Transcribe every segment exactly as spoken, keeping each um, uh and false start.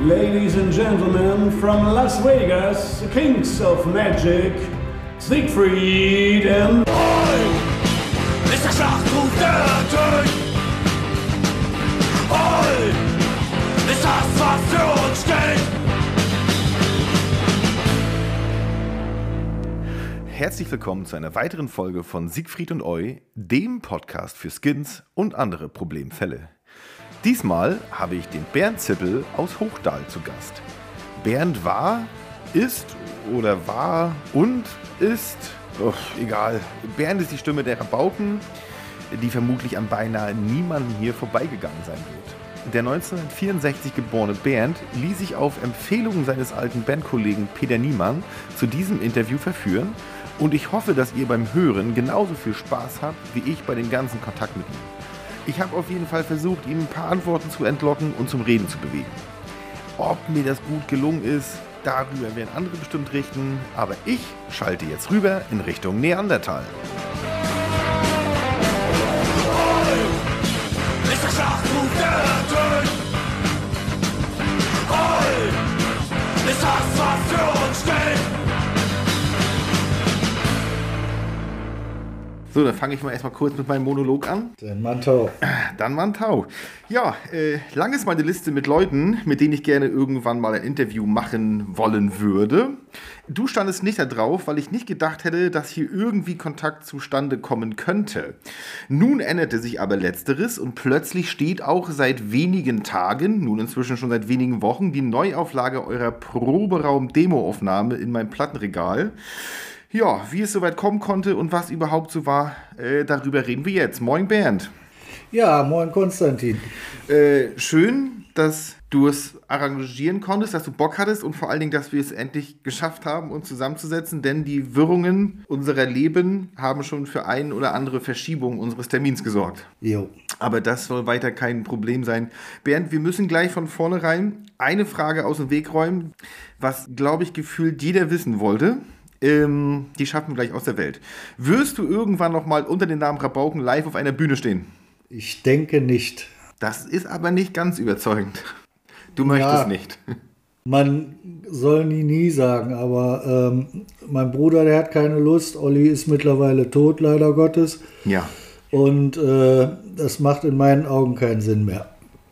Ladies and gentlemen, from Las Vegas, Kings of Magic, Siegfried and Oi! Ist der Schlachtruf der Tod! Oi! Ist das, was für uns steht! Herzlich willkommen zu einer weiteren Folge von Siegfried und Oi, dem Podcast für Skins und andere Problemfälle. Diesmal habe ich den Bernd Zippel aus Hochdahl zu Gast. Bernd war, ist oder war und ist, oh, egal. Bernd ist die Stimme der Rabauken, die vermutlich an beinahe niemandem hier vorbeigegangen sein wird. Der neunzehnhundertvierundsechzig geborene Bernd ließ sich auf Empfehlung seines alten Bandkollegen Peter Niemann zu diesem Interview verführen und ich hoffe, dass ihr beim Hören genauso viel Spaß habt wie ich bei dem ganzen Kontakt mit ihm. Ich habe auf jeden Fall versucht, ihm ein paar Antworten zu entlocken und zum Reden zu bewegen. Ob mir das gut gelungen ist, darüber werden andere bestimmt richten, aber ich schalte jetzt rüber in Richtung Neandertal. Oi! Ist der Schlachtruf der Tod! Oi! Ist das, was für uns steht! So, dann fange ich mal erstmal kurz mit meinem Monolog an. Dann Mantau. Dann Mantau. Ja, äh, lang ist meine Liste mit Leuten, mit denen ich gerne irgendwann mal ein Interview machen wollen würde. Du standest nicht da drauf, weil ich nicht gedacht hätte, dass hier irgendwie Kontakt zustande kommen könnte. Nun änderte sich aber Letzteres und plötzlich steht auch seit wenigen Tagen, nun inzwischen schon seit wenigen Wochen, die Neuauflage eurer Proberaum-Demo-Aufnahme in meinem Plattenregal. Ja, wie es soweit kommen konnte und was überhaupt so war, äh, darüber reden wir jetzt. Moin Bernd. Ja, moin Konstantin. Äh, schön, dass du es arrangieren konntest, dass du Bock hattest und vor allen Dingen, dass wir es endlich geschafft haben, uns zusammenzusetzen, denn die Wirrungen unserer Leben haben schon für ein oder andere Verschiebung unseres Termins gesorgt. Jo. Aber das soll weiter kein Problem sein. Bernd, wir müssen gleich von vornherein eine Frage aus dem Weg räumen, was, glaube ich, gefühlt jeder wissen wollte. Ähm, die schaffen wir gleich aus der Welt. Wirst du irgendwann noch mal unter dem Namen Rabauken live auf einer Bühne stehen? Ich denke nicht. Das ist aber nicht ganz überzeugend. Du möchtest Ja, nicht. Man soll nie, nie sagen, aber ähm, mein Bruder, der hat keine Lust. Olli ist mittlerweile tot, leider Gottes. Ja. Und äh, das macht in meinen Augen keinen Sinn mehr.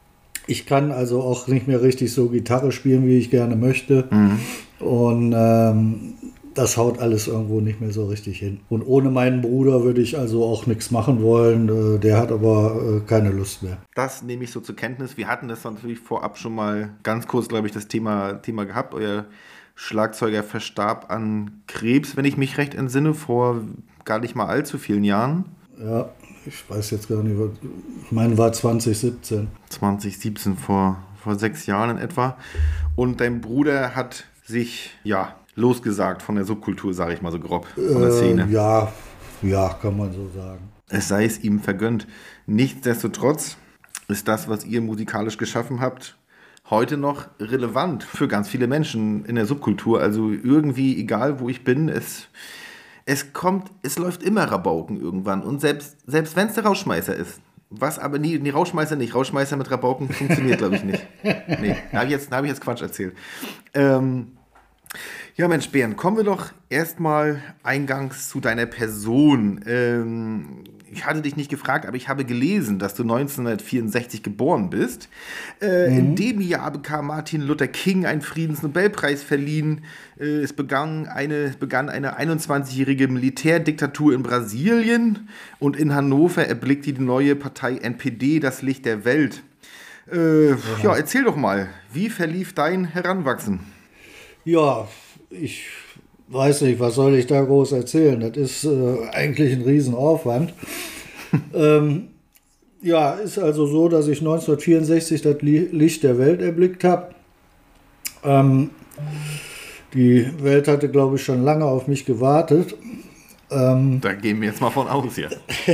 Ich kann also auch nicht mehr richtig so Gitarre spielen, wie ich gerne möchte. Mhm. Und ähm, das haut alles irgendwo nicht mehr so richtig hin. Und ohne meinen Bruder würde ich also auch nichts machen wollen. Der hat aber keine Lust mehr. Das nehme ich so zur Kenntnis. Wir hatten das natürlich vorab schon mal ganz kurz, glaube ich, das Thema, Thema gehabt. Euer Schlagzeuger verstarb an Krebs, wenn ich mich recht entsinne, vor gar nicht mal allzu vielen Jahren. Ja, ich weiß jetzt gar nicht. Ich meine, war zwanzig siebzehn. zwanzig siebzehn, vor, vor sechs Jahren in etwa. Und dein Bruder hat sich, ja, losgesagt von der Subkultur, sage ich mal so grob, von der Szene. Äh, ja, ja, kann man so sagen. Es sei es ihm vergönnt. Nichtsdestotrotz ist das, was ihr musikalisch geschaffen habt, heute noch relevant für ganz viele Menschen in der Subkultur. Also irgendwie, egal wo ich bin, es, es kommt, es läuft immer Rabauken irgendwann. Und selbst, selbst wenn es der Rauschmeißer ist, was aber nie, nee, Rauschmeißer nicht, Rauschmeißer mit Rabauken funktioniert, glaube ich, nicht. Nee, da habe ich, jetzt, hab ich jetzt Quatsch erzählt. Ähm, Ja, Mensch, Bernd, kommen wir doch erstmal eingangs zu deiner Person. Ähm, ich hatte dich nicht gefragt, aber ich habe gelesen, dass du neunzehnhundertvierundsechzig geboren bist. Äh, mhm. In dem Jahr bekam Martin Luther King einen Friedensnobelpreis verliehen. Äh, es begann eine, begann eine einundzwanzigjährige Militärdiktatur in Brasilien und in Hannover erblickte die neue Partei N P D das Licht der Welt. Äh, ja. ja, erzähl doch mal, wie verlief dein Heranwachsen? Ja, ich weiß nicht, was soll ich da groß erzählen? Das ist äh, eigentlich ein Riesenaufwand. ähm, ja, ist also so, dass ich neunzehnhundertvierundsechzig das Licht der Welt erblickt habe. Ähm, die Welt hatte, glaube ich, schon lange auf mich gewartet. Ähm, da gehen wir jetzt mal von aus, ja.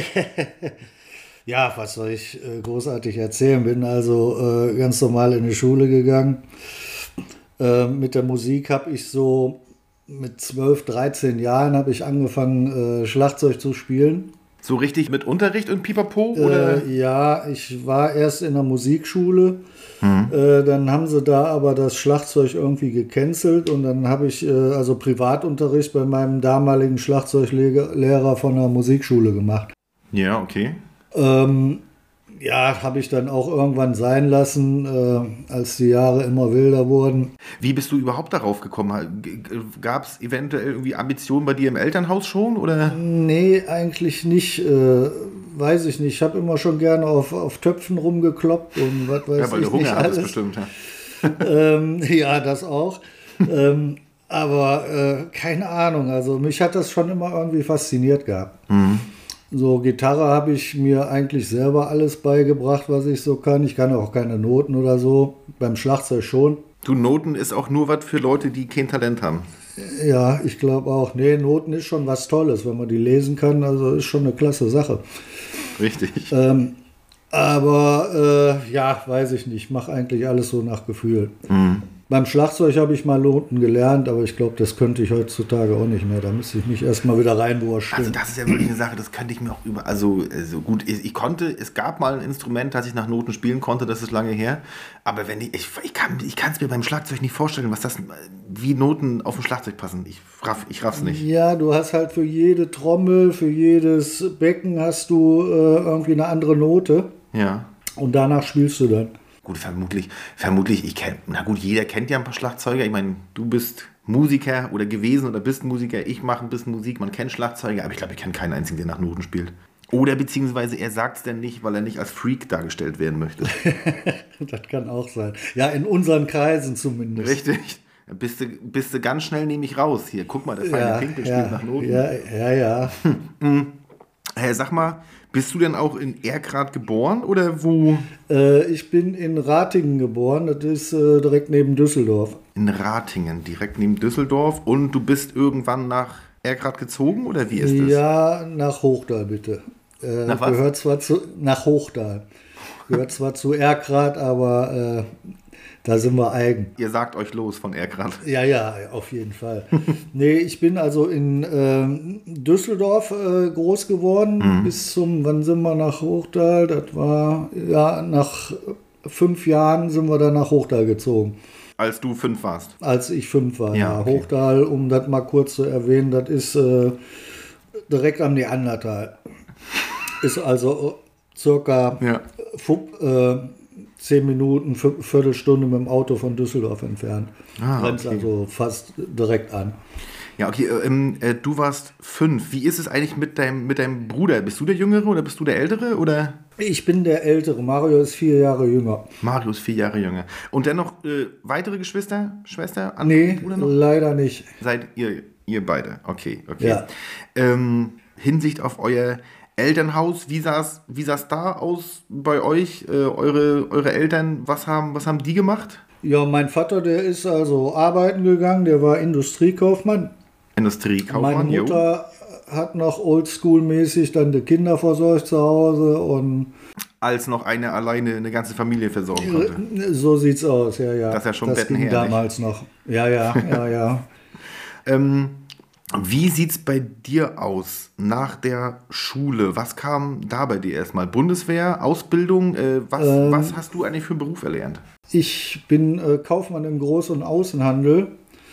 Ja, was soll ich äh, großartig erzählen? Bin also äh, ganz normal in die Schule gegangen. Äh, mit der Musik habe ich so mit zwölf, dreizehn Jahren habe ich angefangen, äh, Schlagzeug zu spielen. So richtig mit Unterricht und Pipapo? Oder? Äh, ja, ich war erst in der Musikschule. Mhm. Äh, dann haben sie da aber das Schlagzeug irgendwie gecancelt und dann habe ich äh, also Privatunterricht bei meinem damaligen Schlagzeuglehrer von der Musikschule gemacht. Ja, okay. Ähm, ja, habe ich dann auch irgendwann sein lassen, äh, als die Jahre immer wilder wurden. Wie bist du überhaupt darauf gekommen? Gab es eventuell irgendwie Ambitionen bei dir im Elternhaus schon? Oder? Nee, eigentlich nicht. Äh, weiß ich nicht. Ich habe immer schon gerne auf, auf Töpfen rumgekloppt und was weiß ich. Ja, weil du Hunger nicht hattest alles. bestimmt. Ja, ähm, ja das auch. ähm, aber äh, keine Ahnung. Also mich hat das schon immer irgendwie fasziniert gehabt. Mhm. So, Gitarre habe ich mir eigentlich selber alles beigebracht, was ich so kann. Ich kann auch keine Noten oder so. Beim Schlagzeug schon. Du, Noten ist auch nur was für Leute, die kein Talent haben. Ja, ich glaube auch. Nee, Noten ist schon was Tolles, wenn man die lesen kann. Also ist schon eine klasse Sache. Richtig. Ähm, aber äh, ja, weiß ich nicht. Ich mache eigentlich alles so nach Gefühl. Mhm. Beim Schlagzeug habe ich mal Noten gelernt, aber ich glaube, das könnte ich heutzutage auch nicht mehr. Da müsste ich mich erstmal wieder reinwurschteln. Also das ist ja wirklich eine Sache, das könnte ich mir auch über... Also, also gut, ich, ich konnte, es gab mal ein Instrument, das ich nach Noten spielen konnte, das ist lange her. Aber wenn ich, ich, ich kann ich kann es mir beim Schlagzeug nicht vorstellen, was das, wie Noten auf dem Schlagzeug passen. Ich, raff, ich raff's nicht. Ja, du hast halt für jede Trommel, für jedes Becken hast du äh, irgendwie eine andere Note. Ja. Und danach spielst du dann. Gut, vermutlich, vermutlich, ich kenne, na gut, jeder kennt ja ein paar Schlagzeuger. Ich meine, du bist Musiker oder gewesen oder bist Musiker, ich mache ein bisschen Musik, man kennt Schlagzeuger, aber ich glaube, ich kenne keinen einzigen, der nach Noten spielt. Oder beziehungsweise er sagt es denn nicht, weil er nicht als Freak dargestellt werden möchte. Das kann auch sein. Ja, in unseren Kreisen zumindest. Richtig. Bist du, bist du ganz schnell nämlich raus. Hier, guck mal, der feine Ja, Pinkel ja, spielt nach Noten. ja, ja, ja. Hey, sag mal, bist du denn auch in Erkrath geboren oder wo? Äh, ich bin in Ratingen geboren, das ist äh, direkt neben Düsseldorf. In Ratingen, direkt neben Düsseldorf. Und du bist irgendwann nach Erkrath gezogen oder wie ist das? Ja, nach Hochdal bitte. Äh, Nach was? Gehört zwar zu, nach Hochdal. Gehört zwar zu Erkrath, aber äh, da sind wir eigen. Ihr sagt euch los von Erkrath. Ja, ja, auf jeden Fall. Nee, ich bin also in ähm, Düsseldorf äh, groß geworden, Mhm. bis zum, wann sind wir nach Hochdal? Das war, ja, nach fünf Jahren sind wir dann nach Hochdal gezogen, Als du fünf warst. als ich fünf war. Ja, Ja, okay. Hochdal, um das mal kurz zu erwähnen, das ist äh, direkt am Neandertal. Ist also äh, circa Ja. fu- äh, zehn Minuten, v- Viertelstunde mit dem Auto von Düsseldorf entfernt. Ah, Grenzt okay. also fast direkt an. Ja, okay, äh, ähm, äh, du warst fünf. Wie ist es eigentlich mit deinem, mit deinem Bruder? Bist du der Jüngere oder bist du der Ältere? Oder? Ich bin der Ältere. Mario ist vier Jahre jünger. Mario ist vier Jahre jünger. Und dennoch äh, weitere Geschwister, Schwester, andere Nee, Bruder noch? leider nicht. Seid ihr, ihr beide? Okay, okay. Ja. Ähm, Hinsicht auf euer Elternhaus, wie sah's, wie sah's da aus bei euch? Äh, eure, eure Eltern, was haben, was haben die gemacht? Ja, mein Vater, der ist also arbeiten gegangen. Der war Industriekaufmann. Industriekaufmann, Meine jo. Mutter hat noch oldschool-mäßig dann die Kinder versorgt zu Hause und Als noch eine alleine eine ganze Familie versorgen konnte. so sieht's aus, ja, ja. Das ist ja schon das ging bettenherrlich. damals noch. Ja, ja, ja, ja. Ähm, wie sieht's bei dir aus nach der Schule? Was kam da bei dir erstmal? Bundeswehr, Ausbildung? Äh, was, Ähm. was hast du eigentlich für einen Beruf erlernt? Ich bin äh, Kaufmann im Groß- und Außenhandel.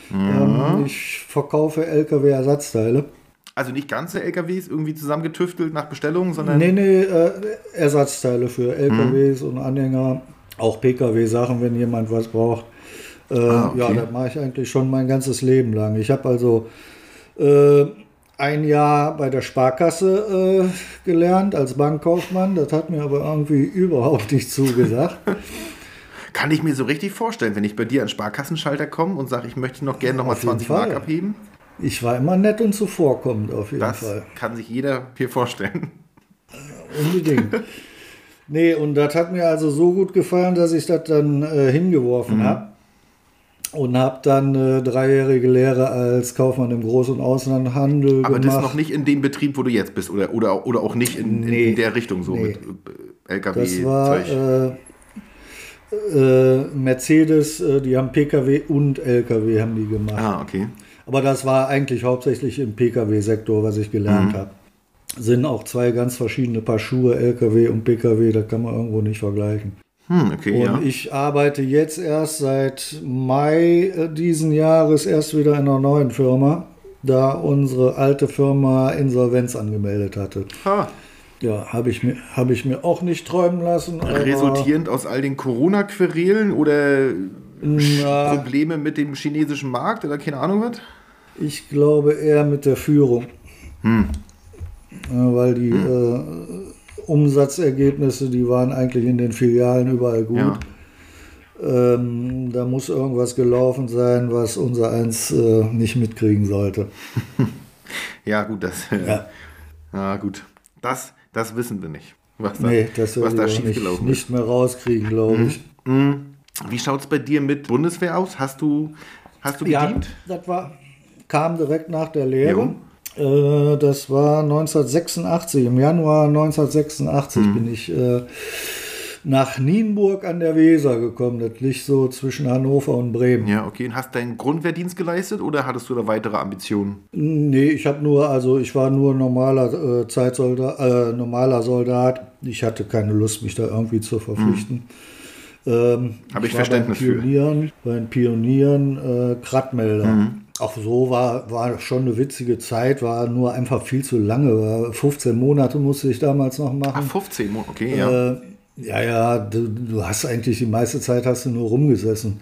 Ähm, ich verkaufe L K W-Ersatzteile. Also nicht ganze L K Ws irgendwie zusammengetüftelt nach Bestellung, sondern... Nee, nee, äh, Ersatzteile für L K Ws und Anhänger, auch P K W-Sachen, wenn jemand was braucht. Äh, Ah, okay. Ja, das mache ich eigentlich schon mein ganzes Leben lang. Ich habe also äh, ein Jahr bei der Sparkasse äh, gelernt als Bankkaufmann. Das hat mir aber irgendwie überhaupt nicht zugesagt. Kann ich mir so richtig vorstellen, wenn ich bei dir an den Sparkassenschalter komme und sage, ich möchte noch gerne nochmal Auf jeden zwanzig Mark Fall. abheben? Ich war immer nett und zuvorkommend auf jeden Das Fall. kann sich jeder hier vorstellen. Unbedingt. Nee, und das hat mir also so gut gefallen, dass ich das dann äh, hingeworfen Mhm. habe. Und habe dann äh, dreijährige Lehre als Kaufmann im Groß- und Außenhandel Aber gemacht. das noch nicht in dem Betrieb, wo du jetzt bist oder, oder, oder auch nicht in, Nee. in der Richtung so Nee. mit äh, L K W, Das war Zeug. äh, äh, Mercedes, äh, die haben P K W und L K W haben die gemacht. Ah, okay. Aber das war eigentlich hauptsächlich im P K W-Sektor, was ich gelernt Mhm. habe. sind auch zwei ganz verschiedene Paar Schuhe, L K W und P K W, das kann man irgendwo nicht vergleichen. Hm, okay, Und ja. ich arbeite jetzt erst seit Mai diesen Jahres erst wieder in einer neuen Firma, da unsere alte Firma Insolvenz angemeldet hatte. Ha. Ja, habe ich, mir- hab ich mir auch nicht träumen lassen. aber- Resultierend aus all den Corona-Querelen oder Na, Probleme mit dem chinesischen Markt oder keine Ahnung was? ich glaube eher mit der Führung. Hm. Ja, weil die äh, Umsatzergebnisse, die waren eigentlich in den Filialen überall gut. Ja. Ähm, da muss irgendwas gelaufen sein, was unser eins äh, nicht mitkriegen sollte. Ja, gut, das. Ja. Ja. Ja, gut. Das, das wissen wir nicht. Was da, Nee, das was wird da ich auch schiefgelaufen nicht, nicht mehr rauskriegen, glaube ich. ist. Wie schaut es bei dir mit Bundeswehr aus? Hast du, hast du Ja, gedient? das war, kam direkt nach der Lehre. Äh, das war neunzehnhundertsechsundachtzig. Im Januar neunzehnhundertsechsundachtzig Mhm. bin ich äh, nach Nienburg an der Weser gekommen. Das liegt so zwischen Hannover und Bremen. Ja, okay. Und hast deinen Grundwehrdienst geleistet oder hattest du da weitere Ambitionen? Nee, ich habe nur, also ich war nur normaler äh, Zeitsoldat, äh, normaler Soldat. Ich hatte keine Lust, mich da irgendwie zu verpflichten. Ähm, Habe ich war Verständnis bei für. den Pionieren, Bei den Pionieren äh, Krattmelder. Auch so war, war schon eine witzige Zeit, war nur einfach viel zu lange. War fünfzehn Monate musste ich damals noch Ah, machen. fünfzehn Monate, okay, ja. Äh, ja, ja, du, du hast eigentlich die meiste Zeit hast du nur rumgesessen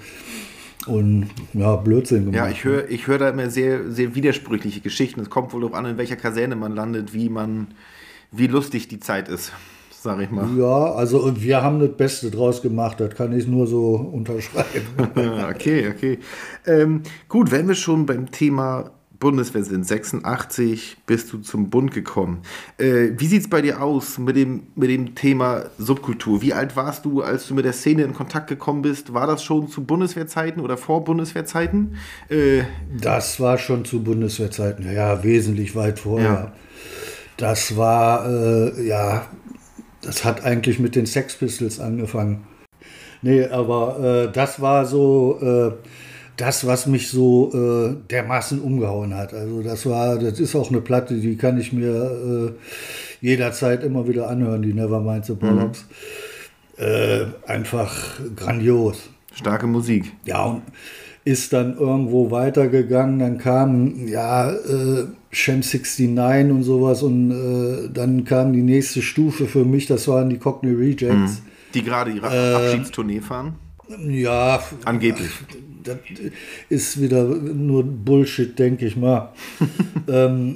und ja, Blödsinn gemacht. Ja, ich höre ich hör da immer sehr, sehr widersprüchliche Geschichten. Es kommt wohl darauf an, in welcher Kaserne man landet, wie man, wie lustig die Zeit ist, sage ich mal. Ja, also und wir haben das Beste draus gemacht, das kann ich nur so unterschreiben. Okay, okay. Ähm, gut, wenn wir schon beim Thema Bundeswehr sind, sechsundachtzig bist du zum Bund gekommen. Äh, wie sieht es bei dir aus mit dem, mit dem Thema Subkultur? Wie alt warst du, als du mit der Szene in Kontakt gekommen bist? War das schon zu Bundeswehrzeiten oder vor Bundeswehrzeiten? Äh, Das war schon zu Bundeswehrzeiten, ja, wesentlich weit vorher. Ja. Das war, äh, ja, das hat eigentlich mit den Sex Pistols angefangen. Nee, aber äh, das war so äh, das, was mich so äh, dermaßen umgehauen hat. Also das war, das ist auch eine Platte, die kann ich mir äh, jederzeit immer wieder anhören, die Nevermind the Bollocks. Mhm. Äh, einfach grandios. starke Musik. Ja, und ist dann irgendwo weitergegangen, dann kam ja äh, Sham neunundsechzig und sowas und äh, dann kam die nächste Stufe für mich, das waren die Cockney Rejects. Die gerade ihre Äh, Abschiedstournee fahren? Ja, Angeblich. das ist wieder nur Bullshit, denke ich mal. ähm,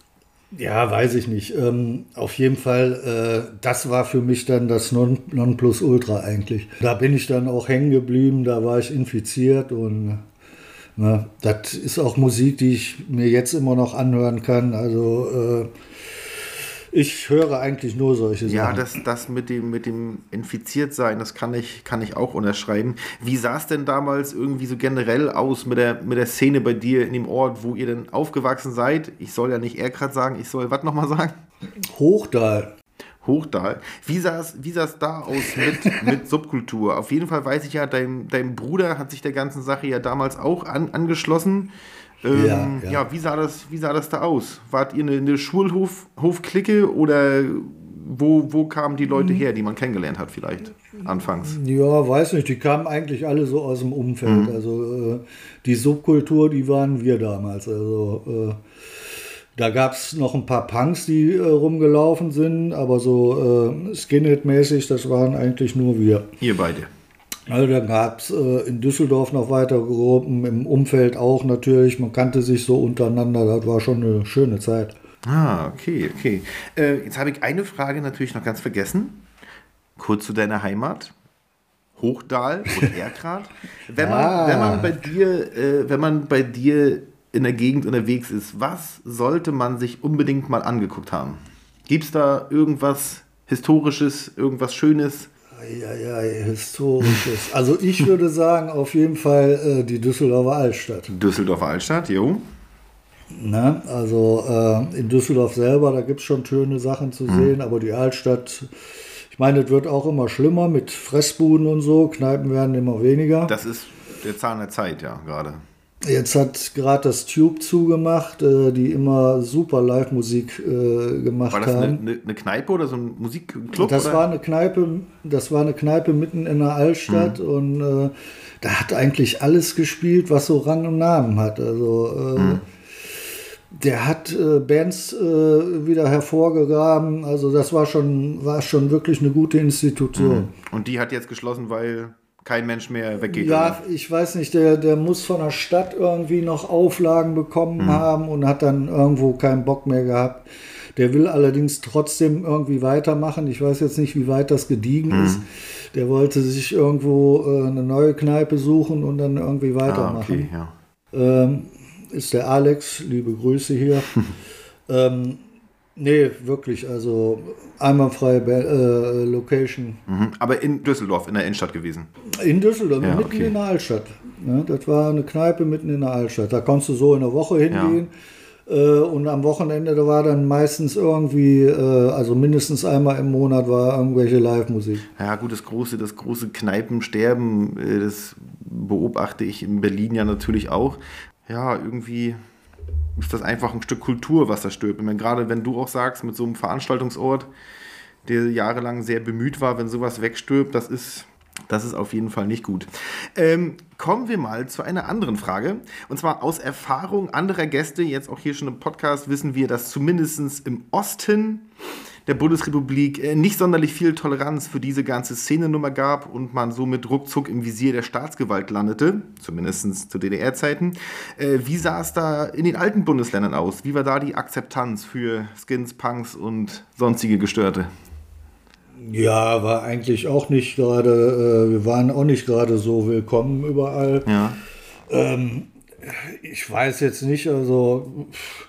ja, weiß ich nicht. Ähm, auf jeden Fall, äh, das war für mich dann das Non Nonplusultra eigentlich. Da bin ich dann auch hängen geblieben, da war ich infiziert und na, das ist auch Musik, die ich mir jetzt immer noch anhören kann. Also äh, ich höre eigentlich nur solche Sachen. Ja, das, das mit dem, mit dem Infiziertsein, das kann ich, kann ich auch unterschreiben. Wie sah es denn damals irgendwie so generell aus mit der, mit der Szene bei dir in dem Ort, wo ihr denn aufgewachsen seid? Ich soll ja nicht Erkrath sagen, ich soll was nochmal sagen? Hochdahl. Hochdal. Wie sah es wie sah's da aus mit, mit Subkultur? Auf jeden Fall weiß ich ja, dein, dein Bruder hat sich der ganzen Sache ja damals auch an, angeschlossen. Ähm, Ja, ja. ja, wie sah das, wie sah das da aus? Wart ihr eine, eine Schulhof-Clique oder wo, wo kamen die Leute her, die man kennengelernt hat vielleicht anfangs? Ja, weiß nicht, die kamen eigentlich alle so aus dem Umfeld. Also äh, die Subkultur, die waren wir damals. Also äh, da gab es noch ein paar Punks, die äh, rumgelaufen sind, aber so äh, Skinhead-mäßig, das waren eigentlich nur wir. Ihr beide. Also da gab es äh, in Düsseldorf noch weitere Gruppen, im Umfeld auch natürlich. Man kannte sich so untereinander, das war schon eine schöne Zeit. Ah, okay, okay. Äh, jetzt habe ich eine Frage natürlich noch ganz vergessen. Kurz zu deiner Heimat. Hochdal und Erkrath. Wenn man, Ah. wenn man bei dir, äh, wenn man bei dir in der Gegend unterwegs ist, was sollte man sich unbedingt mal angeguckt haben? Gibt es da irgendwas Historisches, irgendwas Schönes? Ja, ja, historisches. Also ich würde sagen, auf jeden Fall äh, die Düsseldorfer Altstadt. Düsseldorfer Altstadt, jo. Ne? Also äh, in Düsseldorf selber, da gibt es schon schöne Sachen zu sehen, aber die Altstadt, ich meine, es wird auch immer schlimmer mit Fressbuden und so, Kneipen werden immer weniger. Das ist der Zahn der Zeit, ja, gerade. Jetzt hat gerade das Tube zugemacht, äh, die immer super Live-Musik äh, gemacht haben. War das eine, eine, eine Kneipe oder so ein Musikclub? Das oder? war eine Kneipe, das war eine Kneipe mitten in der Altstadt mhm. und äh, da hat eigentlich alles gespielt, was so Rang und Namen hat. Also äh, mhm. der hat äh, Bands äh, wieder hervorgegraben. Also das war schon, war schon wirklich eine gute Institution. Mhm. Und die hat jetzt geschlossen, weil kein Mensch mehr weggeht? Ja, oder? Ich weiß nicht, der, der muss von der Stadt irgendwie noch Auflagen bekommen mhm. haben und hat dann irgendwo keinen Bock mehr gehabt. Der will allerdings trotzdem irgendwie weitermachen. Ich weiß jetzt nicht, wie weit das gediegen mhm. ist. Der wollte sich irgendwo äh, eine neue Kneipe suchen und dann irgendwie weitermachen. Ah, okay, ja. ähm, ist der Alex, liebe Grüße hier. ähm, nee, wirklich, also einwandfreie äh, Location. Mhm. Aber in Düsseldorf, in der Innenstadt gewesen? In Düsseldorf, ja, mitten okay. in der Altstadt. Ja, das war eine Kneipe mitten in der Altstadt. Da konntest du so in der Woche hingehen. Ja. Und am Wochenende, da war dann meistens irgendwie, also mindestens einmal im Monat war irgendwelche Live-Musik. Ja gut, das große, das große Kneipensterben, das beobachte ich in Berlin ja natürlich auch. Ja, irgendwie ist das einfach ein Stück Kultur, was da stirbt. Ich meine, gerade wenn du auch sagst, mit so einem Veranstaltungsort, der jahrelang sehr bemüht war, wenn sowas wegstirbt, das ist... Das ist auf jeden Fall nicht gut. Ähm, kommen wir mal zu einer anderen Frage. Und zwar aus Erfahrung anderer Gäste, jetzt auch hier schon im Podcast, wissen wir, dass zumindest im Osten der Bundesrepublik äh, nicht sonderlich viel Toleranz für diese ganze Szenenummer gab und man somit ruckzuck im Visier der Staatsgewalt landete, zumindest zu D D R-Zeiten. Äh, wie sah es da in den alten Bundesländern aus? Wie war da die Akzeptanz für Skins, Punks und sonstige Gestörte? Ja, war eigentlich auch nicht gerade, äh, wir waren auch nicht gerade so willkommen überall. Ja. Ähm, ich weiß jetzt nicht, also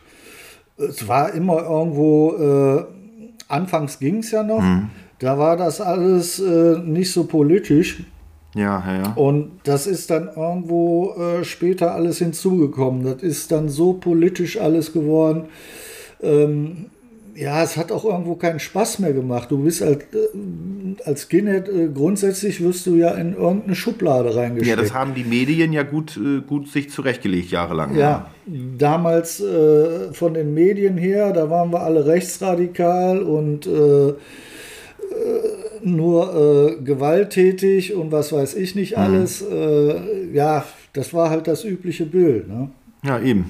es war immer irgendwo, äh, anfangs ging es ja noch, mhm. da war das alles äh, nicht so politisch. Ja, ja, ja. Und das ist dann irgendwo äh, später alles hinzugekommen. Das ist dann so politisch alles geworden. Ähm, Ja, es hat auch irgendwo keinen Spaß mehr gemacht. Du bist als, als Skinhead, äh, grundsätzlich wirst du ja in irgendeine Schublade reingesteckt. Ja, das haben die Medien ja gut, äh, gut sich zurechtgelegt, jahrelang. Ja, ja. Damals äh, von den Medien her, da waren wir alle rechtsradikal und äh, äh, nur äh, gewalttätig und was weiß ich nicht alles. Mhm. Äh, ja, das war halt das übliche Bild. Ne? Ja, eben.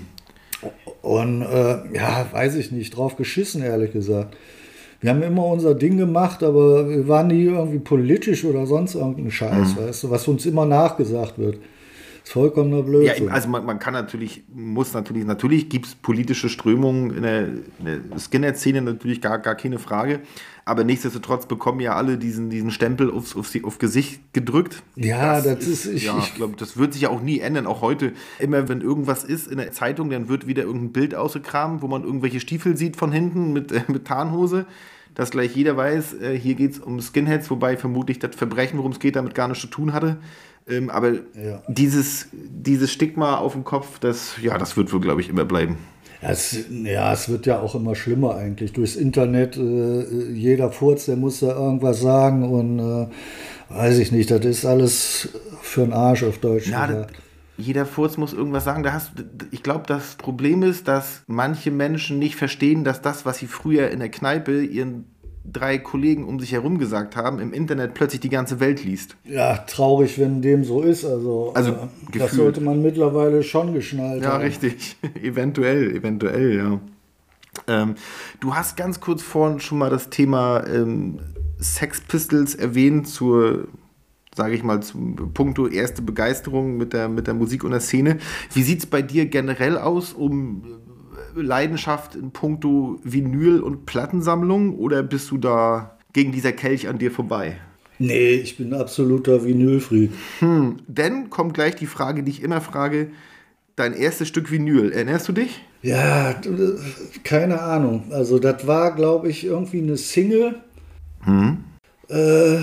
Und äh, ja, weiß ich nicht, drauf geschissen, ehrlich gesagt. Wir haben immer unser Ding gemacht, aber wir waren nie irgendwie politisch oder sonst irgendein Scheiß, mhm. weißt du, was uns immer nachgesagt wird. Das ist vollkommener Blödsinn. Ja, also man, man kann natürlich, muss natürlich, natürlich gibt es politische Strömungen in der, in der Skinhead-Szene, natürlich gar, gar keine Frage. Aber nichtsdestotrotz bekommen ja alle diesen, diesen Stempel aufs, aufs, aufs Gesicht gedrückt. Ja, das, das ist... Ich, ja, ich glaube, das wird sich ja auch nie ändern, auch heute. Immer wenn irgendwas ist in der Zeitung, dann wird wieder irgendein Bild ausgekramt, wo man irgendwelche Stiefel sieht von hinten mit, äh, mit Tarnhose, dass gleich jeder weiß, äh, hier geht es um Skinheads, wobei vermutlich das Verbrechen, worum es geht, damit gar nichts zu tun hatte. Ähm, aber ja. dieses, dieses Stigma auf dem Kopf, das, ja, das wird wohl, glaube ich, immer bleiben. Ja es, ja, es wird ja auch immer schlimmer eigentlich. Durchs Internet, äh, jeder Furz, der muss da irgendwas sagen und äh, weiß ich nicht, das ist alles für den Arsch auf Deutsch. Ja, das, jeder Furz muss irgendwas sagen. Da hast, ich glaube, das Problem ist, dass manche Menschen nicht verstehen, dass das, was sie früher in der Kneipe ihren drei Kollegen um sich herum gesagt haben, im Internet plötzlich die ganze Welt liest. Ja, traurig, wenn dem so ist. Also, also äh, das sollte man mittlerweile schon geschnallt ja, haben. Ja, richtig. eventuell, eventuell, ja. Ähm, du hast ganz kurz vorhin schon mal das Thema ähm, Sex Pistols erwähnt, zur, sage ich mal, zum Punkto erste Begeisterung mit der, mit der Musik und der Szene. Wie sieht es bei dir generell aus, um Leidenschaft in puncto Vinyl- und Plattensammlung, oder bist du da gegen dieser Kelch an dir vorbei? Nee, ich bin absoluter Vinylfreak. Hm, dann kommt gleich die Frage, die ich immer frage, dein erstes Stück Vinyl, erinnerst du dich? Ja, keine Ahnung. Also das war, glaube ich, irgendwie eine Single. Hm. Äh,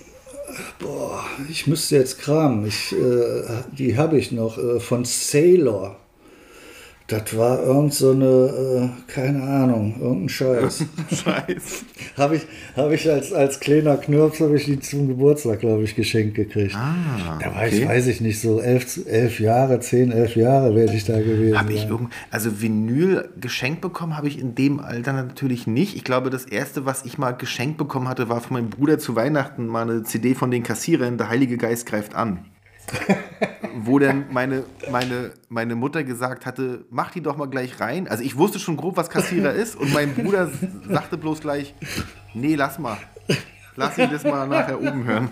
boah, ich müsste jetzt kramen. Ich, äh, die habe ich noch, äh, von Sailor. Das war irgend so eine, äh, keine Ahnung, irgendein Scheiß. Scheiß. habe ich, hab ich als, als kleiner Knirps, habe ich die zum Geburtstag, glaube ich, geschenkt gekriegt. Ah, da war okay. ich, weiß ich nicht, so elf, elf Jahre, zehn, elf Jahre werde ich da gewesen Habe ich sein. irgend, also Vinyl geschenkt bekommen habe ich in dem Alter natürlich nicht. Ich glaube, das erste, was ich mal geschenkt bekommen hatte, war von meinem Bruder zu Weihnachten mal eine C D von den Kassierern, Der Heilige Geist greift an. Wo dann meine, meine, meine Mutter gesagt hatte, mach die doch mal gleich rein. Also ich wusste schon grob, was Kassierer ist und mein Bruder sagte bloß gleich, nee, lass mal. Lass ihn das mal nachher oben hören.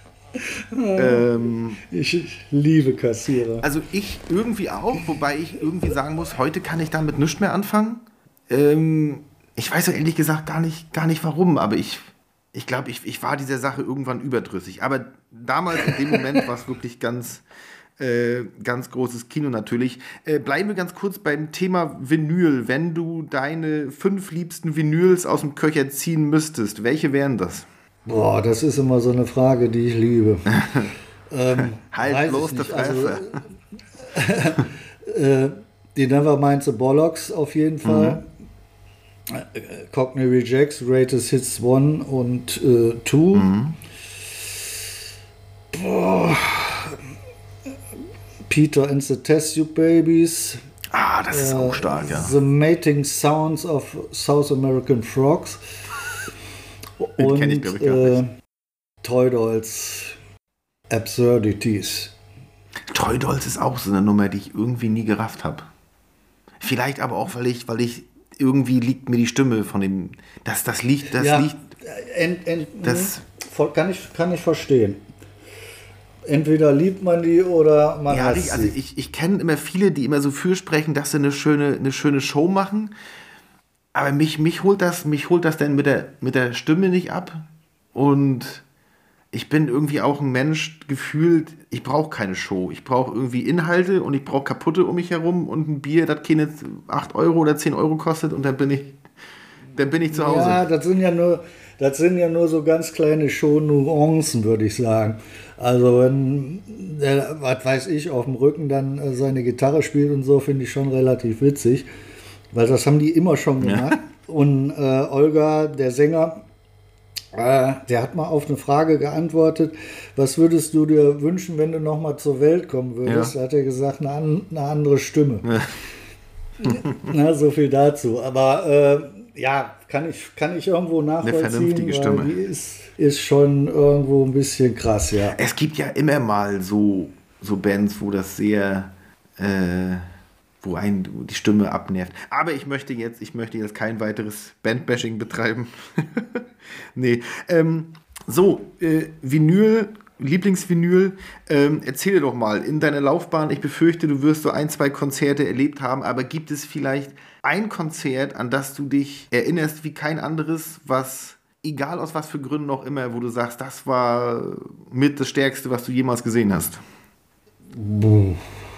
ähm, Ich, ich liebe Kassierer. Also ich irgendwie auch, wobei ich irgendwie sagen muss, heute kann ich damit nichts mehr anfangen. Ähm, ich weiß ja ehrlich gesagt gar nicht, gar nicht warum, aber ich, ich glaube, ich, ich war dieser Sache irgendwann überdrüssig. Aber damals in dem Moment war es wirklich ganz, äh, ganz großes Kino natürlich. Äh, bleiben wir ganz kurz beim Thema Vinyl. Wenn du deine fünf liebsten Vinyls aus dem Köcher ziehen müsstest, welche wären das? Boah, das ist immer so eine Frage, die ich liebe. ähm, Halt bloß der Fresse. Also, äh, die Nevermind the Bollocks auf jeden Fall. Mhm. Äh, Cockney Rejects, Greatest Hits eins und zwei. Mhm. Boah. Peter and the Test Tube Babies. Ah, das ist äh, auch stark, ja. The Mating Sounds of South American Frogs. Und kenn ich, glaub ich, gar äh, nicht. Toy Dolls Absurdities. Toy Dolls ist auch so eine Nummer, die ich irgendwie nie gerafft habe. Vielleicht aber auch, weil ich, weil ich irgendwie liegt mir die Stimme von dem, das, das liegt, das ja, liegt, ent, ent, das mh, kann ich, kann ich verstehen. Entweder liebt man die oder man ja, hasst ich, sie. also ich, ich kenne immer viele, die immer so fürsprechen, dass sie eine schöne, eine schöne Show machen. Aber mich, mich holt das, mich holt das dann mit der, mit der Stimme nicht ab. Und ich bin irgendwie auch ein Mensch, gefühlt, ich brauche keine Show. Ich brauche irgendwie Inhalte und ich brauche Kaputte um mich herum und ein Bier, das keine acht Euro oder zehn Euro kostet und dann bin ich, dann bin ich zu Hause. Ja, das sind ja nur, das sind ja nur so ganz kleine Show-Nuancen, würde ich sagen. Also wenn der, was weiß ich, auf dem Rücken dann äh, seine Gitarre spielt und so, finde ich schon relativ witzig. Weil das haben die immer schon gemacht. Ja. Und äh, Olga, der Sänger, äh, der hat mal auf eine Frage geantwortet, was würdest du dir wünschen, wenn du nochmal zur Welt kommen würdest? Ja. Da hat er gesagt, eine, an, eine andere Stimme. Ja. Na, so viel dazu. Aber äh, ja, kann ich, kann ich irgendwo nachvollziehen. Eine vernünftige Stimme. Die ist, ist schon irgendwo ein bisschen krass, ja. Es gibt ja immer mal so, so Bands, wo das sehr... Äh, wo einen die Stimme abnervt. Aber ich möchte jetzt, ich möchte jetzt kein weiteres Bandbashing betreiben. nee. Ähm, so, äh, Vinyl, Lieblingsvinyl, ähm, erzähle doch mal in deiner Laufbahn, ich befürchte, du wirst so ein, zwei Konzerte erlebt haben, aber gibt es vielleicht ein Konzert, an das du dich erinnerst wie kein anderes, was, egal aus was für Gründen auch immer, wo du sagst, das war mit das Stärkste, was du jemals gesehen hast? Buh.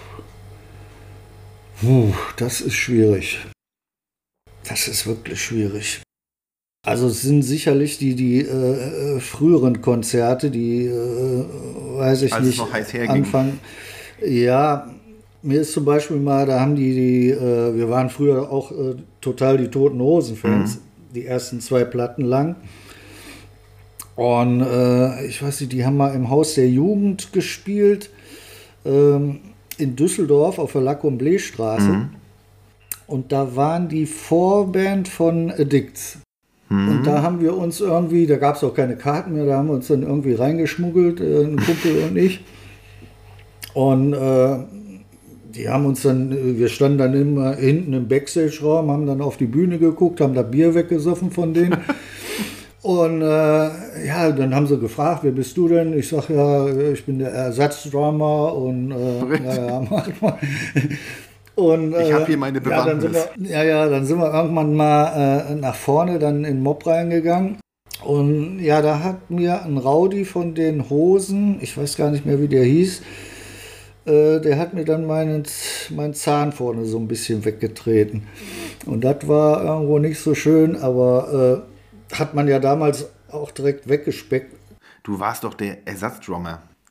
Puh, das ist schwierig. Das ist wirklich schwierig. Also es sind sicherlich die, die äh, früheren Konzerte, die, äh, weiß ich Als nicht, es noch heiß herging. Anfang. Ja, mir ist zum Beispiel mal, da haben die, die äh, wir waren früher auch äh, total die Toten Hosen-Fans, mhm. die ersten zwei Platten lang. Und äh, ich weiß nicht, die haben mal im Haus der Jugend gespielt, ähm, in Düsseldorf auf der Lack- und Bleestraße. Mhm. Und da waren die Vorband von Addicts. Mhm. Und da haben wir uns irgendwie, da gab es auch keine Karten mehr, da haben wir uns dann irgendwie reingeschmuggelt, äh, ein Kumpel und ich. Und äh, die haben uns dann, wir standen dann immer hinten im Backstage-Raum, haben dann auf die Bühne geguckt, haben da Bier weggesoffen von denen. Und äh, ja, dann haben sie gefragt, wer bist du denn? Ich sage, ja, ich bin der Ersatzdrummer und äh, naja, mach mal. Und, äh, ich habe hier meine Bewandtnis. Ja, dann sind wir, ja, ja, dann sind wir irgendwann mal äh, nach vorne dann in den Mob reingegangen. Und ja, da hat mir ein Rowdy von den Hosen, ich weiß gar nicht mehr, wie der hieß, äh, der hat mir dann meinen, meinen Zahn vorne so ein bisschen weggetreten. Und das war irgendwo nicht so schön, aber äh, hat man ja damals auch direkt weggespeckt. Du warst doch der Ersatzdrummer.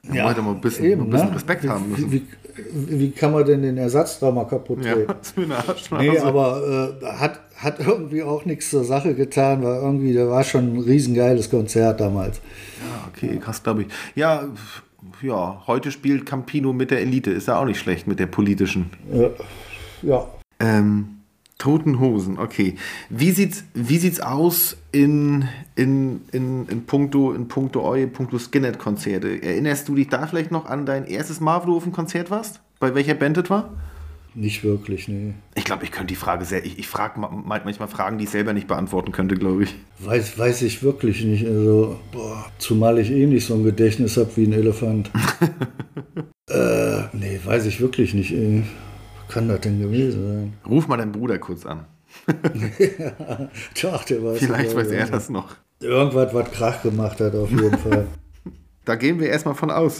Da Ja, hätte man ein bisschen, eben, ein bisschen ne? Respekt wie, haben müssen. Wie, wie, wie kann man denn den Ersatztraumer kaputt Ja, treten? was für eine Arschnase. Nee, aber äh, hat, hat irgendwie auch nichts zur Sache getan, weil irgendwie, da war schon ein riesengeiles Konzert damals. Ja, okay, krass, glaube ich. Ja, pf, ja, heute spielt Campino mit der Elite. Ist ja auch nicht schlecht mit der politischen. Ja. ja. Ähm, Toten Hosen, okay. Wie sieht's, wie sieht's aus in, in, in, in puncto, in puncto Eu, puncto Skinhead-Konzerte? Erinnerst du dich da vielleicht noch an dein erstes Mal, wo du auf dem Konzert warst? Bei welcher Band das war? Nicht wirklich, nee. Ich glaube, ich könnte die Frage sehr, ich, ich frage manchmal Fragen, die ich selber nicht beantworten könnte, glaube ich. Weiß, weiß ich wirklich nicht. Also, boah, zumal ich eh nicht so ein Gedächtnis habe wie ein Elefant. äh, nee, weiß ich wirklich nicht. Ey. Was kann das denn gewesen sein? Ruf mal deinen Bruder kurz an. ja, doch, der weiß Vielleicht weiß ja. er das noch. Irgendwas, was Krach gemacht hat, auf jeden Fall. Da gehen wir erstmal von aus.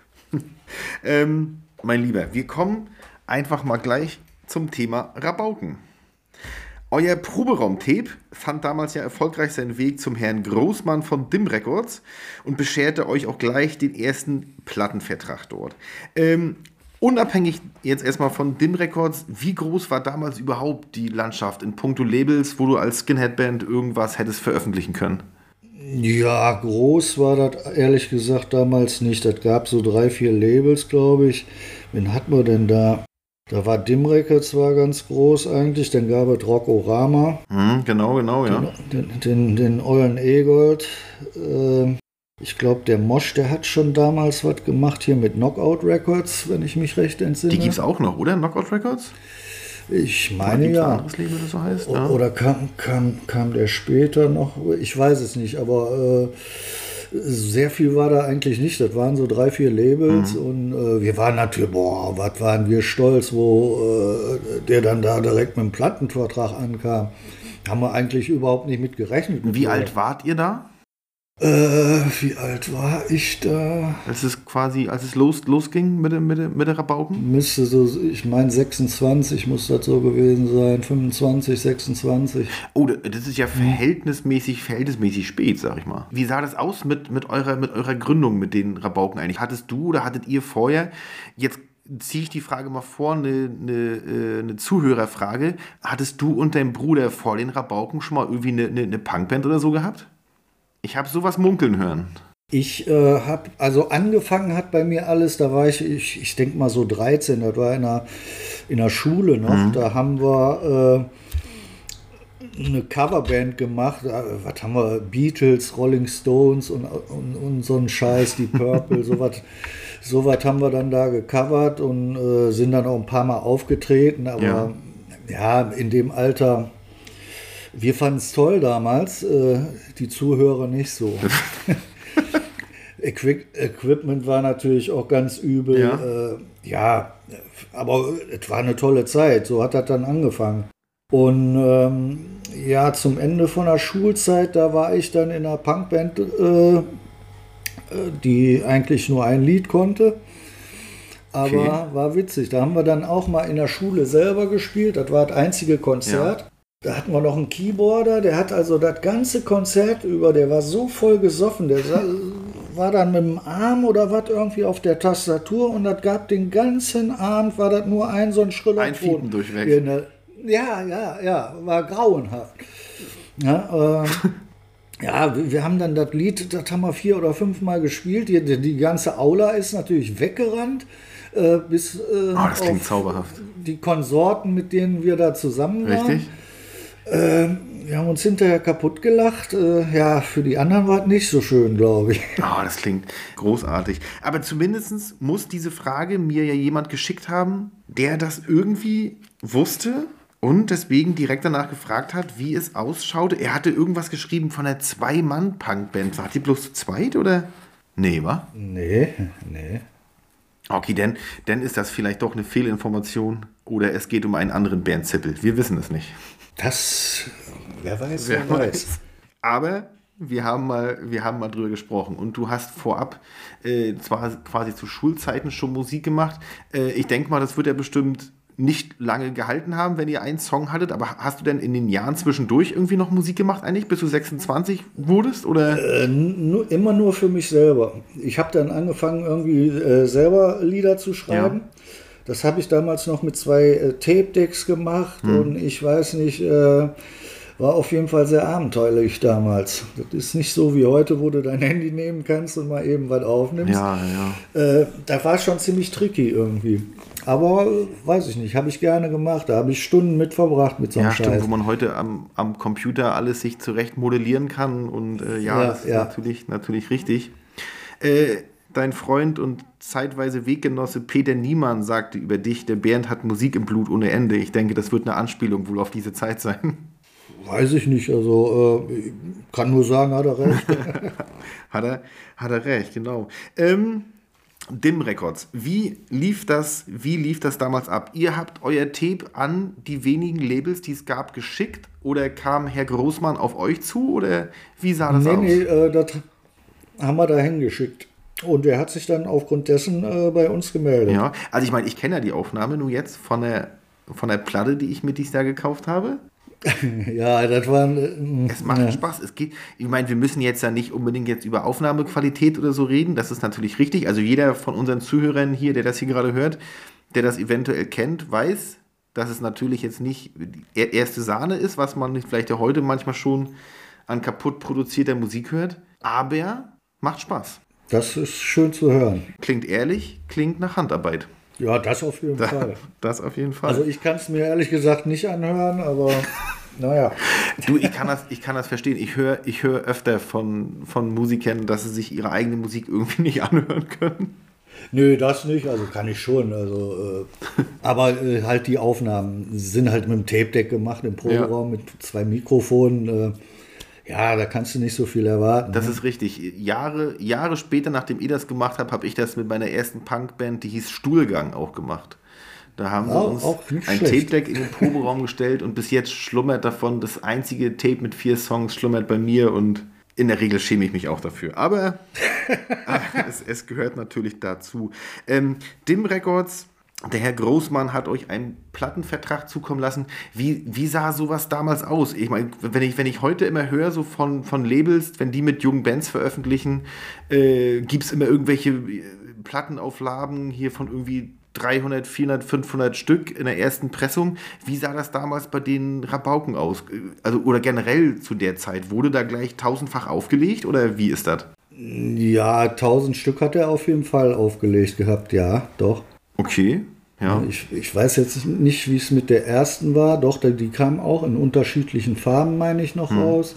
ähm, mein Lieber, wir kommen einfach mal gleich zum Thema Rabauken. Euer Proberaum-Tape fand damals ja erfolgreich seinen Weg zum Herrn Großmann von D I M Records und bescherte euch auch gleich den ersten Plattenvertrag dort. Ähm, unabhängig jetzt erstmal von D I M Records, wie groß war damals überhaupt die Landschaft in puncto Labels, wo du als Skinhead-Band irgendwas hättest veröffentlichen können? Ja, groß war das ehrlich gesagt damals nicht. Das gab so drei, vier Labels, glaube ich. Wen hatten wir denn da? Da war D I M Records war ganz groß eigentlich, dann gab es Rockorama. Hm, genau, genau, ja. Den, den, den Eulen Egold. Äh, ich glaube, der Mosch, der hat schon damals was gemacht hier mit Knockout Records, wenn ich mich recht entsinne. Die gibt es auch noch, oder? Knockout Records? Ich Oder meine gibt's ein ja. anderes Label, das so heißt? O- Ja. Oder kam, kam, kam der später noch? Ich weiß es nicht, aber äh, sehr viel war da eigentlich nicht. Das waren so drei, vier Labels Mhm. und äh, wir waren natürlich, boah, was waren wir stolz, wo äh, der dann da direkt mit dem Plattenvertrag ankam. Haben wir eigentlich überhaupt nicht mit gerechnet. Wie alt wart ihr da? Äh, wie alt war ich da? Als es quasi, als es los, losging mit, dem- mit, dem- mit der Rabauken? Müsste so, ich meine sechsundzwanzig muss das so gewesen sein, fünfundzwanzig, sechsundzwanzig. Oh, das ist ja verhältnismäßig, verhältnismäßig spät, sag ich mal. Wie sah das aus mit, mit, eurer, mit eurer Gründung mit den Rabauken eigentlich? Hattest du oder hattet ihr vorher, jetzt ziehe ich die Frage mal vor, eine, eine, äh, eine Zuhörerfrage, hattest du und dein Bruder vor den Rabauken schon mal irgendwie eine, eine, eine Punkband oder so gehabt? Ich habe sowas munkeln hören. Ich äh, habe, also angefangen hat bei mir alles, da war ich, ich, ich denke mal so dreizehn, das war in der, in der Schule noch, Mhm. da haben wir äh, eine Coverband gemacht, äh, was haben wir, Beatles, Rolling Stones und, und, und so ein Scheiß, die Purple, sowas sowas haben wir dann da gecovert und äh, sind dann auch ein paar Mal aufgetreten, aber Ja. ja, in dem Alter, wir fanden es toll damals, äh, die Zuhörer nicht so. Equi- Equipment war natürlich auch ganz übel. Ja. Äh, ja, aber es war eine tolle Zeit. So hat das dann angefangen. Und ähm, ja, zum Ende von der Schulzeit, da war ich dann in einer Punkband, äh, äh, die eigentlich nur ein Lied konnte. Aber Okay. war witzig. Da haben wir dann auch mal in der Schule selber gespielt. Das war das einzige Konzert. Da hatten wir noch einen Keyboarder, der hat also das ganze Konzert über, der war so voll gesoffen, der sa- war dann mit dem Arm oder was irgendwie auf der Tastatur und das gab den ganzen Abend, war das nur ein so ein schriller Ein Fiepen Ton. durchweg. In der- Ja, ja, ja, war grauenhaft. Ja, ähm, ja, wir wir haben dann das Lied, das haben wir vier oder fünf Mal gespielt, die, die, die ganze Aula ist natürlich weggerannt, äh, bis äh, Oh, das klingt auf zauberhaft. die Konsorten, mit denen wir da zusammen waren. Richtig? Wir haben uns hinterher kaputt gelacht. Äh, ja, für die anderen war es nicht so schön, glaube ich. Oh, das klingt großartig. Aber zumindest muss diese Frage mir ja jemand geschickt haben, der das irgendwie wusste und deswegen direkt danach gefragt hat, wie es ausschaute. Er hatte irgendwas geschrieben von einer Zwei-Mann-Punk-Band. Wart ihr bloß zu zweit oder? Nee, wa? Nee, nee. Okay, dann, dann ist das vielleicht doch eine Fehlinformation oder es geht um einen anderen Bandzippel. Wir wissen es nicht. Das, wer weiß, Wer wer weiß. weiß. Aber wir haben mal, wir haben mal drüber gesprochen und du hast vorab äh, zwar quasi zu Schulzeiten schon Musik gemacht. Äh, ich denke mal, das wird ja bestimmt nicht lange gehalten haben, wenn ihr einen Song hattet, aber hast du denn in den Jahren zwischendurch irgendwie noch Musik gemacht eigentlich, bis du sechsundzwanzig wurdest? Oder? Äh, nur, immer nur für mich selber. Ich habe dann angefangen, irgendwie äh, selber Lieder zu schreiben. Ja. Das habe ich damals noch mit zwei äh, Tape-Decks gemacht hm. und ich weiß nicht, äh, war auf jeden Fall sehr abenteuerlich damals. Das ist nicht so wie heute, wo du dein Handy nehmen kannst und mal eben was aufnimmst. Ja, ja. Äh, da war es schon ziemlich tricky irgendwie. Aber weiß ich nicht, habe ich gerne gemacht. Da habe ich Stunden mit verbracht mit so einem ja, Scheiß. Stimmt, wo man heute am, am Computer alles sich zurecht modellieren kann. Und äh, ja, ja, das ist ja. natürlich, natürlich richtig. Äh, dein Freund und zeitweise Weggenosse Peter Niemann sagte über dich, der Bernd hat Musik im Blut ohne Ende. Ich denke, das wird eine Anspielung wohl auf diese Zeit sein. Weiß ich nicht, also äh, kann nur sagen, hat er recht. hat, er, hat er recht, genau. Ähm, D I M Records, wie lief das, wie lief das damals ab? Ihr habt euer Tape an die wenigen Labels, die es gab, geschickt oder kam Herr Großmann auf euch zu oder wie sah das nee, aus? Nee, äh, das haben wir da hingeschickt. Und er hat sich dann aufgrund dessen äh, bei uns gemeldet. Ja, also ich meine, ich kenne ja die Aufnahme nur jetzt von der, von der Platte, die ich mir dieses Jahr gekauft habe. Ja, das war... Äh, es macht ja. Spaß. Es geht, ich meine, wir müssen jetzt ja nicht unbedingt jetzt über Aufnahmequalität oder so reden. Das ist natürlich richtig. Also jeder von unseren Zuhörern hier, der das hier gerade hört, der das eventuell kennt, weiß, dass es natürlich jetzt nicht die erste Sahne ist, was man vielleicht ja heute manchmal schon an kaputt produzierter Musik hört. Aber macht Spaß. Das ist schön zu hören. Klingt ehrlich, klingt nach Handarbeit. Ja, das auf jeden das, Fall. Das auf jeden Fall. Also ich kann es mir ehrlich gesagt nicht anhören, aber naja. Du, ich kann das, ich kann das verstehen. Ich höre ich hör öfter von, von Musikern, dass sie sich ihre eigene Musik irgendwie nicht anhören können. Nö, das nicht, also kann ich schon. Also, äh, aber äh, halt die Aufnahmen sind halt mit dem Tape-Deck gemacht, im Proberaum ja. mit zwei Mikrofonen. Äh, ja, da kannst du nicht so viel erwarten. Das ne? ist richtig. Jahre, Jahre später, nachdem ich das gemacht habe, habe ich das mit meiner ersten Punkband, die hieß Stuhlgang, auch gemacht. Da haben sie auch, uns auch ein Tape-Deck in den Proberaum gestellt und bis jetzt schlummert davon das einzige Tape mit vier Songs schlummert bei mir und in der Regel schäme ich mich auch dafür. Aber, aber es, es gehört natürlich dazu. Ähm, D I M Records, der Herr Großmann hat euch einen Plattenvertrag zukommen lassen. Wie, wie sah sowas damals aus? Ich meine, wenn ich, wenn ich heute immer höre, so von, von Labels, wenn die mit jungen Bands veröffentlichen, äh, gibt es immer irgendwelche Plattenauflagen hier von irgendwie dreihundert, vierhundert, fünfhundert Stück in der ersten Pressung. Wie sah das damals bei den Rabauken aus? Also, oder generell zu der Zeit? Wurde da gleich tausendfach aufgelegt oder wie ist das? Ja, tausend Stück hat er auf jeden Fall aufgelegt gehabt, ja, doch. Okay, ja. Ich, ich weiß jetzt nicht, wie es mit der ersten war. Doch, die kam auch in unterschiedlichen Farben, meine ich, noch hm. raus.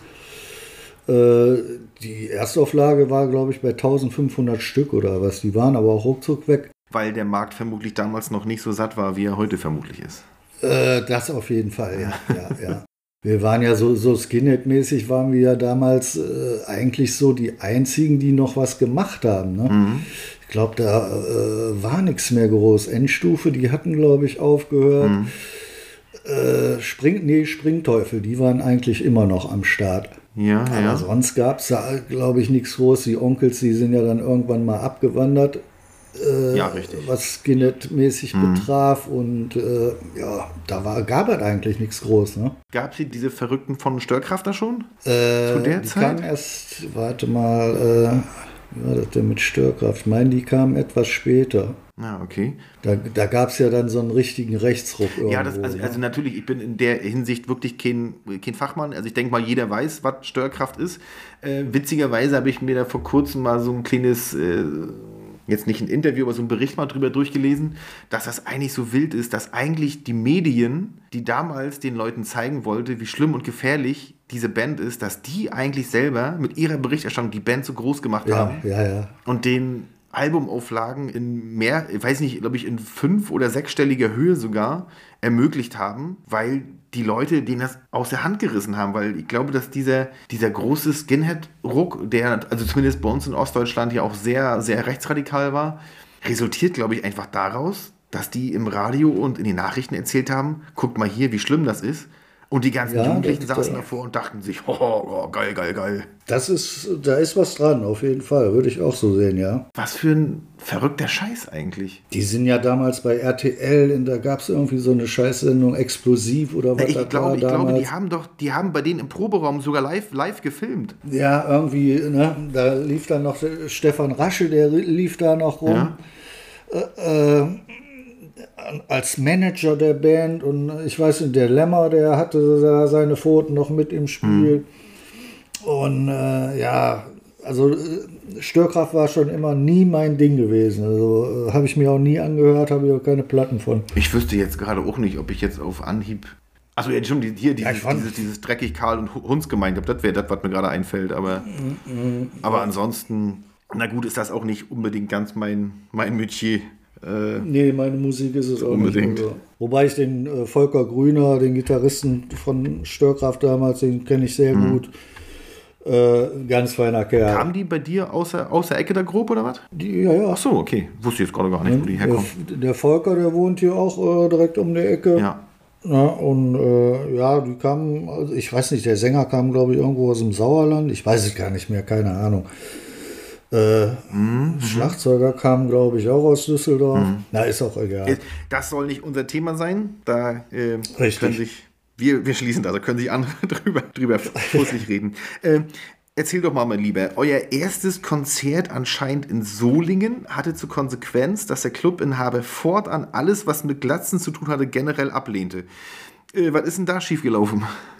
Äh, die Erstauflage war, glaube ich, bei eintausendfünfhundert Stück oder was. Die waren aber auch ruckzuck weg. Weil der Markt vermutlich damals noch nicht so satt war, wie er heute vermutlich ist. Äh, das auf jeden Fall, ja. ja, ja. Wir waren ja so, so Skinhead-mäßig, waren wir ja damals äh, eigentlich so die Einzigen, die noch was gemacht haben. Ne? Mhm. Ich glaube, da äh, war nichts mehr groß. Endstufe, die hatten, glaube ich, aufgehört. Mhm. Äh, Spring, nee, Springteufel, die waren eigentlich immer noch am Start. Ja, Aber ja. sonst gab es da, glaube ich, nichts groß. Die Onkels, die sind ja dann irgendwann mal abgewandert. Äh, ja, richtig. Was Skinhead-mäßig mhm. betraf und äh, ja, da war, gab es eigentlich nichts groß. Ne? Gab es die diese Verrückten von Störkrafter schon? Äh, Zu der die Zeit? kamen erst, warte mal, äh, wie war das denn mit Störkraft? Ich meine, die kamen etwas später. Ah, okay. Da, da gab es ja dann so einen richtigen Rechtsruck irgendwo. Ja, das, also, also natürlich, ich bin in der Hinsicht wirklich kein, kein Fachmann. Also ich denke mal, jeder weiß, was Störkraft ist. Äh, witzigerweise habe ich mir da vor kurzem mal so ein kleines... Äh, jetzt nicht ein Interview, aber so ein Bericht mal drüber durchgelesen, dass das eigentlich so wild ist, dass eigentlich die Medien, die damals den Leuten zeigen wollte, wie schlimm und gefährlich diese Band ist, dass die eigentlich selber mit ihrer Berichterstattung die Band so groß gemacht ja, haben ja, ja. und den Albumauflagen in mehr, ich weiß nicht, glaube ich, in fünf- oder sechsstelliger Höhe sogar ermöglicht haben, weil die Leute denen das aus der Hand gerissen haben, weil ich glaube, dass dieser, dieser große Skinhead-Ruck, der also zumindest bei uns in Ostdeutschland ja auch sehr, sehr rechtsradikal war, resultiert, glaube ich, einfach daraus, dass die im Radio und in den Nachrichten erzählt haben, guckt mal hier, wie schlimm das ist, Und die ganzen Ja, Jugendlichen das- saßen das- davor und dachten sich, oh, oh, geil, geil, geil. Das ist, da ist was dran, auf jeden Fall, würde ich auch so sehen, ja. Was für ein verrückter Scheiß eigentlich. Die sind ja damals bei R T L, in, da gab es irgendwie so eine Scheißsendung, Explosiv oder was Ich das glaube, war ich glaube, damals. die haben doch, die haben bei denen im Proberaum sogar live, live gefilmt. Ja, irgendwie, ne, da lief dann noch der Stefan Rasche, der lief da noch rum. Ja. Äh, als Manager der Band und ich weiß nicht, der Lämmer, der hatte da seine Pfoten noch mit im Spiel. Hm. Und äh, ja, also äh, Störkraft war schon immer nie mein Ding gewesen. Also äh, habe ich mir auch nie angehört, habe ich auch keine Platten von. Ich wüsste jetzt gerade auch nicht, ob ich jetzt auf Anhieb. Achso, ja, schon die- hier dieses, Ja, ich fand- dieses, dieses dreckig Karl und Hunds gemeint habe. Das wäre das, was mir gerade einfällt. Aber, aber ansonsten, na gut, ist das auch nicht unbedingt ganz mein, mein Metier. Äh, Nee, meine Musik ist es auch Unbedingt. nicht. Also. Wobei ich den äh, Volker Grüner, den Gitarristen von Störkraft damals, den kenne ich sehr gut. Äh, ganz feiner Kerl. Kamen die bei dir aus der, aus der Ecke da grob oder was? Die, ja, ja. Ach so, okay. Wusste ich jetzt gerade gar nicht, wo die herkommen. Der, der Volker, der wohnt hier auch äh, direkt um die Ecke. Ja. Ja, und äh, ja, die kamen, also ich weiß nicht, der Sänger kam, glaube ich, irgendwo aus dem Sauerland. Ich weiß es gar nicht mehr, keine Ahnung. Äh, Mhm. Schlagzeuger kam, glaube ich, auch aus Düsseldorf. Na, ist auch egal. Das soll nicht unser Thema sein. Da äh, Richtig. können sich, wir, wir schließen da, da können sich andere drüber, drüber fusselig reden. Äh, erzähl doch mal, mein Lieber, euer erstes Konzert anscheinend in Solingen hatte zur Konsequenz, dass der Clubinhaber fortan alles, was mit Glatzen zu tun hatte, generell ablehnte. Äh, was ist denn da schiefgelaufen?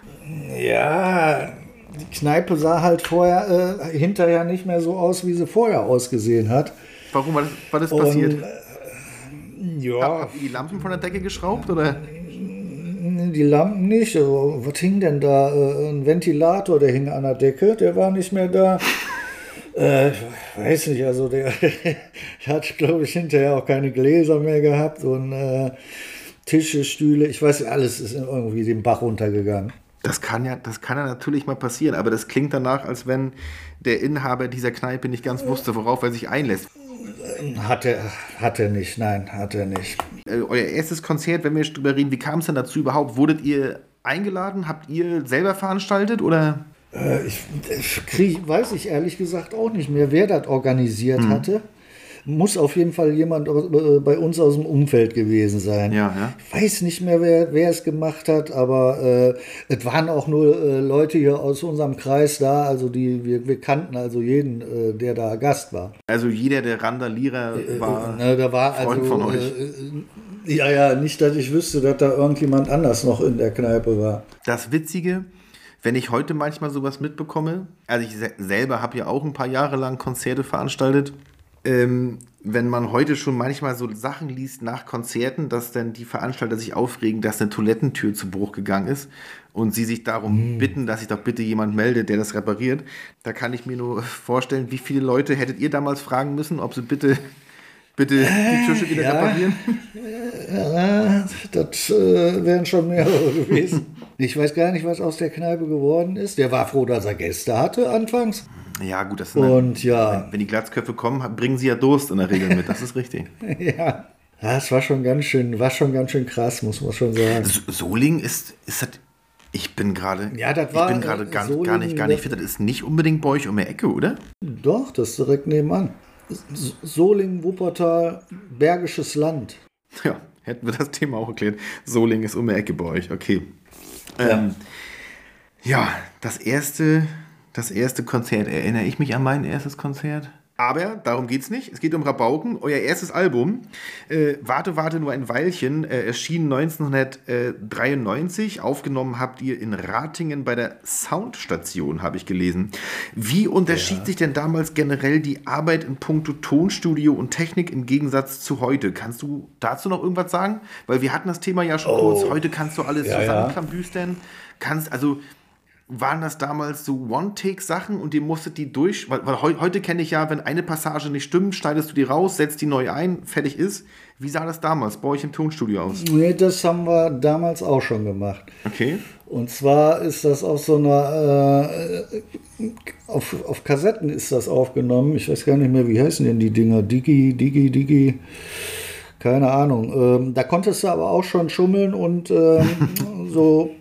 Ja, die Kneipe sah halt vorher, äh, hinterher nicht mehr so aus, wie sie vorher ausgesehen hat. Warum war das, war das Und, passiert? äh, ja, Habt ihr die Lampen von der Decke geschraubt, oder? die Lampen nicht. Also, was hing denn da? Äh, Ein Ventilator, der hing an der Decke, der war nicht mehr da. Äh, ich weiß nicht, also der hat, glaube ich, hinterher auch keine Gläser mehr gehabt und äh, Tische, Stühle, ich weiß nicht, alles ist irgendwie den Bach runtergegangen. Das kann ja, das kann ja natürlich mal passieren, aber das klingt danach, als wenn der Inhaber dieser Kneipe nicht ganz wusste, worauf er sich einlässt. Hat er, hat er nicht, nein, hat er nicht. Äh, euer erstes Konzert, wenn wir jetzt drüber reden, wie kam es denn dazu überhaupt? Wurdet ihr eingeladen? Habt ihr selber veranstaltet oder? Äh, ich ich krieg, weiß ich ehrlich gesagt auch nicht mehr, wer das organisiert Mhm. hatte. Muss auf jeden Fall jemand aus- äh, bei uns aus dem Umfeld gewesen sein. Ja, ja. Ich weiß nicht mehr, wer, wer es gemacht hat, aber äh, es waren auch nur äh, Leute hier aus unserem Kreis da, also die wir, wir kannten also jeden, äh, der da Gast war. Also jeder der Randalierer war Ne, da war Freund also von euch. Äh, ja, ja, nicht, dass ich wüsste, dass da irgendjemand anders noch in der Kneipe war. Das Witzige, wenn ich heute manchmal sowas mitbekomme, also ich se selber habe ja auch ein paar Jahre lang Konzerte veranstaltet, ähm, wenn man heute schon manchmal so Sachen liest nach Konzerten, dass dann die Veranstalter sich aufregen, dass eine Toilettentür zu Bruch gegangen ist und sie sich darum bitten, dass sich doch bitte jemand meldet, der das repariert, da kann ich mir nur vorstellen, wie viele Leute hättet ihr damals fragen müssen, ob sie bitte, bitte die Tische wieder ja. reparieren? Ja, das äh, wären schon mehrere gewesen. Ich weiß gar nicht, was aus der Kneipe geworden ist. Der war froh, dass er Gäste hatte anfangs. Ja gut, das sind Und ja, wenn, wenn die Glatzköpfe kommen, bringen sie ja Durst in der Regel mit, das ist richtig. ja. Das war schon ganz schön, war schon ganz schön krass, muss man schon sagen. S- Solingen ist, ist das, ich bin gerade, Ja, das war, ich bin gerade äh, gar, Solingen, gar nicht, gar nicht das- fit, das ist nicht unbedingt bei euch um die Ecke, oder? Doch, das ist direkt nebenan. S- Solingen, Wuppertal, Bergisches Land. Ja, hätten wir das Thema auch erklärt. Solingen ist um die Ecke bei euch, okay. Ähm, ja, das erste, das erste Konzert, erinnere ich mich an mein erstes Konzert? Aber darum geht's nicht. Es geht um Rabauken. Euer erstes Album, äh, Warte, warte nur ein Weilchen, äh, erschien neunzehnhundertdreiundneunzig. Aufgenommen habt ihr in Ratingen bei der Soundstation, habe ich gelesen. Wie unterschied sich denn damals generell die Arbeit in puncto Tonstudio und Technik im Gegensatz zu heute? Kannst du dazu noch irgendwas sagen? Weil wir hatten das Thema ja schon kurz. Heute kannst du alles Ja, ja. zusammenklambüstern. Kannst, also waren das damals so One-Take-Sachen und ihr musstet die durch, weil, weil heu, heute kenne ich ja, wenn eine Passage nicht stimmt, schneidest du die raus, setzt die neu ein, fertig ist. Wie sah das damals bei euch im Tonstudio aus? Nee, das haben wir damals auch schon gemacht. Okay. Und zwar ist das auf so einer, äh, auf, auf Kassetten ist das aufgenommen. Ich weiß gar nicht mehr, wie heißen denn die Dinger? Digi, Digi, Digi. Keine Ahnung. Ähm, da konntest du aber auch schon schummeln und ähm, so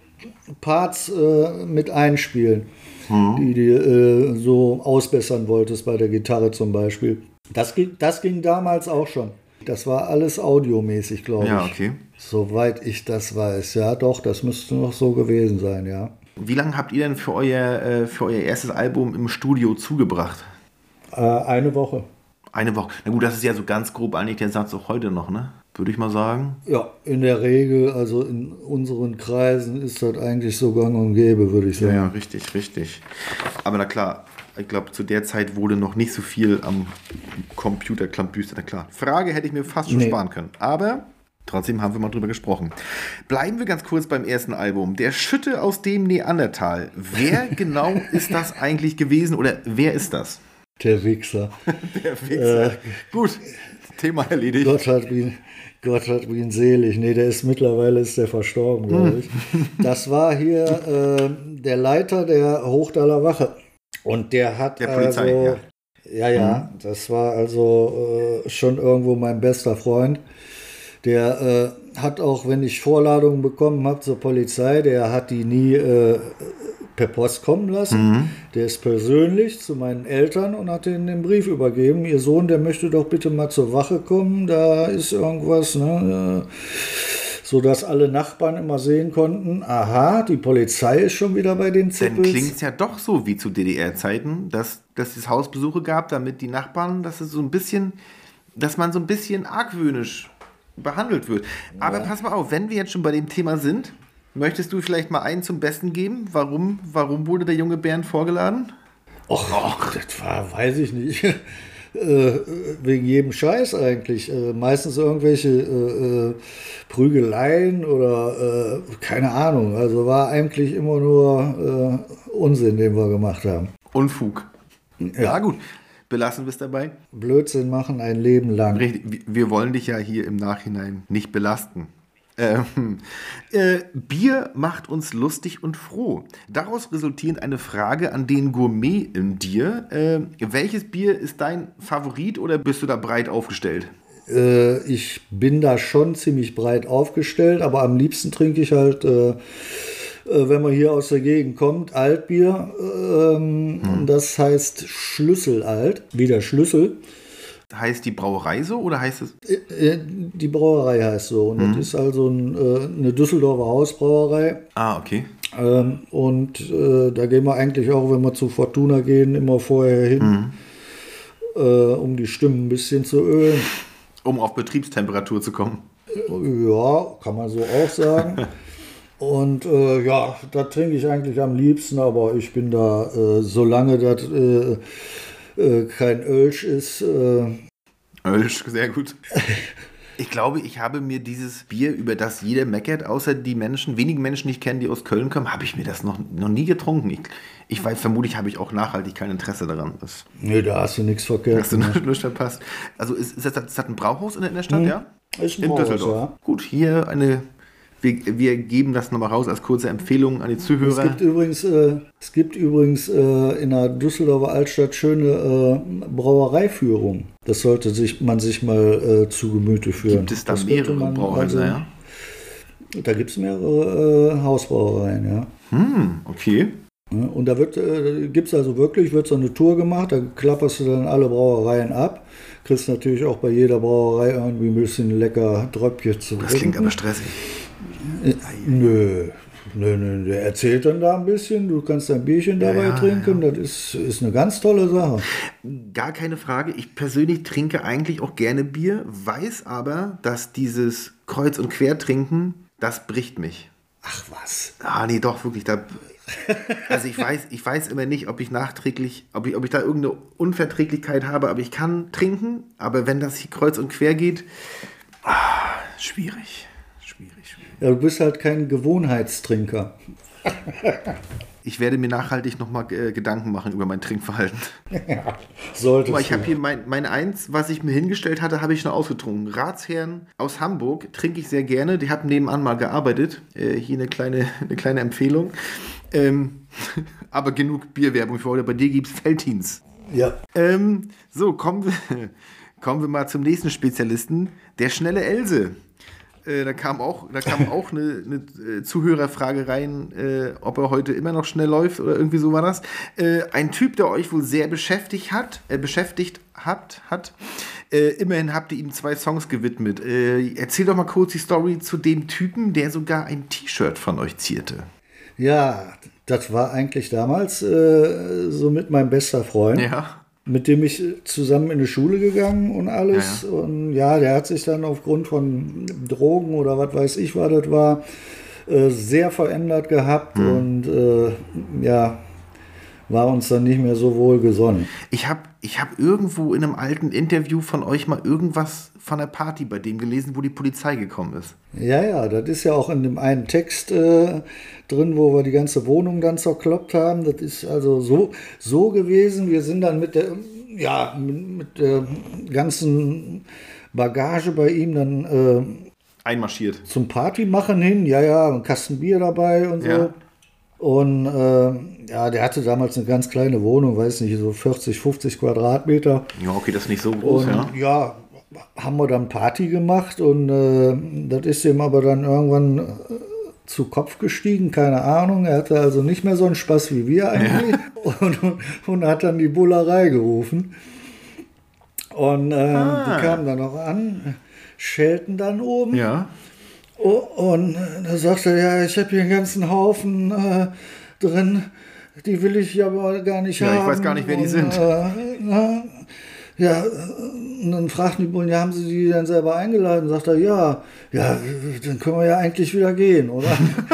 Parts äh, mit einspielen, mhm. die du äh, so ausbessern wolltest bei der Gitarre zum Beispiel. Das ging, das ging damals auch schon. Das war alles audiomäßig, glaube ich. Ja, okay. Soweit ich das weiß. Ja, doch, das müsste noch so gewesen sein, ja. Wie lange habt ihr denn für euer, äh, für euer erstes Album im Studio zugebracht? Äh, eine Woche. Eine Woche. Na gut, das ist ja so ganz grob eigentlich der Satz auch heute noch, ne? Würde ich mal sagen. Ja, in der Regel, also in unseren Kreisen ist das eigentlich so gang und gäbe, würde ich sagen. Ja, ja, richtig, richtig. Aber na klar, ich glaube, zu der Zeit wurde noch nicht so viel am Computer klambüstert. Na klar, Frage hätte ich mir fast schon nee. sparen können. Aber trotzdem haben wir mal drüber gesprochen. Bleiben wir ganz kurz beim ersten Album. Der Schütte aus dem Neandertal. Wer genau ist das eigentlich gewesen oder wer ist das? Der Wichser. Der Wichser. Äh, Gut, Thema erledigt. Gott hat ihn, Gott hat ihn selig. Nee, der ist mittlerweile ist der verstorben, glaube ich. Das war hier äh, der Leiter der Hochdaler Wache. Und der hat der Polizei, also, ja. Ja, ja, mhm. das war also äh, schon irgendwo mein bester Freund. Der äh, hat auch, wenn ich Vorladungen bekommen habe zur Polizei, der hat die nie äh, per Post kommen lassen. Mhm. Der ist persönlich zu meinen Eltern und hat ihnen den Brief übergeben. Ihr Sohn, der möchte doch bitte mal zur Wache kommen, da ist irgendwas, ne? Sodass alle Nachbarn immer sehen konnten, aha, die Polizei ist schon wieder bei den Zippels. Dann klingt es ja doch so wie zu D D R-Zeiten, dass, dass es Hausbesuche gab, damit die Nachbarn, dass es so ein bisschen, dass man so ein bisschen argwöhnisch behandelt wird. Aber ja. Pass mal auf, wenn wir jetzt schon bei dem Thema sind, möchtest du vielleicht mal einen zum Besten geben? Warum, warum wurde der junge Bernd vorgeladen? Och, och, das war, weiß ich nicht. Äh, wegen jedem Scheiß eigentlich. Äh, meistens irgendwelche äh, äh, Prügeleien oder äh, keine Ahnung. Also war eigentlich immer nur äh, Unsinn, den wir gemacht haben. Unfug. Ja, ja gut. Belassen wir es dabei. Blödsinn machen ein Leben lang. Richtig. Wir wollen dich ja hier im Nachhinein nicht belasten. Ähm, äh, Bier macht uns lustig und froh. Daraus resultierend eine Frage an den Gourmet in dir. Äh, welches Bier ist dein Favorit oder bist du da breit aufgestellt? Äh, ich bin da schon ziemlich breit aufgestellt, aber am liebsten trinke ich halt, äh, äh, wenn man hier aus der Gegend kommt, Altbier. Ähm, hm. Das heißt Schlüsselalt, wie der Schlüssel. Heißt die Brauerei so oder heißt es? Die Brauerei heißt so. Und mhm. das ist also ein, eine Düsseldorfer Hausbrauerei. Ah, okay. Ähm, und äh, da gehen wir eigentlich auch, wenn wir zu Fortuna gehen, immer vorher hin, mhm. äh, um die Stimmen ein bisschen zu ölen. Um auf Betriebstemperatur zu kommen. Ja, kann man so auch sagen. Und äh, ja, da trinke ich eigentlich am liebsten, aber ich bin da, äh, solange das äh, äh, kein Ölsch ist. Äh Ölsch, sehr gut. Ich glaube, ich habe mir dieses Bier, über das jeder meckert, außer die Menschen, wenigen Menschen, die ich kenne, die aus Köln kommen, habe ich mir das noch, noch nie getrunken. Ich, ich weiß, vermutlich habe ich auch nachhaltig kein Interesse daran. Das, nee, da hast du nichts verkehrt. Hast du nichts verpasst. Also ist, ist, das, ist das ein Brauhaus in der, in der Stadt, hm, ja? Ist ein in Brauhaus, Düsseldorf. Ja. Gut, hier eine... Wir, wir geben das nochmal raus als kurze Empfehlung an die Zuhörer. Es gibt übrigens, äh, es gibt übrigens äh, in der Düsseldorfer Altstadt schöne äh, Brauereiführungen. Das sollte sich, man sich mal äh, zu Gemüte führen. Gibt es da das mehrere man, Brauhäuser, also, ja? Da gibt es mehrere äh, Hausbrauereien, ja. Hm, okay. Ja, und da wird, äh, gibt es also wirklich, wird so eine Tour gemacht, da klapperst du dann alle Brauereien ab. Kriegst natürlich auch bei jeder Brauerei irgendwie ein bisschen lecker Tröpfchen zu trinken. Das klingt aber stressig. Äh, nö, nö, nö, der erzählt dann da ein bisschen, du kannst ein Bierchen dabei ja, ja, trinken, ja. Das ist, ist eine ganz tolle Sache. Gar keine Frage, ich persönlich trinke eigentlich auch gerne Bier, weiß aber, dass dieses Kreuz- und Quertrinken, das bricht mich. Ach was? Ah, nee, doch, wirklich, da... Also ich weiß, ich weiß immer nicht, ob ich nachträglich, ob ich, ob ich da irgendeine Unverträglichkeit habe, aber ich kann trinken, aber wenn das hier kreuz und quer geht, ah, schwierig. Schwierig, schwierig. Ja, du bist halt kein Gewohnheitstrinker. Ich werde mir nachhaltig nochmal äh, Gedanken machen über mein Trinkverhalten. Ja, solltest Guck mal, ich habe hier mein, mein Eins, was ich mir hingestellt hatte, habe ich schon ausgetrunken. Ratsherrn aus Hamburg trinke ich sehr gerne. Die hat nebenan mal gearbeitet. Äh, hier eine kleine, eine kleine Empfehlung. Ähm, aber genug Bierwerbung für heute. Bei dir gibt es Veltins. Ja. Ähm, so, kommen wir, kommen wir mal zum nächsten Spezialisten. Der schnelle Else. Äh, da kam auch, da kam auch eine, eine Zuhörerfrage rein, äh, ob er heute immer noch schnell läuft oder irgendwie so war das. Äh, ein Typ, der euch wohl sehr beschäftigt hat, äh, beschäftigt hat, hat. Äh, immerhin habt ihr ihm zwei Songs gewidmet. Äh, erzähl doch mal kurz die Story zu dem Typen, der sogar ein T-Shirt von euch zierte. Ja, das war eigentlich damals äh, so mit meinem bester Freund. Ja. Mit dem ich zusammen in die Schule gegangen und alles. Ja, ja. Und ja, der hat sich dann aufgrund von Drogen oder was weiß ich, was das war, äh, sehr verändert gehabt mhm. und äh, ja, war uns dann nicht mehr so wohl gesonnen. Ich habe ich hab irgendwo in einem alten Interview von euch mal irgendwas von der Party bei dem gelesen, wo die Polizei gekommen ist. Ja, ja, das ist ja auch in dem einen Text äh, drin, wo wir die ganze Wohnung dann zerkloppt haben. Das ist also so, so gewesen. Wir sind dann mit der, ja, mit, mit der ganzen Bagage bei ihm dann äh, einmarschiert. Zum Partymachen hin. Ja, ja, ein Kasten Bier dabei und so. Ja. Und äh, ja, der hatte damals eine ganz kleine Wohnung, weiß nicht, so vierzig, fünfzig Quadratmeter. Ja, okay, das ist nicht so groß, und, ja. Ja, haben wir dann Party gemacht und äh, das ist ihm aber dann irgendwann äh, zu Kopf gestiegen, keine Ahnung. Er hatte also nicht mehr so einen Spaß wie wir eigentlich ja. und, und, und hat dann die Bullerei gerufen. Und äh, ah. die kamen dann auch an, schelten dann oben. Ja. Oh, und da sagte er, ja, ich habe hier einen ganzen Haufen äh, drin, die will ich aber gar nicht ja, haben. Ja, ich weiß gar nicht, wer die und, sind. Äh, na, ja, und dann fragten die Bullen, ja, haben sie die dann selber eingeladen? Sagt er, ja, ja, dann können wir ja eigentlich wieder gehen, oder?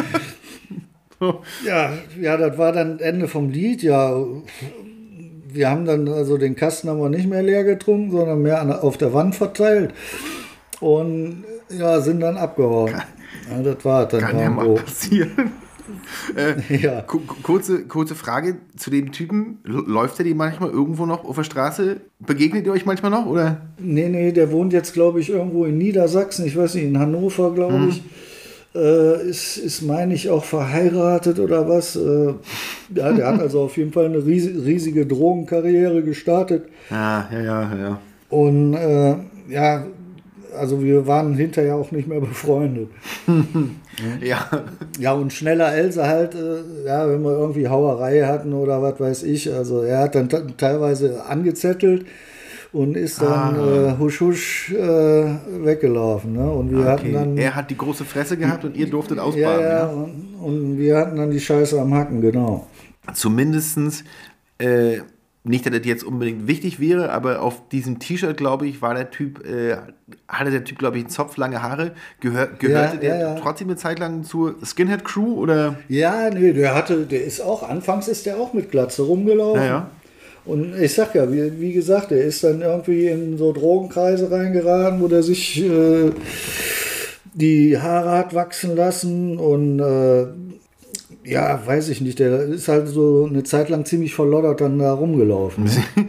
ja, ja, das war dann Ende vom Lied, ja. Wir haben dann, also den Kasten haben wir nicht mehr leer getrunken, sondern mehr an, auf der Wand verteilt. Und ja, sind dann abgehauen. Ja, das war dann kann ja mal passieren. äh, ja. kurze, kurze Frage zu dem Typen. Läuft der die manchmal irgendwo noch auf der Straße? Begegnet ihr euch manchmal noch? Oder? Nee, nee, der wohnt jetzt, glaube ich, irgendwo in Niedersachsen. Ich weiß nicht, in Hannover, glaube hm. ich. Äh, ist, ist meine ich, auch verheiratet oder was. Äh, ja, der hat also auf jeden Fall eine riesige, riesige Drogenkarriere gestartet. Ja, ja, ja, ja. Und äh, ja, also wir waren hinterher auch nicht mehr befreundet. ja. Ja, und schneller Else halt, äh, ja, wenn wir irgendwie Hauerei hatten oder was weiß ich. Also er hat dann t- teilweise angezettelt und ist dann ah. äh, husch husch äh, weggelaufen. Ne? Und wir okay. hatten dann, er hat die große Fresse gehabt und ihr durftet ausbaden. Ja, ja, ja? Und, und wir hatten dann die Scheiße am Hacken, genau. Zumindestens äh, nicht, dass das jetzt unbedingt wichtig wäre, aber auf diesem T-Shirt, glaube ich, war der Typ, äh, hatte der Typ, glaube ich, einen Zopf, lange Haare. Gehör, gehörte ja, der ja, ja. trotzdem eine Zeit lang zur Skinhead-Crew, oder? Ja, nee, der hatte, der ist auch, anfangs ist der auch mit Glatze rumgelaufen. Ja, ja. Und ich sag ja, wie, wie gesagt, der ist dann irgendwie in so Drogenkreise reingeraten, wo der sich äh, die Haare hat wachsen lassen und äh, ja, weiß ich nicht, der ist halt so eine Zeit lang ziemlich verloddert dann da rumgelaufen.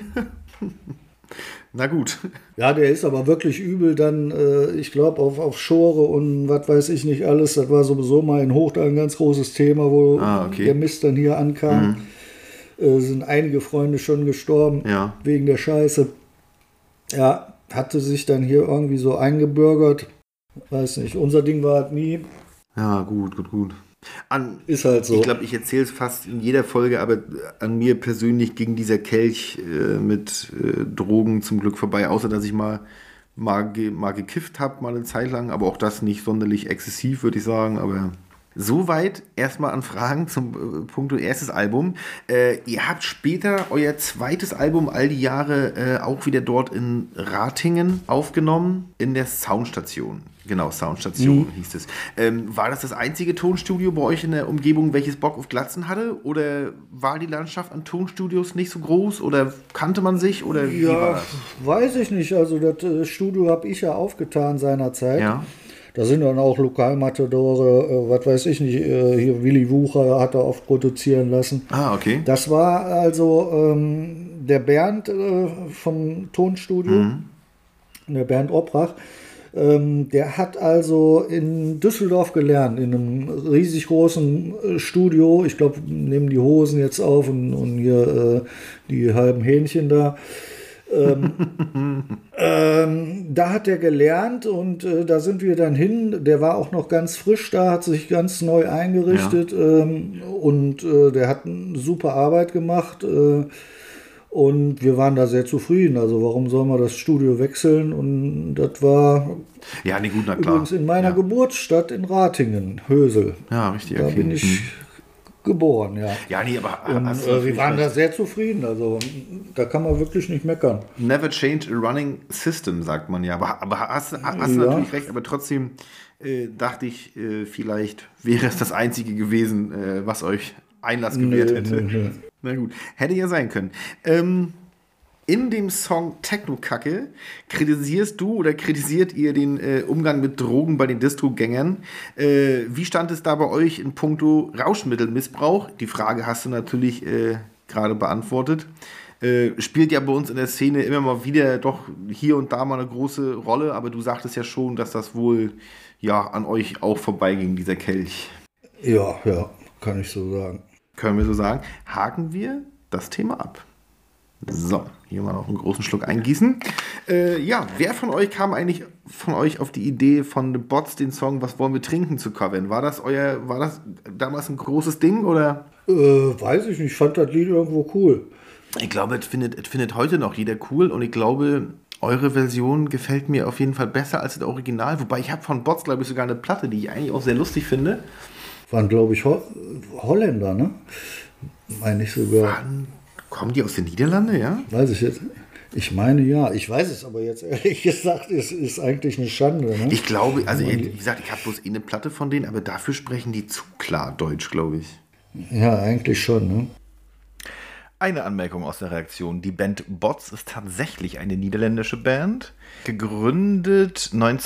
Na gut. Ja, der ist aber wirklich übel dann, äh, ich glaube, auf, auf Schore und was weiß ich nicht alles. Das war sowieso mal in Hochtal ein ganz großes Thema, wo ah, okay. der Mist dann hier ankam. Mhm. Äh, sind einige Freunde schon gestorben ja. wegen der Scheiße. Ja, hatte sich dann hier irgendwie so eingebürgert. Weiß nicht, unser Ding war halt nie. Ja, gut, gut, gut. An, ist halt so. Ich glaube, ich erzähle es fast in jeder Folge, aber an mir persönlich ging dieser Kelch äh, mit äh, Drogen zum Glück vorbei, außer dass ich mal, mal, ge, mal gekifft habe, mal eine Zeit lang, aber auch das nicht sonderlich exzessiv, würde ich sagen, aber soweit erstmal an Fragen zum äh, Punkt erstes Album. Äh, ihr habt später euer zweites Album all die Jahre äh, auch wieder dort in Ratingen aufgenommen, in der Soundstation. Genau, Soundstation mhm. hieß es. Ähm, war das das einzige Tonstudio bei euch in der Umgebung, welches Bock auf Glatzen hatte? Oder war die Landschaft an Tonstudios nicht so groß? Oder kannte man sich? Oder wie ja, war das? Weiß ich nicht. Also das äh, Studio habe ich ja aufgetan seinerzeit. Ja. Da sind dann auch Lokalmatadore, äh, was weiß ich nicht, äh, hier Willy Wucher hat er oft produzieren lassen. Ah, okay. Das war also ähm, der Bernd äh, vom Tonstudio, mhm. der Bernd Obrach. Ähm, der hat also in Düsseldorf gelernt, in einem riesig großen äh, Studio. Ich glaube, nehmen die Hosen jetzt auf und, und hier äh, die halben Hähnchen da. ähm, ähm, da hat er gelernt und äh, da sind wir dann hin. Der war auch noch ganz frisch da, hat sich ganz neu eingerichtet ja. ähm, und äh, der hat eine super Arbeit gemacht. Äh, Und wir waren da sehr zufrieden. Also warum soll man das Studio wechseln? Und das war ja, nee, gut, na klar. übrigens in meiner ja. Geburtsstadt in Ratingen, Hösel. Ja, richtig. Da okay. bin ich hm. geboren, ja. Ja, nee, aber und, hast äh, wir waren recht. da sehr zufrieden. Also da kann man wirklich nicht meckern. Never change a running system, sagt man ja. Aber, aber hast, hast ja. du natürlich recht. Aber trotzdem äh, dachte ich, äh, vielleicht wäre es das Einzige gewesen, äh, was euch Einlass gewährt nö, hätte. Nö, nö. Na gut, hätte ja sein können. Ähm, in dem Song Techno-Kacke kritisierst du oder kritisiert ihr den äh, Umgang mit Drogen bei den Distro-Gängern. Äh, wie stand es da bei euch in puncto Rauschmittelmissbrauch? Die Frage hast du natürlich äh, gerade beantwortet. Äh, spielt ja bei uns in der Szene immer mal wieder doch hier und da mal eine große Rolle, aber du sagtest ja schon, dass das wohl ja an euch auch vorbeiging, dieser Kelch. Ja, ja, kann ich so sagen. Können wir so sagen. Haken wir das Thema ab. So, hier mal noch einen großen Schluck eingießen. Äh, ja, wer von euch kam eigentlich von euch auf die Idee von The Bots, den Song Was wollen wir trinken zu covern? War das euer, war das damals ein großes Ding oder? Äh, weiß ich nicht, ich fand das Lied irgendwo cool. Ich glaube, es findet, es findet heute noch jeder cool und ich glaube, eure Version gefällt mir auf jeden Fall besser als das Original. Wobei ich habe von Bots, glaube ich, sogar eine Platte, die ich eigentlich auch sehr lustig finde. Waren, glaube ich, Ho- Holländer, ne? Meine ich sogar. Waren, kommen die aus den Niederlanden, ja? Weiß ich jetzt. Ich meine ja. Ich weiß es aber jetzt ehrlich gesagt, es ist eigentlich eine Schande. Ne? Ich glaube, also wie gesagt, ich habe bloß eh eine Platte von denen, aber dafür sprechen die zu klar Deutsch, glaube ich. Ja, eigentlich schon, ne? Eine Anmerkung aus der Reaktion. Die Band Bots ist tatsächlich eine niederländische Band, gegründet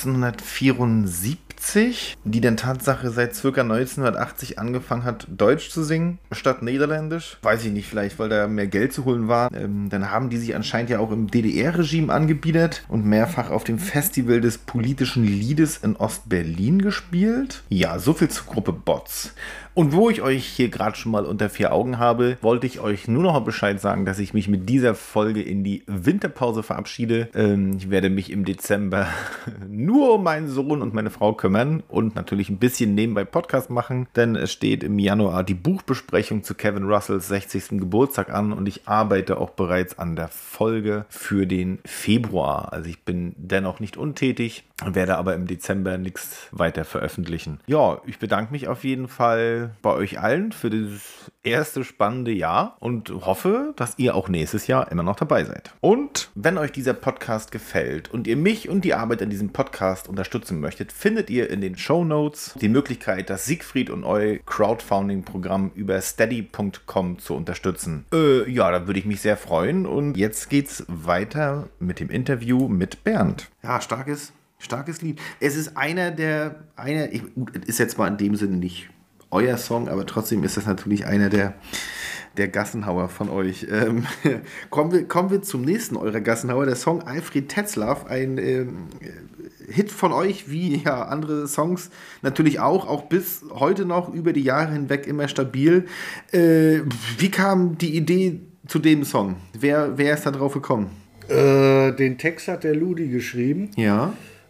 neunzehnhundertvierundsiebzig, die dann Tatsache seit ca. neunzehnhundertachtzig angefangen hat, Deutsch zu singen, statt Niederländisch. Weiß ich nicht, vielleicht weil da mehr Geld zu holen war. Ähm, dann haben die sich anscheinend ja auch im D D R-Regime angebietet und mehrfach auf dem Festival des politischen Liedes in Ostberlin gespielt. Ja, so viel zur Gruppe Bots. Und wo ich euch hier gerade schon mal unter vier Augen habe, wollte ich euch nur noch mal Bescheid sagen, dass ich mich mit dieser Folge in die Winterpause verabschiede. Ähm, ich werde mich im Dezember nur um meinen Sohn und meine Frau kümmern und natürlich ein bisschen nebenbei Podcast machen, denn es steht im Januar die Buchbesprechung zu Kevin Russells sechzigsten Geburtstag an und ich arbeite auch bereits an der Folge für den Februar. Also ich bin dennoch nicht untätig, werde aber im Dezember nichts weiter veröffentlichen. Ja, ich bedanke mich auf jeden Fall bei euch allen für dieses erste spannende Jahr und hoffe, dass ihr auch nächstes Jahr immer noch dabei seid. Und wenn euch dieser Podcast gefällt und ihr mich und die Arbeit an diesem Podcast unterstützen möchtet, findet ihr in den Shownotes die Möglichkeit, das Siegfried und Eu Crowdfunding-Programm über steady punkt com zu unterstützen. Äh, ja, da würde ich mich sehr freuen und jetzt geht's weiter mit dem Interview mit Bernd. Ja, starkes, starkes Lied. Es ist einer der, einer, ich, gut, ist jetzt mal in dem Sinne nicht euer Song, aber trotzdem ist das natürlich einer der, der Gassenhauer von euch. Ähm, kommen, wir, kommen wir zum nächsten eurer Gassenhauer, der Song Alfred Tetzlaff, ein ähm, Hit von euch, wie ja andere Songs natürlich auch, auch bis heute noch über die Jahre hinweg immer stabil. Äh, wie kam die Idee zu dem Song? Wer, wer ist da drauf gekommen? Äh, den Text hat der Ludi geschrieben. Ja.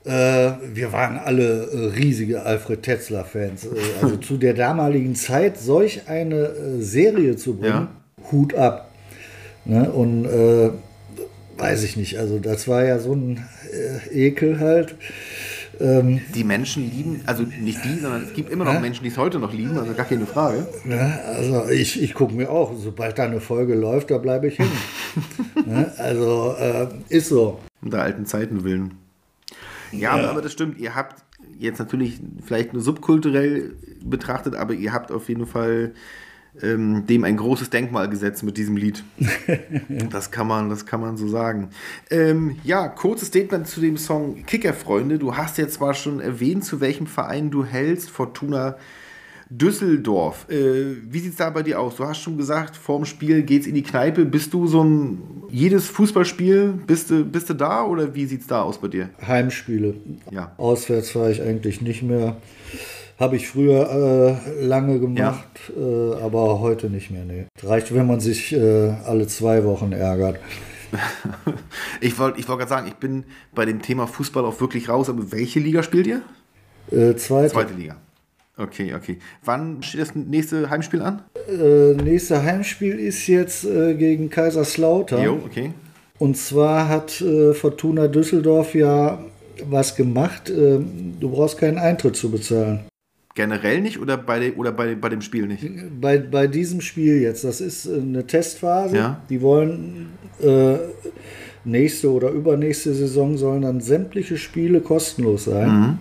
Wir waren alle riesige Alfred Tetzlaff-Fans. Also zu der damaligen Zeit solch eine Serie zu bringen, ja. Hut ab. Ne? Und äh, weiß ich nicht, also das war ja so ein äh, Ekel halt. Ähm, die Menschen lieben, also nicht die, sondern es gibt immer noch äh? Menschen, die es heute noch lieben, also gar keine Frage. Ne? Also ich, ich gucke mir auch, sobald da eine Folge läuft, da bleibe ich hin. Ne? Also äh, ist so. Um der alten Zeiten willen. Ja, ja, aber das stimmt. Ihr habt jetzt natürlich vielleicht nur subkulturell betrachtet, aber ihr habt auf jeden Fall ähm, dem ein großes Denkmal gesetzt mit diesem Lied. Das kann man, das kann man so sagen. Ähm, ja, kurzes Statement zu dem Song Kickerfreunde. Du hast ja zwar schon erwähnt, zu welchem Verein du hältst, Fortuna Düsseldorf. Äh, wie sieht es da bei dir aus? Du hast schon gesagt, vorm Spiel geht's in die Kneipe. Bist du so ein, jedes Fußballspiel, bist du, bist du da oder wie sieht es da aus bei dir? Heimspiele. Ja. Auswärts fahre ich eigentlich nicht mehr. Habe ich früher äh, lange gemacht, ja. äh, aber heute nicht mehr. Nee. Reicht, wenn man sich äh, alle zwei Wochen ärgert. Ich wollte ich wollt gerade sagen, ich bin bei dem Thema Fußball auch wirklich raus, aber welche Liga spielt ihr? Äh, zweite. Zweite Liga. Okay, okay. Wann steht das nächste Heimspiel an? Äh, nächste Heimspiel ist jetzt äh, gegen Kaiserslautern. Jo, okay. Und zwar hat äh, Fortuna Düsseldorf ja was gemacht. Äh, du brauchst keinen Eintritt zu bezahlen. Generell nicht oder bei, de, oder bei, bei dem Spiel nicht? Bei, bei diesem Spiel jetzt. Das ist eine Testphase. Ja. Die wollen äh, nächste oder übernächste Saison sollen dann sämtliche Spiele kostenlos sein. Mhm.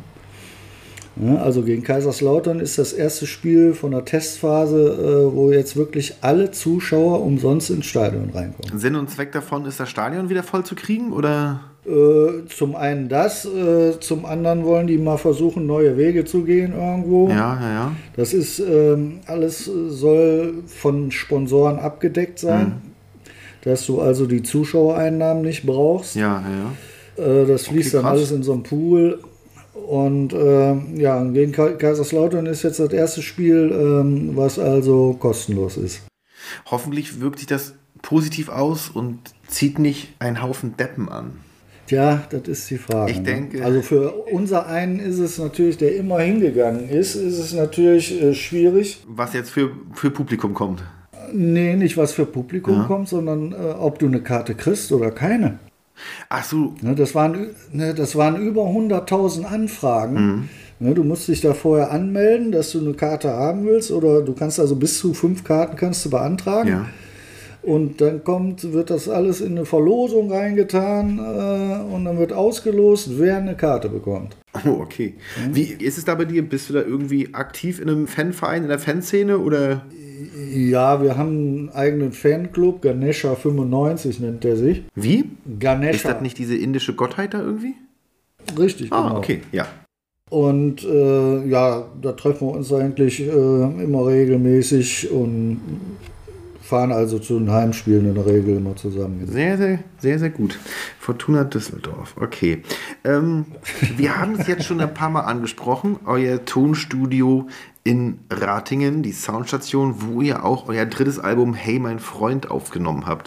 Ja, also gegen Kaiserslautern ist das erste Spiel von der Testphase, äh, wo jetzt wirklich alle Zuschauer umsonst ins Stadion reinkommen. Sinn und Zweck davon ist, das Stadion wieder voll zu kriegen, oder? Äh, zum einen das, äh, zum anderen wollen die mal versuchen, neue Wege zu gehen irgendwo. Ja, ja, ja. Das ist, ähm, alles soll von Sponsoren abgedeckt sein, mhm. dass du also die Zuschauereinnahmen nicht brauchst. Ja, ja, ja. Äh, das fließt Okay, dann krass. alles in so einen Pool. Und äh, ja, gegen Kaiserslautern ist jetzt das erste Spiel, ähm, was also kostenlos ist. Hoffentlich wirkt sich das positiv aus und zieht nicht einen Haufen Deppen an. Tja, das ist die Frage. Ich denke- Ne? Also für unser einen ist es natürlich, der immer hingegangen ist, ist es natürlich äh, schwierig. Was jetzt für, für Publikum kommt. Nee, nicht was für Publikum Ja. kommt, sondern äh, ob du eine Karte kriegst oder keine. Ach so, Ne, das, waren, ü- ne, das waren über hunderttausend Anfragen. Ne, du musst dich da vorher anmelden, dass du eine Karte haben willst. Oder du kannst also bis zu fünf Karten kannst du beantragen. ja. Und dann kommt, wird das alles in eine Verlosung reingetan äh, und dann wird ausgelost, wer eine Karte bekommt. Oh, okay. Wie ist es da bei dir? Bist du da irgendwie aktiv in einem Fanverein, in der Fanszene oder? Ja, wir haben einen eigenen Fanclub, Ganesha fünfundneunzig nennt der sich. Wie? Ist Ganesha. das nicht diese indische Gottheit da irgendwie? Richtig, Ah, genau. okay, ja. Und äh, ja, da treffen wir uns eigentlich äh, immer regelmäßig und fahren also zu den Heimspielen in der Regel immer zusammen. Sehr, sehr, sehr, sehr gut. Fortuna Düsseldorf, okay. Ähm, wir haben es jetzt schon ein paar Mal angesprochen, euer Tonstudio in Ratingen, die Soundstation, wo ihr auch euer drittes Album Hey mein Freund aufgenommen habt.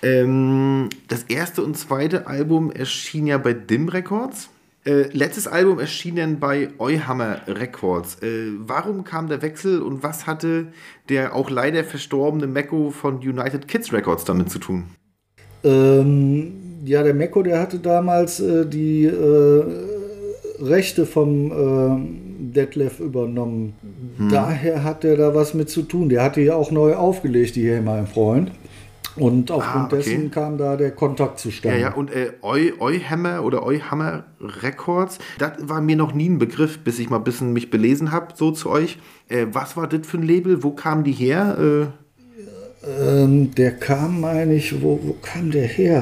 Ähm, das erste und zweite Album erschien ja bei D I M Records. Äh, letztes Album erschien dann bei Euhammer Records. Äh, warum kam der Wechsel und was hatte der auch leider verstorbene Mecco von United Kids Records damit zu tun? Ähm, ja, der Mecco, der hatte damals äh, die äh, Rechte vom äh, Detlef übernommen. Hm. Daher hat er da was mit zu tun. Der hatte ja auch neu aufgelegt, die Hey mein Freund. Und aufgrund Ah, okay. dessen kam da der Kontakt Ja, zustande. ja, und äh, Eu, Euhammer oder Euhammer Records, das war mir noch nie ein Begriff, bis ich mal ein bisschen mich belesen habe, so zu euch. Äh, was war das für ein Label? Wo kamen die her? Äh, Ähm, der kam, meine ich, wo, wo kam der her?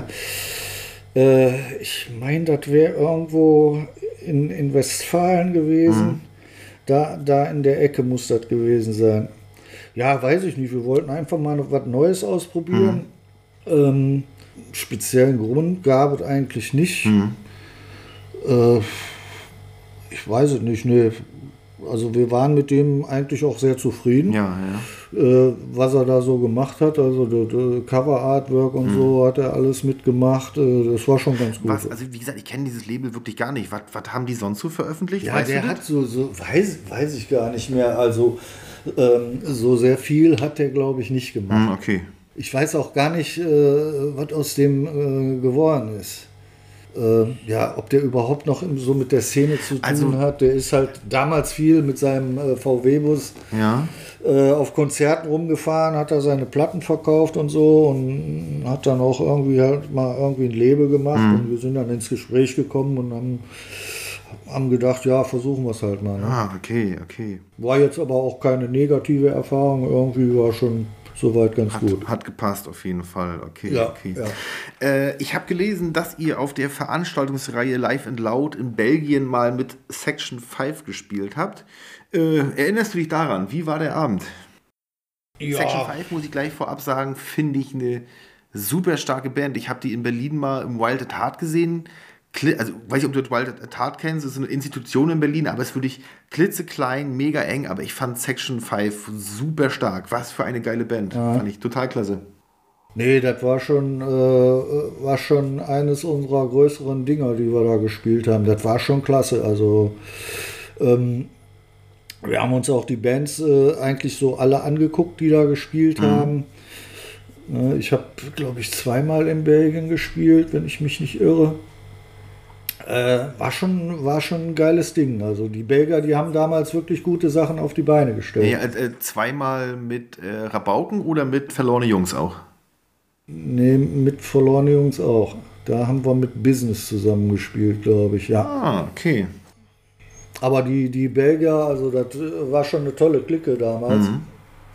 Äh, ich meine, das wäre irgendwo in, in Westfalen gewesen. Mhm. Da, da in der Ecke muss das gewesen sein. Ja, weiß ich nicht. Wir wollten einfach mal noch was Neues ausprobieren. Mhm. Ähm, speziellen Grund gab es eigentlich nicht. Mhm. Äh, ich weiß es nicht. Nee. Also wir waren mit dem eigentlich auch sehr zufrieden. ja, ja. Äh, was er da so gemacht hat, also der, der Cover Artwork und Mhm. so hat er alles mitgemacht. Äh, das war schon ganz gut. Was, also wie gesagt, ich kenne dieses Label wirklich gar nicht. Was, was haben die sonst so veröffentlicht? ja, Weißt der du das? hat so, so weiß, weiß ich gar nicht mehr. Also ähm, so sehr viel hat der, glaube ich, nicht gemacht. Hm, okay. Ich weiß auch gar nicht, äh, was aus dem äh, geworden ist. Äh, ja, ob der überhaupt noch im- so mit der Szene zu tun Also- hat. Der ist halt damals viel mit seinem äh, V W-Bus Ja. äh, auf Konzerten rumgefahren, hat da seine Platten verkauft und so und hat dann auch irgendwie halt mal irgendwie ein Label gemacht Mhm. und wir sind dann ins Gespräch gekommen und haben, haben gedacht, ja, versuchen wir es halt mal. Ne? Ah, okay, okay. War jetzt aber auch keine negative Erfahrung, irgendwie war schon soweit ganz Hat, gut. hat gepasst auf jeden Fall. Okay, Ja, okay. ja. Äh, ich habe gelesen, dass ihr auf der Veranstaltungsreihe Live and Loud in Belgien mal mit Section fünf gespielt habt. Äh, erinnerst du dich daran? Wie war der Abend? Section fünf, muss ich gleich vorab sagen, finde ich eine super starke Band. Ich habe die in Berlin mal im Wild at Heart gesehen. Kli- Also, weiß nicht, ob du das Wild at Heart kennst, das ist eine Institution in Berlin, aber es ist wirklich klitzeklein, mega eng, aber ich fand Section fünf super stark. Was für eine geile Band. Fand ich total klasse. Nee, das war schon, äh, war schon eines unserer größeren Dinger, die wir da gespielt haben. Das war schon klasse. Also ähm, wir haben uns auch die Bands äh, eigentlich so alle angeguckt, die da gespielt Mhm. haben. Ne, ich habe, glaube ich, zweimal in Belgien gespielt, wenn ich mich nicht irre. Äh, war schon, war schon ein geiles Ding. Also die Belgier, die haben damals wirklich gute Sachen auf die Beine gestellt. Ja, äh, äh, zweimal mit äh, Rabauken oder mit verlorene Jungs auch? Nee, mit Verlorene Jungs auch. Da haben wir mit Business zusammengespielt, glaube ich, ja. Ah, okay. Aber die, die Belgier, also das äh, war schon eine tolle Clique damals. Mhm.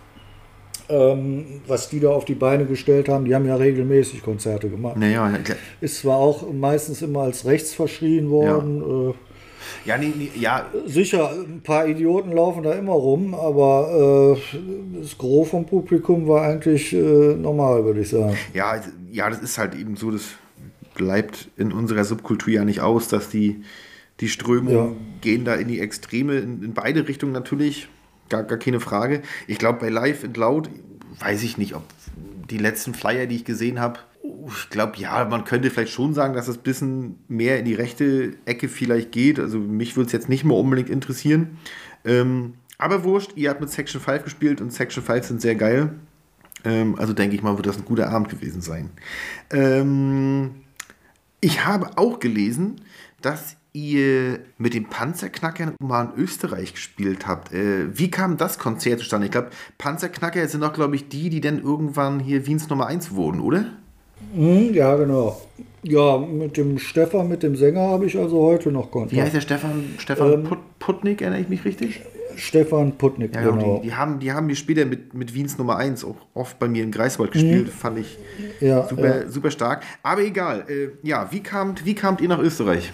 Ähm, was die da auf die Beine gestellt haben, die haben ja regelmäßig Konzerte gemacht. Naja, ja, klar. Ist zwar auch meistens immer als rechts verschrien worden. ja, nee, nee, ja, Äh, sicher, ein paar Idioten laufen da immer rum, aber äh, das Gros vom Publikum war eigentlich äh, normal, würde ich sagen. ja, ja, das ist halt eben so, das bleibt in unserer Subkultur ja nicht aus, dass die, die Strömungen Ja. gehen da in die Extreme, in, in beide Richtungen natürlich, gar, gar keine Frage. Ich glaube, bei Live and Loud, weiß ich nicht, ob die letzten Flyer, die ich gesehen habe, ich glaube, ja, man könnte vielleicht schon sagen, dass es ein bisschen mehr in die rechte Ecke vielleicht geht. Also mich würde es jetzt nicht mehr unbedingt interessieren. Ähm, aber wurscht, ihr habt mit Section fünf gespielt und Section fünf sind sehr geil. Ähm, also denke ich mal, wird das ein guter Abend gewesen sein. Ähm, ich habe auch gelesen, dass ihr mit den Panzerknackern mal in Österreich gespielt habt. Äh, wie kam das Konzert zustande? Ich glaube, Panzerknacker sind auch, glaube ich, die, die dann irgendwann hier Wiens Nummer eins wurden, oder? Mhm, ja, genau. Ja, mit dem Stefan, mit dem Sänger habe ich also heute noch Kontakt. Wie heißt der Stefan? Stefan Ähm, Put Putnik, erinnere ich mich richtig? Stefan Putnik, Ja, genau. genau. Die, die, haben, die haben mir später mit, mit Wiens Nummer eins auch oft bei mir in Greifswald gespielt. Fand ich Ja, super, ja. super stark. Aber egal. Äh, ja, wie kamt, wie kamt ihr nach Österreich?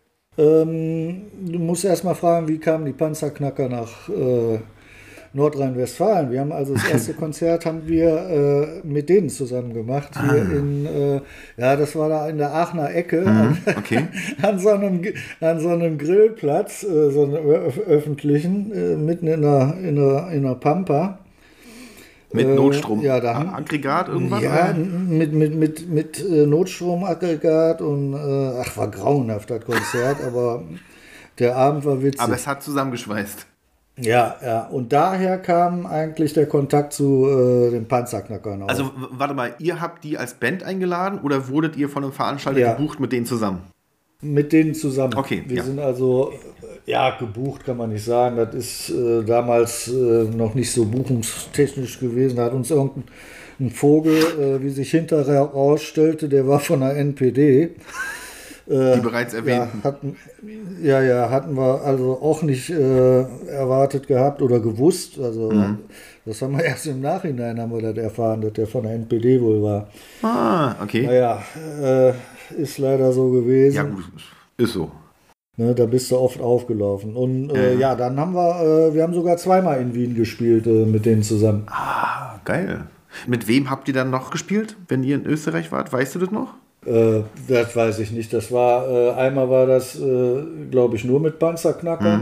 Ähm, du musst erst mal fragen, wie kamen die Panzerknacker nach äh, Nordrhein-Westfalen? Wir haben also das erste Konzert haben wir äh, mit denen zusammen gemacht. Hier in, äh, ja, das war da in der Aachener Ecke an, Okay. an, so einem, an so einem Grillplatz, äh, so einem öf- öffentlichen, äh, mitten in der, in der, in der Pampa. Mit Äh, Notstrom? ja, da haben- Aggregat irgendwas? Ja, oder? mit, mit, mit, mit äh, Notstromaggregat und äh, ach, war grauenhaft das Konzert, aber der Abend war witzig. Aber es hat zusammengeschweißt. ja, ja, und daher kam eigentlich der Kontakt zu äh, den Panzerknackern auch. Also, w- warte mal, ihr habt die als Band eingeladen oder wurdet ihr von einem Veranstalter Ja. gebucht mit denen zusammen? Mit denen zusammen. Okay, Wir ja. sind also, äh, ja, gebucht kann man nicht sagen. Das ist äh, damals äh, noch nicht so buchungstechnisch gewesen. Da hat uns irgendein ein Vogel, äh, wie sich hinterher herausstellte, der war von der N P D. Die bereits Ja, erwähnten. hatten, ja, ja, hatten wir also auch nicht äh, erwartet gehabt oder gewusst. Also Mhm. das haben wir erst im Nachhinein haben wir das erfahren, dass der von der N P D wohl war. Ah, okay. Naja, äh, ist leider so gewesen. Ja, gut, ist so. Ne, da bist du oft aufgelaufen. Und äh, Ja. ja, dann haben wir, äh, wir haben sogar zweimal in Wien gespielt äh, mit denen zusammen. Ah, geil. Mit wem habt ihr dann noch gespielt, wenn ihr in Österreich wart? Weißt du das noch? Äh, das weiß ich nicht. Das war, äh, einmal war das, äh, glaube ich, nur mit Panzerknackern. Mhm.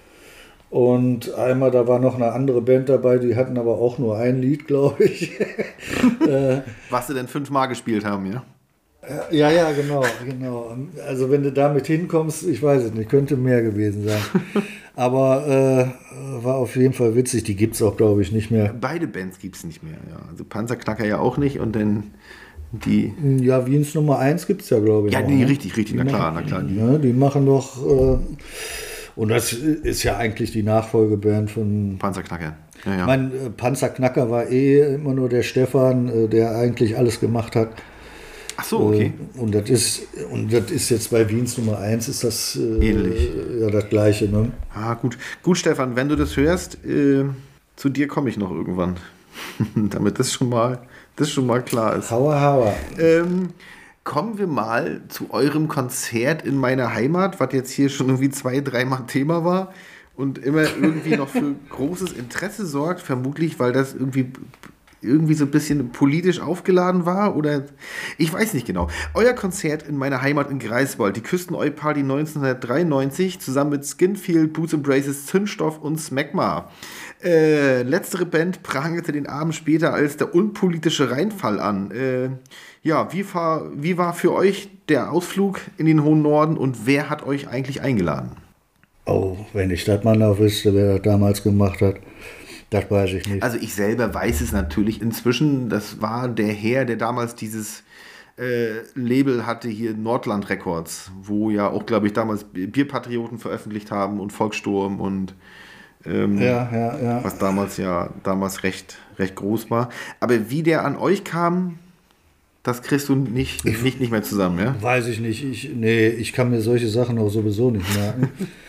Und einmal, da war noch eine andere Band dabei, die hatten aber auch nur ein Lied, glaube ich. äh, Was sie denn fünfmal gespielt haben, ja? ja, ja, genau, genau. Also wenn du damit hinkommst, ich weiß es nicht, könnte mehr gewesen sein. Aber äh, war auf jeden Fall witzig. Die gibt es auch, glaube ich, nicht mehr. Beide Bands gibt es nicht mehr, ja. Also Panzerknacker ja auch nicht und dann die. Ja, Wiens Nummer eins gibt es ja, glaube ich. Ja, noch, nee, ne? richtig, richtig, na klar, na klar. Die, Ja, die machen doch. Äh, und das ist ja eigentlich die Nachfolgeband von. Panzerknacker. Ja, ja. Mein äh, Panzerknacker war eh immer nur der Stefan, äh, der eigentlich alles gemacht hat. Ach so, okay. Äh, und das ist und das ist jetzt bei Wiens Nummer eins ist das äh, Ähnlich. ja das gleiche, ne? Ah, gut. Gut, Stefan, wenn du das hörst, äh, zu dir komme ich noch irgendwann. Damit das schon mal, das schon mal klar ist. Hauer, hauer. Ähm, kommen wir mal zu eurem Konzert in meiner Heimat, was jetzt hier schon irgendwie zwei, dreimal Thema war und immer irgendwie noch für großes Interesse sorgt, vermutlich, weil das irgendwie irgendwie so ein bisschen politisch aufgeladen war oder ich weiß nicht genau. Euer Konzert in meiner Heimat in Greifswald, die Küsten-Eu-Party neunzehnhundertdreiundneunzig, zusammen mit Skinfield, Boots and Braces, Zündstoff und Smegma. Äh, letztere Band prangerte den Abend später als der unpolitische Rheinfall an. Äh, ja, wie war, wie war für euch der Ausflug in den hohen Norden und wer hat euch eigentlich eingeladen? Oh, wenn ich das mal noch wüsste, wer das damals gemacht hat, das weiß ich nicht. Also ich selber weiß es natürlich inzwischen. Das war der Herr, der damals dieses äh, Label hatte, hier Nordland Records, wo ja auch, glaube ich, damals Bierpatrioten veröffentlicht haben und Volkssturm und ähm, ja, ja, ja. was damals ja damals recht, recht groß war. Aber wie der an euch kam, das kriegst du nicht, nicht, nicht mehr zusammen, ja? Weiß ich nicht. Ich, nee, ich kann mir solche Sachen auch sowieso nicht merken.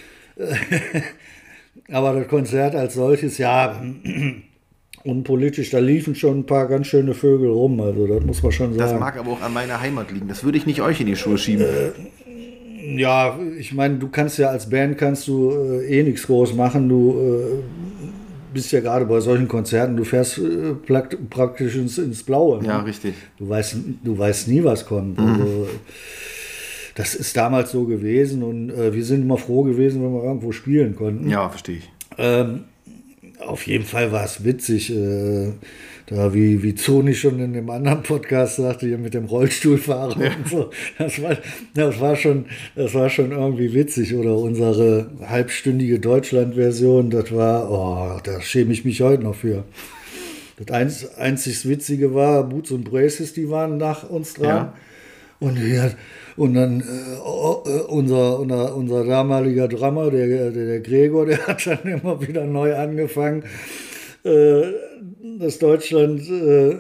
Aber das Konzert als solches, ja, unpolitisch, da liefen schon ein paar ganz schöne Vögel rum, also das muss man schon sagen. Das mag aber auch an meiner Heimat liegen, das würde ich nicht euch in die Schuhe schieben. Äh, ja, ich meine, du kannst ja als Band, kannst du äh, eh nichts groß machen, du äh, bist ja gerade bei solchen Konzerten, du fährst äh, praktisch ins, ins Blaue. Ne? Ja, richtig. Du weißt, du weißt nie, was kommt. Mhm. Also, das ist damals so gewesen und äh, wir sind immer froh gewesen, wenn wir irgendwo spielen konnten. Ja, verstehe ich. Ähm, auf jeden Fall war es witzig, äh, da wie, wie Zoni schon in dem anderen Podcast sagte, hier mit dem Rollstuhlfahrer ja. und so. Das war, das, war schon, das war schon irgendwie witzig. Oder unsere halbstündige Deutschland-Version, das war, oh, da schäme ich mich heute noch für. Das einz, einzig Witzige war, Boots und Braces, die waren nach uns dran. Ja. Und wir Und dann äh, unser, unser, unser damaliger Drummer, der, der, der Gregor, der hat dann immer wieder neu angefangen, äh, das Deutschland äh,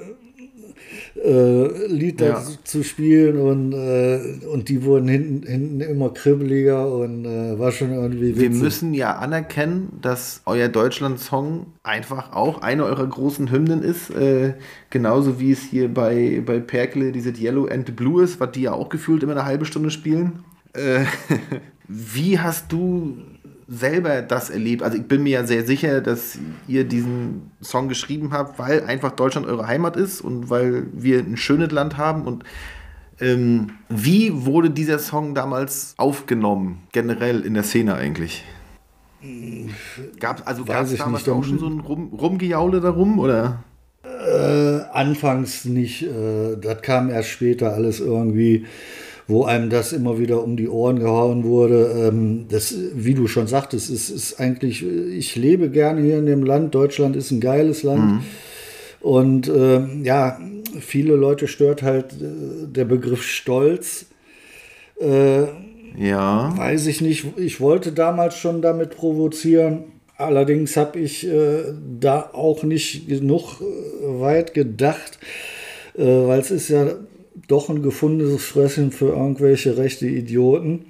äh, Lied ja. zu spielen und, äh, und die wurden hinten, hinten immer kribbeliger und äh, war schon irgendwie witzig. Wir müssen ja anerkennen, dass euer Deutschland-Song einfach auch eine eurer großen Hymnen ist, äh, genauso wie es hier bei, bei Perkele diese Yellow and the Blue ist, was die ja auch gefühlt immer eine halbe Stunde spielen. Äh, wie hast du selber das erlebt? Also ich bin mir ja sehr sicher, dass ihr diesen Song geschrieben habt, weil einfach Deutschland eure Heimat ist und weil wir ein schönes Land haben. Und ähm, wie wurde dieser Song damals aufgenommen, generell in der Szene eigentlich? Gab, also gab es damals nicht, auch schon so ein Rum, Rumgejaule darum, oder? Äh, anfangs nicht. Äh, das kam erst später alles irgendwie, wo einem das immer wieder um die Ohren gehauen wurde. Ähm, das, wie du schon sagtest, ist, ist eigentlich, ich lebe gerne hier in dem Land. Deutschland ist ein geiles Land. Mhm. Und äh, ja, viele Leute stört halt äh, der Begriff Stolz. Äh, ja. Weiß ich nicht. Ich wollte damals schon damit provozieren. Allerdings habe ich äh, da auch nicht genug äh, weit gedacht, äh, weil es ist ja doch ein gefundenes Fressen für irgendwelche rechte Idioten.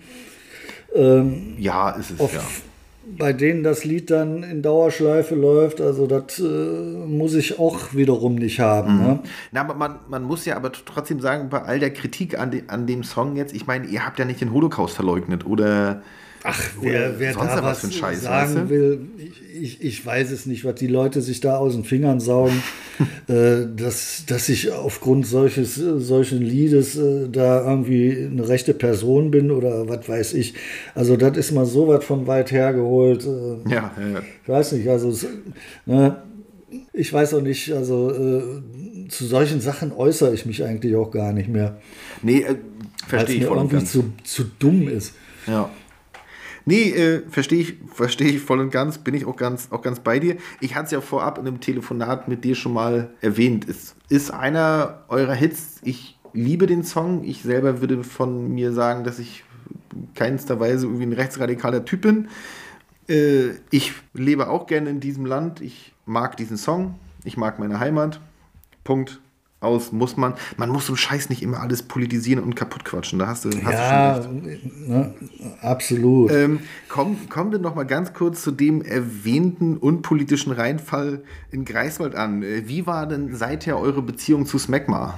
Ähm, ja, ist es, auf, ja. Bei denen das Lied dann in Dauerschleife läuft, also das äh, muss ich auch wiederum nicht haben. Mhm. Ne? Na, aber man, man muss ja aber trotzdem sagen, bei all der Kritik an, de, an dem Song jetzt, ich meine, ihr habt ja nicht den Holocaust verleugnet oder... Ach, wer, wer sonst da was für ein Scheiß, sagen weißt du? will, ich, ich, ich weiß es nicht, was die Leute sich da aus den Fingern saugen, äh, dass, dass ich aufgrund solches, solchen Liedes äh, da irgendwie eine rechte Person bin oder was weiß ich. Also das ist mal so was von weit hergeholt. Äh, ja, ja, ja. Ich weiß nicht, also ne, ich weiß auch nicht, also äh, zu solchen Sachen äußere ich mich eigentlich auch gar nicht mehr. Nee, äh, verstehe ich voll und ganz. Zu, zu dumm ist. Ja. Nee, äh, verstehe ich, verstehe ich voll und ganz, bin ich auch ganz, auch ganz bei dir. Ich hatte es ja vorab in einem Telefonat mit dir schon mal erwähnt. Es ist einer eurer Hits. Ich liebe den Song. Ich selber würde von mir sagen, dass ich keinster Weise irgendwie ein rechtsradikaler Typ bin. Äh, ich lebe auch gerne in diesem Land. Ich mag diesen Song. Ich mag meine Heimat. Punkt. Aus muss man. Man muss so einen Scheiß nicht immer alles politisieren und kaputt quatschen. Da hast du, hast ja, du schon recht. Ne, absolut. Ähm, komm, kommen wir noch mal ganz kurz zu dem erwähnten unpolitischen Rheinfall in Greifswald an. Wie war denn seither eure Beziehung zu Smegma?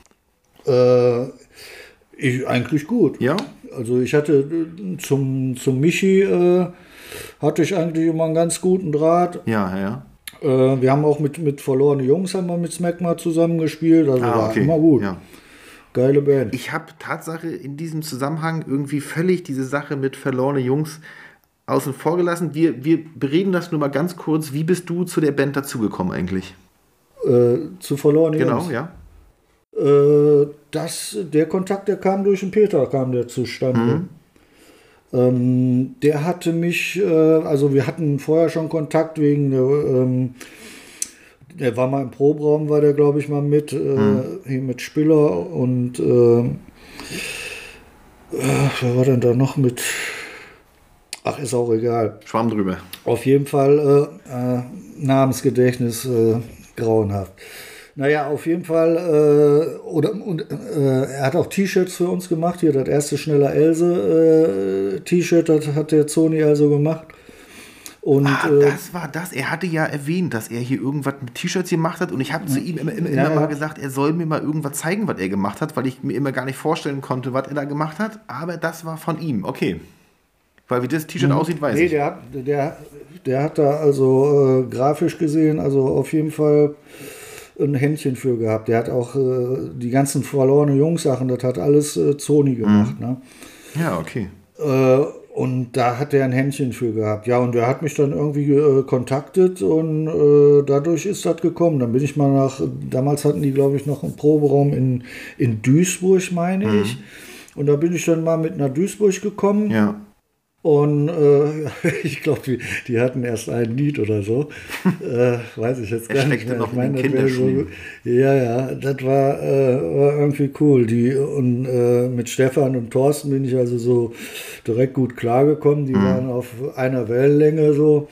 Äh, ich, eigentlich gut. Ja? Also ich hatte zum, zum Michi äh, hatte ich eigentlich immer einen ganz guten Draht. Ja, ja. Äh, wir haben auch mit, mit Verlorene Jungs haben wir mit Smegma zusammengespielt. Also Ah, war okay. immer gut. Ja. Geile Band. Ich habe Tatsache in diesem Zusammenhang irgendwie völlig diese Sache mit Verlorene Jungs außen vor gelassen. Wir, wir bereden das nur mal ganz kurz. Wie bist du zu der Band dazugekommen eigentlich? Äh, zu Verlorene Genau, Jungs. ja. Äh, das, der Kontakt, der kam durch den Peter, kam der zustande. Mhm. Ähm, der hatte mich, äh, also wir hatten vorher schon Kontakt wegen, der, ähm, der war mal im Proberaum, war der glaube ich mal mit, äh, Mhm. hier mit Spiller und äh, äh, wer war denn da noch mit? Ach, ist auch egal. Schwamm drüber. Auf jeden Fall äh, äh, Namensgedächtnis äh, grauenhaft. Naja, auf jeden Fall, äh, oder, und, äh, er hat auch T-Shirts für uns gemacht. Hier, das erste Schneller Else äh, T-Shirt, das hat der Zoni also gemacht. Und, Ah, äh, das war das. Er hatte ja erwähnt, dass er hier irgendwas mit T-Shirts gemacht hat und ich habe zu ihm immer, immer, Ja, immer ja. mal gesagt, er soll mir mal irgendwas zeigen, was er gemacht hat, weil ich mir immer gar nicht vorstellen konnte, was er da gemacht hat. Aber das war von ihm. Okay. Weil wie das T-Shirt aussieht, weiß nee, ich. der hat, der, der hat da also äh, grafisch gesehen, also auf jeden Fall ein Händchen für gehabt. Der hat auch äh, die ganzen verlorene Jungs-Sachen, das hat alles äh, Zoni gemacht. Mhm. Ne? Ja, okay. Äh, und da hat er ein Händchen für gehabt. Ja, und der hat mich dann irgendwie äh, kontaktet und äh, dadurch ist das gekommen. Dann bin ich mal nach, damals hatten die, glaube ich, noch einen Proberaum in, in Duisburg, meine Mhm. ich. Und da bin ich dann mal mit nach Duisburg gekommen. Ja. Und äh, ich glaube, die, die hatten erst ein Lied oder so. äh, weiß ich jetzt Er gar nicht steckte mehr. noch Ich in den das wäre Kinderschuhen. ja, ja, das war, äh, war irgendwie cool. Die, und äh, mit Stefan und Thorsten bin ich also so direkt gut klargekommen. Die Mhm. waren auf einer Wellenlänge so.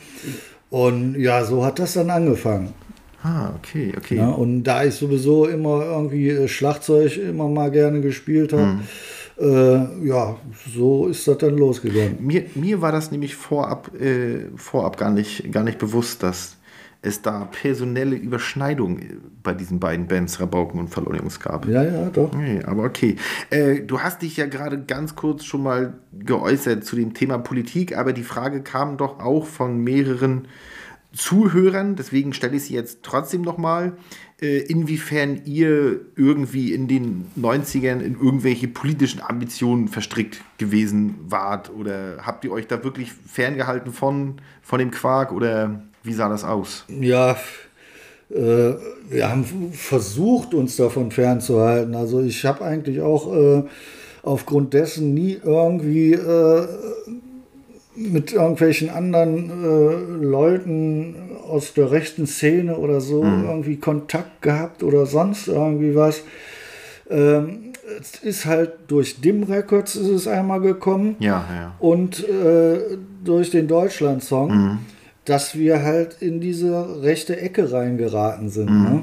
Und ja, so hat das dann angefangen. Ah, okay, okay. Ja, und da ich sowieso immer irgendwie äh, Schlagzeug immer mal gerne gespielt habe, Mhm. äh, ja, so ist das dann losgegangen. Mir, mir war das nämlich vorab, äh, vorab gar, nicht, gar nicht bewusst, dass es da personelle Überschneidungen bei diesen beiden Bands, Rabauken und Verlorene Jungs, gab. Ja, ja, doch. Nee, aber okay. Äh, du hast dich ja gerade ganz kurz schon mal geäußert zu dem Thema Politik, aber die Frage kam doch auch von mehreren Zuhörern, deswegen stelle ich sie jetzt trotzdem nochmal, äh, inwiefern ihr irgendwie in den neunzigern in irgendwelche politischen Ambitionen verstrickt gewesen wart oder habt ihr euch da wirklich ferngehalten von, von dem Quark oder wie sah das aus? Ja, äh, wir haben versucht, uns davon fernzuhalten. Also ich habe eigentlich auch äh, aufgrund dessen nie irgendwie äh, mit irgendwelchen anderen äh, Leuten aus der rechten Szene oder so Mhm. irgendwie Kontakt gehabt oder sonst irgendwie was. Ähm, es ist halt durch Dim Records ist es einmal gekommen. Ja, ja. Und äh, durch den Deutschland-Song, Mhm. dass wir halt in diese rechte Ecke reingeraten sind. Ne?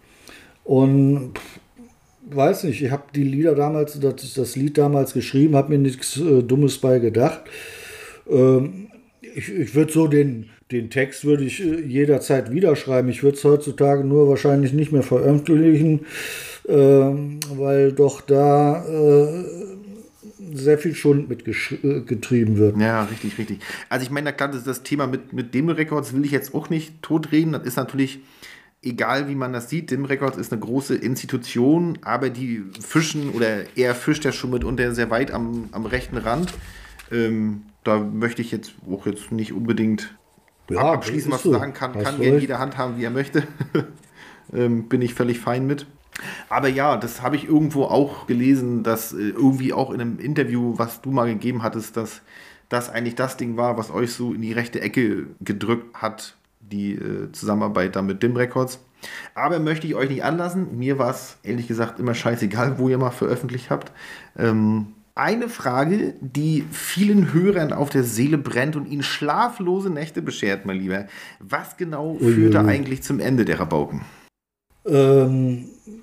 Und pff, weiß nicht, ich habe die Lieder damals, das, das Lied damals geschrieben, habe mir nichts äh, Dummes bei gedacht. Ähm, ich ich würde so den, den Text würde ich äh, jederzeit wieder schreiben. Ich würde es heutzutage nur wahrscheinlich nicht mehr veröffentlichen, ähm, weil doch da äh, sehr viel Schund mit gesch- äh, getrieben wird. Ja, richtig, richtig. Also ich meine, na klar, das, das Thema mit, mit Dim Records will ich jetzt auch nicht totreden. Das ist natürlich, egal wie man das sieht, Dim Records ist eine große Institution, aber die fischen, oder er fischt ja schon mitunter sehr weit am, am rechten Rand. Ähm, da möchte ich jetzt auch jetzt nicht unbedingt Ja, abschließen, ist was so. sagen kann. Hast Kann du gerne recht. jeder handhaben, wie er möchte. ähm, bin ich völlig fein mit. Aber ja, das habe ich irgendwo auch gelesen, dass äh, irgendwie auch in einem Interview, was du mal gegeben hattest, dass das eigentlich das Ding war, was euch so in die rechte Ecke gedrückt hat, die äh, Zusammenarbeit da mit Dim Records. Aber möchte ich euch nicht anlassen. Mir war es ehrlich gesagt immer scheißegal, wo ihr mal veröffentlicht habt. Ähm, eine Frage, die vielen Hörern auf der Seele brennt und ihnen schlaflose Nächte beschert, mein Lieber. Was genau führte Uiuiui. eigentlich zum Ende der Rabauken? Ähm,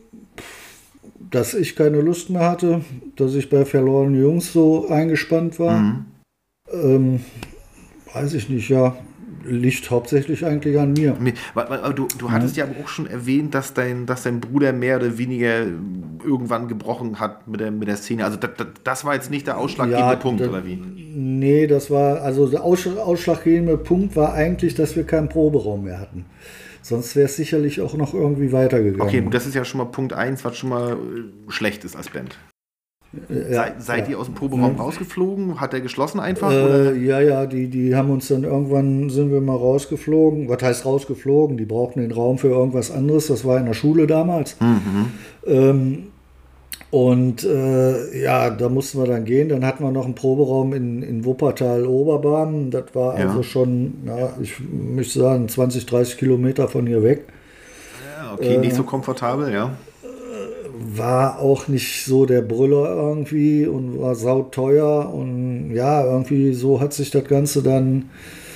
dass ich keine Lust mehr hatte, dass ich bei Verlorene Jungs so eingespannt war. Mhm. Ähm, weiß ich nicht, ja. Liegt hauptsächlich eigentlich an mir. Nee, wa- wa- aber du, du hattest ja aber auch schon erwähnt, dass dein, dass dein Bruder mehr oder weniger irgendwann gebrochen hat mit der, mit der Szene. Also das, das, das war jetzt nicht der ausschlaggebende Punkt, da- oder wie? Nee, das war, also der Aussch- ausschlaggebende Punkt war eigentlich, dass wir keinen Proberaum mehr hatten. Sonst wäre es sicherlich auch noch irgendwie weitergegangen. Okay, das ist ja schon mal Punkt eins, was schon mal äh, schlecht ist als Band. Ja, Sei, seid ja. ihr aus dem Proberaum rausgeflogen? Hat er geschlossen einfach? Äh, oder? ja, ja, die, die haben uns dann irgendwann, sind wir mal rausgeflogen. Was heißt rausgeflogen? Die brauchten den Raum für irgendwas anderes. Das war in der Schule damals. Mhm. Ähm, und äh, ja, da mussten wir dann gehen. Dann hatten wir noch einen Proberaum in, in Wuppertal-Oberbarm. Das war Ja. also schon, ja, ich möchte sagen, zwanzig, dreißig Kilometer von hier weg. Ja, okay, nicht so komfortabel, ja. War auch nicht so der Brüller irgendwie und war sauteuer. Und ja, irgendwie so hat sich das Ganze dann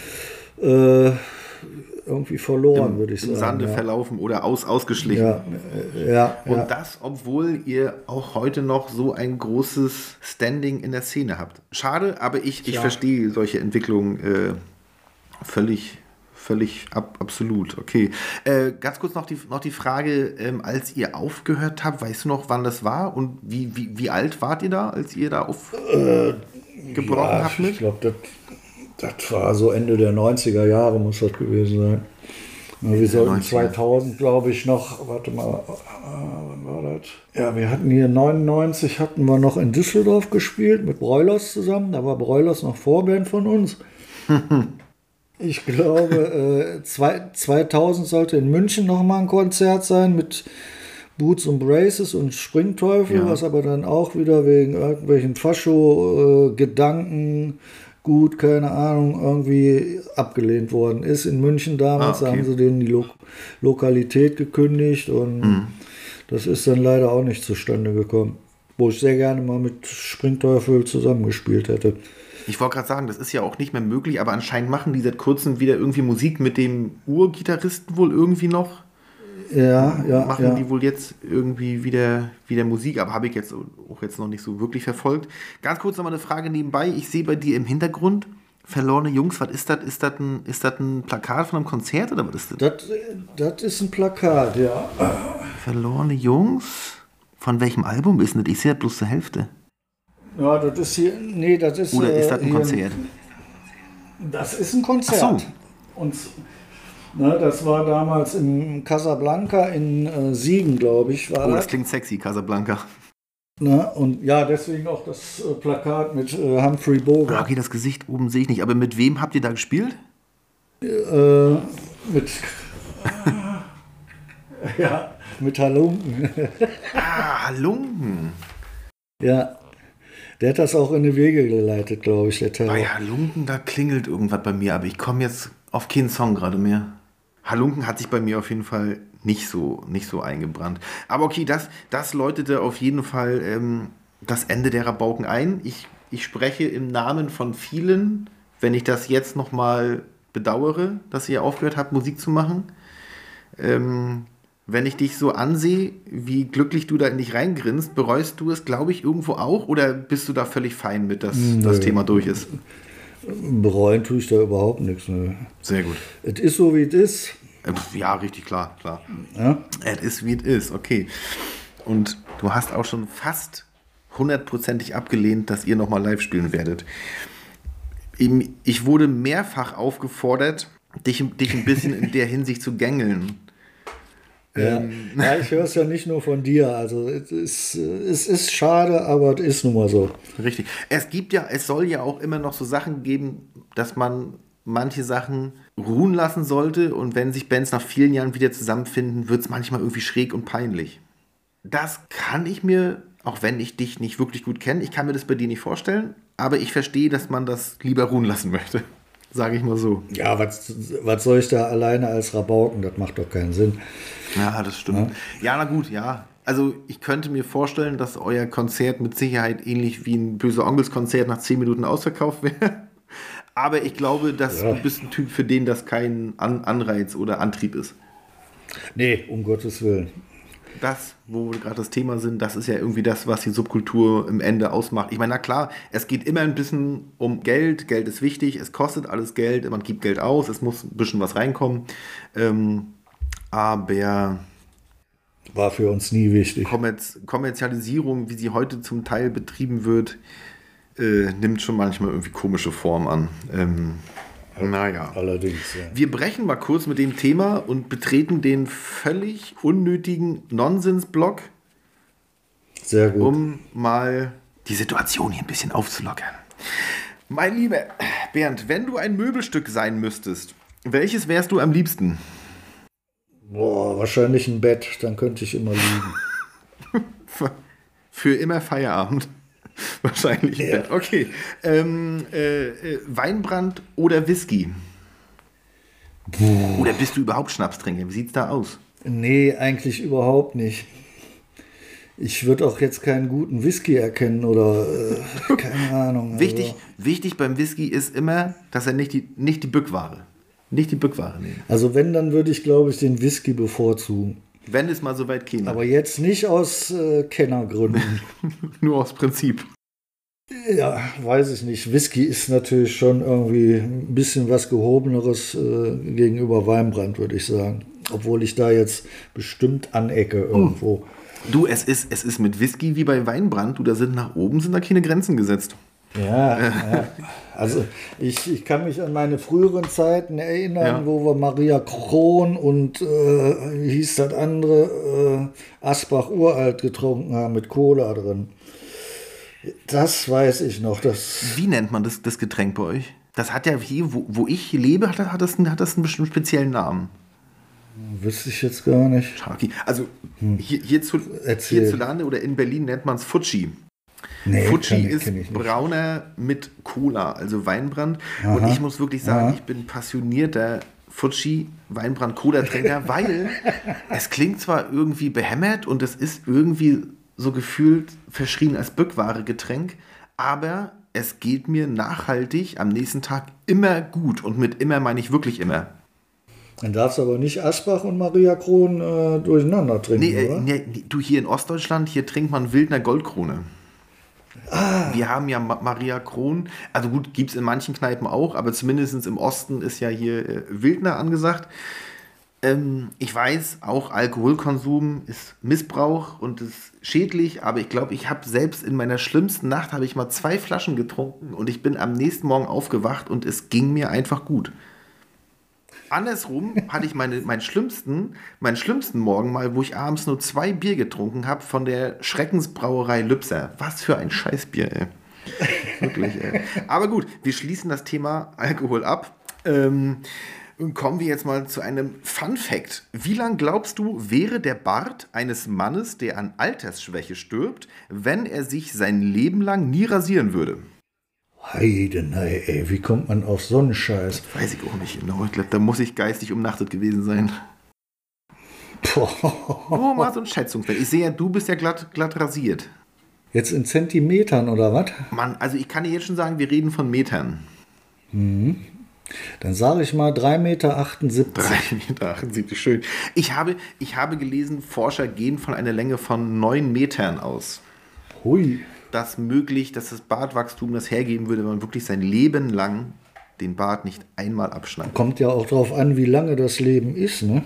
äh, irgendwie verloren, Im, würde ich im sagen. Sande ja. verlaufen oder aus, ausgeschlichen. Ja, äh, ja, Und ja. das, obwohl ihr auch heute noch so ein großes Standing in der Szene habt. Schade, aber ich, ich Ja. verstehe solche Entwicklungen äh, völlig, völlig ab, absolut. Okay. Äh, ganz kurz noch die, noch die Frage, ähm, als ihr aufgehört habt, weißt du noch, wann das war? Und wie, wie, wie alt wart ihr da, als ihr da aufgebrochen Ja, habt ich mit? glaube, das, das war so Ende der neunziger Jahre, muss das gewesen sein. Ja, wir sollten neunziger. zweitausend, glaube ich, noch, warte mal, äh, wann war das? Ja, wir hatten hier neunundneunzig, hatten wir noch in Düsseldorf gespielt, mit Broilers zusammen. Da war Broilers noch Vorband von uns. Ich glaube, äh, zwei, zweitausend sollte in München noch mal ein Konzert sein mit Boots und Braces und Springteufel, Ja. was aber dann auch wieder wegen irgendwelchen Fascho-Gedanken, gut, keine Ahnung, irgendwie abgelehnt worden ist. In München damals Ah, okay. haben sie denen die Lo Lokalität gekündigt und Mhm. das ist dann leider auch nicht zustande gekommen. Wo ich sehr gerne mal mit Springteufel zusammengespielt hätte. Ich wollte gerade sagen, das ist ja auch nicht mehr möglich, aber anscheinend machen die seit kurzem wieder irgendwie Musik mit dem Urgitarristen wohl irgendwie noch. Ja, ja, machen ja. die wohl jetzt irgendwie wieder, wieder Musik, aber habe ich jetzt auch jetzt noch nicht so wirklich verfolgt. Ganz kurz nochmal eine Frage nebenbei. Ich sehe bei dir im Hintergrund Verlorene Jungs. Was ist das? Ist das ein, ist das ein Plakat von einem Konzert oder was ist das? Das, das ist ein Plakat, ja. Verlorene Jungs? Von welchem Album ist denn das? Ich sehe das bloß zur Hälfte. Ja, das ist hier, nee, das ist... Oder ist das äh, ein hier Konzert? Das ist ein Konzert. Ach so. Und ne, das war damals in Casablanca in äh, Siegen, glaube ich, war Oh, das. das klingt sexy, Casablanca. Ne? Und ja, deswegen auch das äh, Plakat mit äh, Humphrey Ah, Bogart. okay, das Gesicht oben sehe ich nicht. Aber mit wem habt ihr da gespielt? Äh, mit... ja, mit Halunken. Ah, Halunken. Ja, der hat das auch in die Wege geleitet, glaube ich, der Terror. Bei Halunken, da klingelt irgendwas bei mir, aber ich komme jetzt auf keinen Song gerade mehr. Halunken hat sich bei mir auf jeden Fall nicht so, nicht so eingebrannt. Aber okay, das, das läutete auf jeden Fall ähm, das Ende der Rabauken ein. Ich, ich spreche im Namen von vielen, wenn ich das jetzt nochmal bedauere, dass ihr aufgehört habt, Musik zu machen. Ähm, wenn ich dich so ansehe, wie glücklich du da in dich reingrinst, bereust du es, glaube ich, irgendwo auch? Oder bist du da völlig fein mit, dass das Thema durch ist? Bereuen tue ich da überhaupt nichts. Ne. Sehr gut. Es ist so, wie es ist. Äh, pf, Ja, richtig, klar, klar. Ja? Es ist, wie es ist, okay. Und du hast auch schon fast hundertprozentig abgelehnt, dass ihr nochmal live spielen werdet. Eben, ich wurde mehrfach aufgefordert, dich, dich ein bisschen in der Hinsicht zu gängeln. Ja. ja, ich höre es ja nicht nur von dir. Also es ist, es ist schade, aber es ist nun mal so. Richtig. Es gibt ja, es soll ja auch immer noch so Sachen geben, dass man manche Sachen ruhen lassen sollte und wenn sich Bands nach vielen Jahren wieder zusammenfinden, wird es manchmal irgendwie schräg und peinlich. Das kann ich mir, auch wenn ich dich nicht wirklich gut kenne, ich kann mir das bei dir nicht vorstellen, aber ich verstehe, dass man das lieber ruhen lassen möchte. Sage ich mal so. Ja, was, was soll ich da alleine als Rabauken? Das macht doch keinen Sinn. Ja, das stimmt. Ja, na gut, ja. Also ich könnte mir vorstellen, dass euer Konzert mit Sicherheit ähnlich wie ein Böse Onkels Konzert nach zehn Minuten ausverkauft wäre. Aber ich glaube, dass Ja. du bist ein Typ, für den das kein An- Anreiz oder Antrieb ist. Nee, um Gottes Willen. Das, wo wir gerade das Thema sind, das ist ja irgendwie das, was die Subkultur im Ende ausmacht. Ich meine, na klar, es geht immer ein bisschen um Geld. Geld ist wichtig, es kostet alles Geld, man gibt Geld aus, es muss ein bisschen was reinkommen. Ähm, aber War für uns nie wichtig. Kommerz Kommerzialisierung, wie sie heute zum Teil betrieben wird, äh, nimmt schon manchmal irgendwie komische Form an. Ähm, Naja. Allerdings, ja. Wir brechen mal kurz mit dem Thema und betreten den völlig unnötigen Nonsensblock, Sehr gut. um mal die Situation hier ein bisschen aufzulockern. Mein lieber Bernd, wenn du ein Möbelstück sein müsstest, welches wärst du am liebsten? Boah, wahrscheinlich ein Bett, dann könnte ich immer liegen. Für, für immer Feierabend. Wahrscheinlich ein Ja. Bett. Okay. Ähm, äh, äh, Weinbrand oder Whisky? Oder bist du überhaupt Schnapstrinker? Wie sieht's da aus? Nee, eigentlich überhaupt nicht. Ich würde auch jetzt keinen guten Whisky erkennen oder äh, keine Ahnung. Also, Wichtig, wichtig beim Whisky ist immer, dass er nicht die, nicht die Bückware, nicht die Bückware nehmen. Also wenn, dann würde ich, glaube ich, den Whisky bevorzugen. Wenn es mal so weit käme. Aber jetzt nicht aus äh, Kennergründen. Nur aus Prinzip. Ja, weiß ich nicht. Whisky ist natürlich schon irgendwie ein bisschen was Gehobeneres äh, gegenüber Weinbrand, würde ich sagen. Obwohl ich da jetzt bestimmt anecke irgendwo. Du, es ist, es ist mit Whisky wie bei Weinbrand. Du, da sind nach oben sind da keine Grenzen gesetzt. Ja, ja. Also ich, ich kann mich an meine früheren Zeiten erinnern, Ja. wo wir Maria Kron und äh, wie hieß das andere, äh, Asbach Uralt getrunken haben mit Cola drin. Das weiß ich noch. Das, Wie nennt man das, das Getränk bei euch? Das hat ja hier, wo, wo ich lebe, hat, das- hat, das, einen- hat das einen bestimmten speziellen Namen. wüsste ich jetzt gar nicht. Schaki. Also hier, hierzu, Erzähl. hierzulande oder in Berlin nennt man es Futschi. Nee, Futschi kenn ich- ist kenn ich nicht. brauner mit Cola, also Weinbrand. Aha. Und ich muss wirklich sagen, Aha. ich bin passionierter Futschi Weinbrand-Cola-Trinker, weil es klingt zwar irgendwie behämmert und es ist irgendwie so gefühlt verschrien als Bückware-Getränk, aber es geht mir nachhaltig am nächsten Tag immer gut. Und mit immer meine ich wirklich immer. Dann darfst du aber nicht Asbach und Maria Kron äh, durcheinander trinken, Nee, äh, oder? nee, nee, du, hier in Ostdeutschland, hier trinkt man Wildner Goldkrone. Wir haben ja Ma Maria Kron, also gut, gibt es in manchen Kneipen auch, aber zumindest im Osten ist ja hier äh, Wildner angesagt. Ähm, ich weiß, auch Alkoholkonsum ist Missbrauch und ist schädlich, aber ich glaube, ich habe selbst in meiner schlimmsten Nacht habe ich mal zwei Flaschen getrunken und ich bin am nächsten Morgen aufgewacht und es ging mir einfach gut. Andersrum hatte ich meine, meinen, schlimmsten, meinen schlimmsten Morgen mal, wo ich abends nur zwei Bier getrunken habe von der Schreckensbrauerei Lübser. Was für ein Scheißbier, ey. Wirklich, ey. Aber gut, wir schließen das Thema Alkohol ab. Ähm, und kommen wir jetzt mal zu einem Fun-Fact. Wie lang glaubst du, wäre der Bart eines Mannes, der an Altersschwäche stirbt, wenn er sich sein Leben lang nie rasieren würde? Heidenei, ey, wie kommt man auf so einen Scheiß? Weiß ich auch nicht genau. Ich glaube, da muss ich geistig umnachtet gewesen sein. Boah. Oh, mal so ein Schätzungswert. Ich sehe ja, du bist ja glatt, glatt rasiert. Jetzt in Zentimetern oder was? Mann, also ich kann dir jetzt schon sagen, wir reden von Metern. Dann sage ich mal drei Meter achtundsiebzig. drei Meter achtundsiebzig, schön. Ich habe, ich habe gelesen, Forscher gehen von einer Länge von neun Metern aus. Hui. Das möglich, dass das Bartwachstum das hergeben würde, wenn man wirklich sein Leben lang den Bart nicht einmal abschneidet. Kommt ja auch drauf an, wie lange das Leben ist, ne?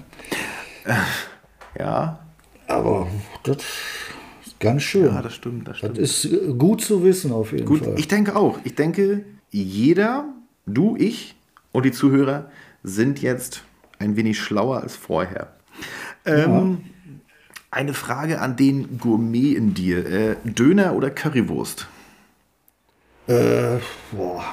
Ja, Aber das ist ganz schön. ja, das stimmt, das stimmt. Das ist äh, gut zu wissen auf jeden Gut, Fall. ich denke auch. Ich denke, jeder, du, ich und die Zuhörer sind jetzt ein wenig schlauer als vorher. Ähm, Eine Frage an den Gourmet in dir. Äh, Döner oder Currywurst? äh, boah.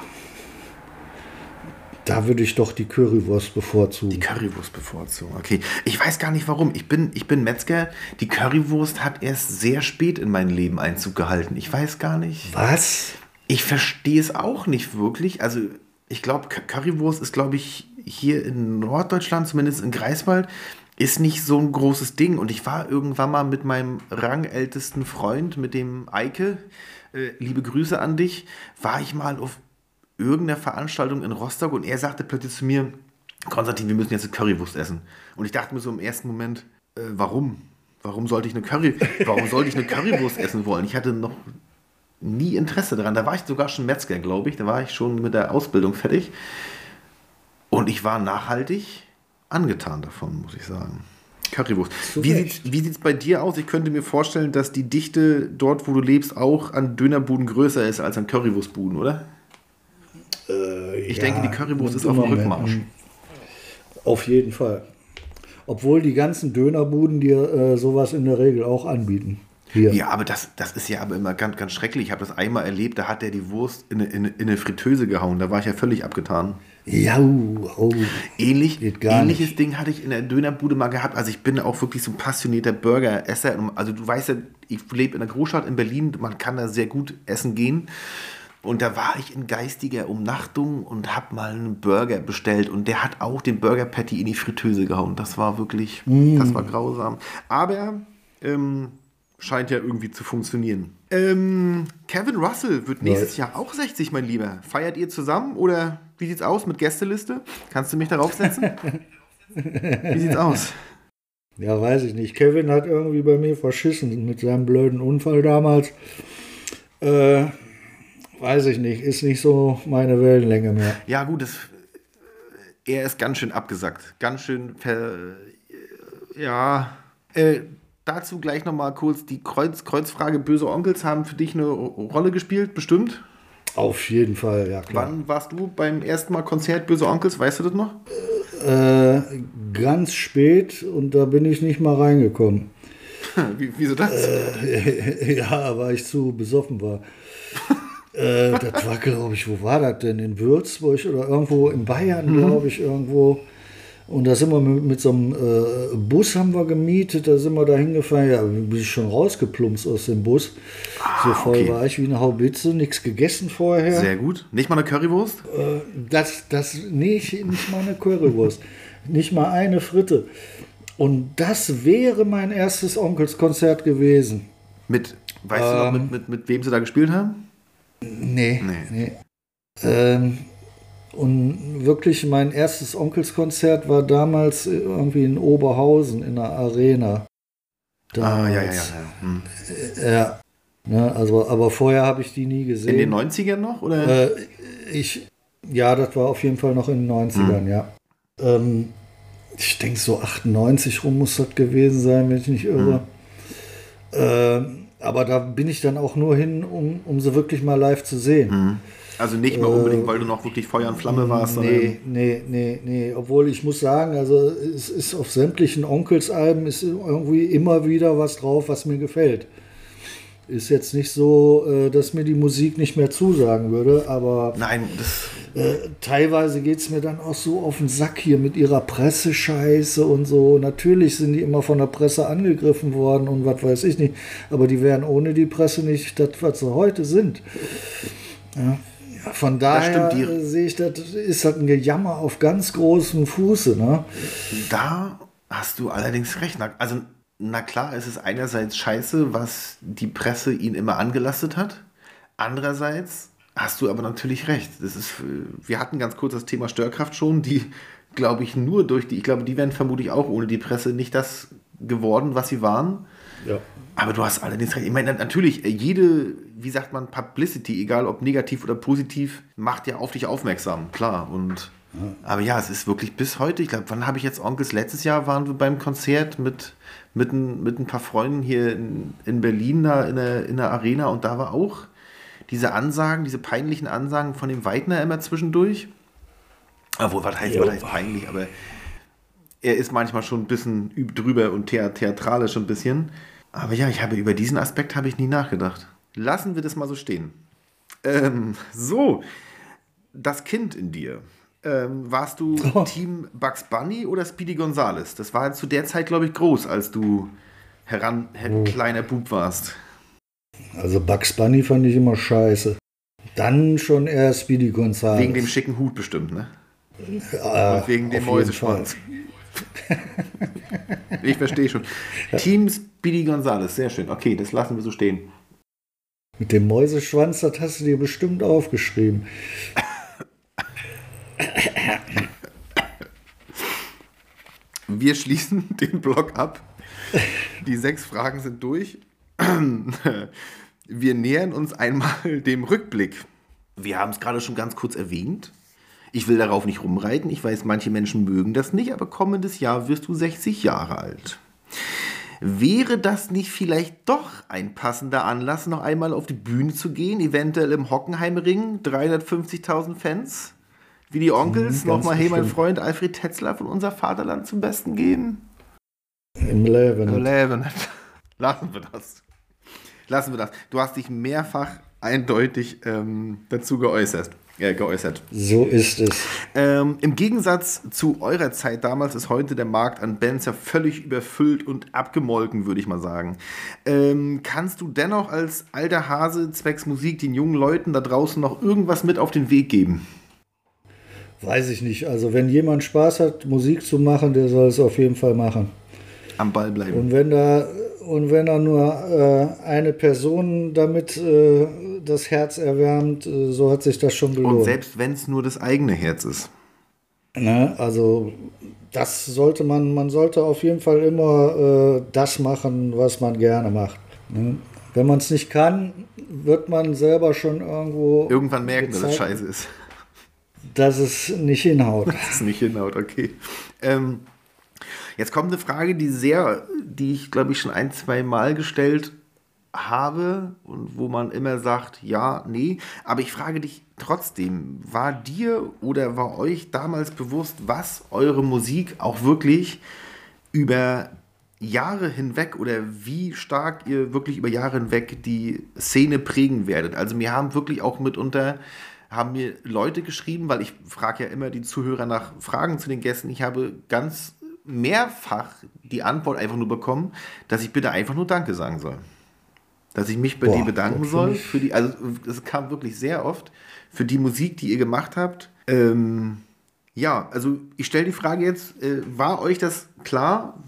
Da würde ich doch die Currywurst bevorzugen. Die Currywurst bevorzugen, okay. Ich weiß gar nicht warum. Ich bin, ich bin Metzger. Die Currywurst hat erst sehr spät in mein Leben Einzug gehalten. Ich weiß gar nicht. Was? Ich verstehe es auch nicht wirklich. Also ich glaube, Currywurst ist, glaube ich, hier in Norddeutschland, zumindest in Greifswald, ist nicht so ein großes Ding. Und ich war irgendwann mal mit meinem rangältesten Freund, mit dem Eike, äh, liebe Grüße an dich, war ich mal auf irgendeiner Veranstaltung in Rostock und er sagte plötzlich zu mir, Konstantin, wir müssen jetzt eine Currywurst essen. Und ich dachte mir so im ersten Moment, äh, warum? Warum sollte ich eine Curry, warum sollte ich eine Currywurst essen wollen? Ich hatte noch nie Interesse daran. Da war ich sogar schon Metzger, glaube ich. Da war ich schon mit der Ausbildung fertig. Und ich war nachhaltig angetan davon, muss ich sagen. Currywurst. Zu Wie Recht. sieht wie es bei dir aus? Ich könnte mir vorstellen, dass die Dichte dort, wo du lebst, auch an Dönerbuden größer ist als an Currywurstbuden, oder? Äh, Ich ja, denke, die Currywurst ist auf dem Rückmarsch. Auf jeden Fall. Obwohl die ganzen Dönerbuden dir äh, sowas in der Regel auch anbieten. Hier. Ja, aber das, das ist ja aber immer ganz, ganz schrecklich. Ich habe das einmal erlebt, da hat der die Wurst in eine, in, eine, in eine Fritteuse gehauen. Da war ich ja völlig abgetan. Ja, oh, Ähnlich, geht gar ähnliches nicht. Ding hatte ich in der Dönerbude mal gehabt. Also ich bin auch wirklich so ein passionierter Burger-Esser. Also du weißt ja, ich lebe in der Großstadt in Berlin. Man kann da sehr gut essen gehen. Und da war ich in geistiger Umnachtung und habe mal einen Burger bestellt. Und der hat auch den Burger Patty in die Fritteuse gehauen. Das war wirklich, mm. das war grausam. Aber ähm, scheint ja irgendwie zu funktionieren. Ähm, Kevin Russell wird nächstes Jahr auch sechzig, mein Lieber. Feiert ihr zusammen oder wie sieht's aus mit Gästeliste? Kannst du mich darauf setzen? Wie sieht's aus? Ja, weiß ich nicht. Kevin hat irgendwie bei mir verschissen mit seinem blöden Unfall damals. Äh, weiß ich nicht. Ist nicht so meine Wellenlänge mehr. Ja gut, das, er ist ganz schön abgesackt. Ganz schön ver... Ja... Äh, Dazu gleich nochmal kurz die Kreuz, Kreuzfrage, böse Onkels haben für dich eine Rolle gespielt, bestimmt? Auf jeden Fall, ja klar. Wann warst du beim ersten Mal Konzert böse Onkels, weißt du das noch? Äh, ganz spät und da bin ich nicht mal reingekommen. Wie, wieso das? Äh, ja, weil ich zu besoffen war. äh, das war, glaube ich, wo war das denn? In Würzburg oder irgendwo in Bayern, mhm. glaube ich, irgendwo. Und da sind wir mit, mit so einem äh, Bus haben wir gemietet, da sind wir da hingefahren, ja, bin ich schon rausgeplumpst aus dem Bus. Ah, so voll okay. war ich wie eine Haubitze, nichts gegessen vorher. Sehr gut. Nicht mal eine Currywurst? Äh, das, das, nicht, nicht mal eine Currywurst. Nicht mal eine Fritte. Und das wäre mein erstes Onkelskonzert gewesen. Mit, weißt ähm, du noch, mit, mit, mit wem sie da gespielt haben? Nee, nee. nee. Ähm, Und wirklich mein erstes Onkelskonzert war damals irgendwie in Oberhausen in der Arena. Damals. Ah, ja, ja, ja. Ja, hm. ja. Ne, also, aber vorher habe ich die nie gesehen. In den neunzigern noch? Oder? Äh, ich, ja, das war auf jeden Fall noch in den neunzigern, hm. ja. Ähm, ich denke, so achtundneunzig rum muss das gewesen sein, wenn ich nicht irre. Hm. Ähm, aber da bin ich dann auch nur hin, um, um sie wirklich mal live zu sehen. Hm. Also nicht mal unbedingt, weil du noch wirklich Feuer und Flamme warst. Nee, nee, nee, nee. Obwohl ich muss sagen, also es ist auf sämtlichen Onkels-Alben ist irgendwie immer wieder was drauf, was mir gefällt. Ist jetzt nicht so, dass mir die Musik nicht mehr zusagen würde, aber nein, das äh, teilweise geht es mir dann auch so auf den Sack hier mit ihrer Pressescheiße und so. Natürlich sind die immer von der Presse angegriffen worden und was weiß ich nicht, aber die wären ohne die Presse nicht das, was sie heute sind. Ja. Von daher sehe ich, das ist das ein Gejammer auf ganz großem Fuße. Ne? Da hast du allerdings recht. Also, na klar, es ist einerseits scheiße, was die Presse ihn immer angelastet hat. Andererseits hast du aber natürlich recht. Das ist, wir hatten ganz kurz das Thema Störkraft schon, die, glaube ich, nur durch die, ich glaube, die wären vermutlich auch ohne die Presse nicht das geworden, was sie waren. Ja. Aber du hast allerdings recht. Ich meine, natürlich, jede, wie sagt man, Publicity, egal ob negativ oder positiv, macht ja auf dich aufmerksam, klar. Und, ja. Aber ja, es ist wirklich bis heute, ich glaube, wann habe ich jetzt Onkels? Letztes Jahr waren wir beim Konzert mit, mit, ein, mit ein paar Freunden hier in, in Berlin, da in der, in der Arena. Und da war auch diese Ansagen, diese peinlichen Ansagen von dem Weidner immer zwischendurch. Obwohl, was heißt, was heißt peinlich, aber er ist manchmal schon ein bisschen drüber und theatralisch ein bisschen. Aber ja, ich habe über diesen Aspekt habe ich nie nachgedacht. Lassen wir das mal so stehen. Ähm, so, das Kind in dir. Ähm, warst du oh. Team Bugs Bunny oder Speedy Gonzales? Das war zu der Zeit, glaube ich, groß, als du heran, oh. kleiner Bub warst. Also Bugs Bunny fand ich immer scheiße. Dann schon eher Speedy Gonzales. Wegen dem schicken Hut bestimmt, ne? Ja, und wegen dem Mäuseschwanz. Ich verstehe schon. Ja. Team Speedy Gonzales, sehr schön. Okay, das lassen wir so stehen. Mit dem Mäuseschwanz, das hast du dir bestimmt aufgeschrieben. Wir schließen den Blog ab. Die sechs Fragen sind durch. Wir nähern uns einmal dem Rückblick. Wir haben es gerade schon ganz kurz erwähnt. Ich will darauf nicht rumreiten. Ich weiß, manche Menschen mögen das nicht, aber kommendes Jahr wirst du sechzig Jahre alt. Wäre das nicht vielleicht doch ein passender Anlass, noch einmal auf die Bühne zu gehen, eventuell im Hockenheimring, dreihundertfünfzigtausend Fans? wie die Onkels, Mhm, nochmal, hey, mein bestimmt. Freund Alfred Tetzler von Unser Vaterland zum Besten geben? Im Leben. Leben. Lassen wir das. Lassen wir das. Du hast dich mehrfach eindeutig ähm, dazu geäußert. Äh, geäußert. So ist es. Ähm, Im Gegensatz zu eurer Zeit damals ist heute der Markt an Bands ja völlig überfüllt und abgemolken, würde ich mal sagen. Ähm, kannst du dennoch als alter Hase zwecks Musik den jungen Leuten da draußen noch irgendwas mit auf den Weg geben? Weiß ich nicht. Also wenn jemand Spaß hat, Musik zu machen, der soll es auf jeden Fall machen. Am Ball bleiben. Und wenn da und wenn er nur äh, eine Person damit äh, das Herz erwärmt, äh, so hat sich das schon gelohnt. Und selbst wenn es nur das eigene Herz ist. Ne? Also das sollte man, man sollte auf jeden Fall immer äh, das machen, was man gerne macht. Ne? Wenn man es nicht kann, wird man selber schon irgendwo Irgendwann merken, dass es gezeigt, scheiße ist. dass es nicht hinhaut. Dass es nicht hinhaut, okay. Ähm, jetzt kommt eine Frage, die sehr, die ich glaube ich schon ein, zwei Mal gestellt habe und wo man immer sagt, ja, nee. Aber ich frage dich trotzdem, war dir oder war euch damals bewusst, was eure Musik auch wirklich über Jahre hinweg oder wie stark ihr wirklich über Jahre hinweg die Szene prägen werdet? Also mir haben wirklich auch mitunter, haben mir Leute geschrieben, weil ich frage ja immer die Zuhörer nach Fragen zu den Gästen. Ich habe ganz mehrfach die Antwort einfach nur bekommen, dass ich bitte einfach nur Danke sagen soll. Dass ich mich bei Boah, dir bedanken das soll. finde ich- Für die, also es kam wirklich sehr oft für die Musik, die ihr gemacht habt. Ähm, ja, also ich stelle die Frage jetzt, äh, war euch das klar,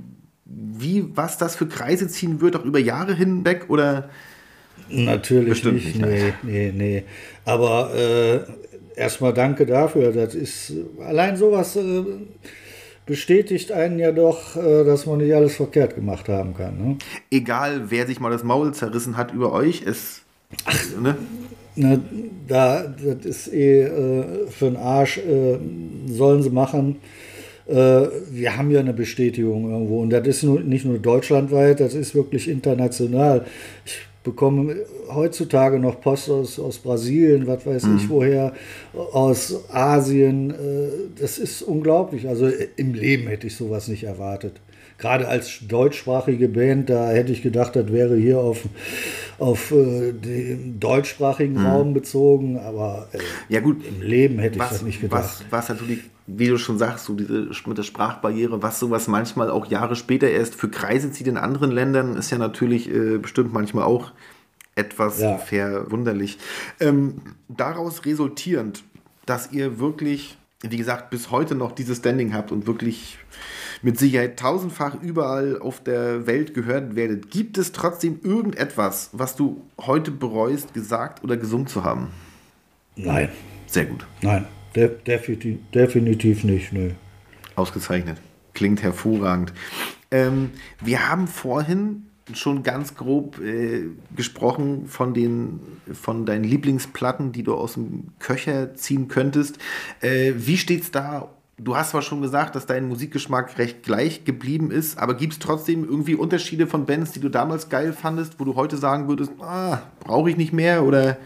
wie, was das für Kreise ziehen wird, auch über Jahre hinweg? Oder Natürlich Bestimmt nicht, nicht, nein. nee, nee, nee. Aber äh, erstmal danke dafür. Das ist allein sowas äh, bestätigt einen ja doch, äh, dass man nicht alles verkehrt gemacht haben kann. Ne? egal, wer sich mal das Maul zerrissen hat über euch, es... Ne? Na, da, das ist eh äh, für den Arsch, äh, sollen sie machen. Äh, wir haben ja eine Bestätigung irgendwo und das ist nur, nicht nur deutschlandweit, das ist wirklich international. Ich bekomme heutzutage noch Post aus, aus Brasilien, was weiß ich woher, aus Asien. Äh, das ist unglaublich. Also im Leben hätte ich sowas nicht erwartet. Gerade als deutschsprachige Band, da hätte ich gedacht, das wäre hier auf, auf äh, den deutschsprachigen Mhm. Raum bezogen, aber äh, Ja gut, im Leben hätte ich was, das nicht gedacht. was, was natürlich, wie du schon sagst, so diese mit der Sprachbarriere, was sowas manchmal auch Jahre später erst für Kreise zieht in anderen Ländern, ist ja natürlich äh, bestimmt manchmal auch etwas Ja. verwunderlich. Ähm, daraus resultierend, dass ihr wirklich, wie gesagt, bis heute noch dieses Standing habt und wirklich mit Sicherheit tausendfach überall auf der Welt gehört werdet, gibt es trotzdem irgendetwas, was du heute bereust, gesagt oder gesungen zu haben? Nein, Sehr gut. nein, de definitiv, definitiv nicht. Nö. Ausgezeichnet. Klingt hervorragend. Ähm, wir haben vorhin schon ganz grob äh, gesprochen von, den, von deinen Lieblingsplatten, die du aus dem Köcher ziehen könntest. Äh, wie steht's da? Du hast zwar schon gesagt, dass dein Musikgeschmack recht gleich geblieben ist, aber gibt es trotzdem irgendwie Unterschiede von Bands, die du damals geil fandest, wo du heute sagen würdest, ah, brauche ich nicht mehr oder...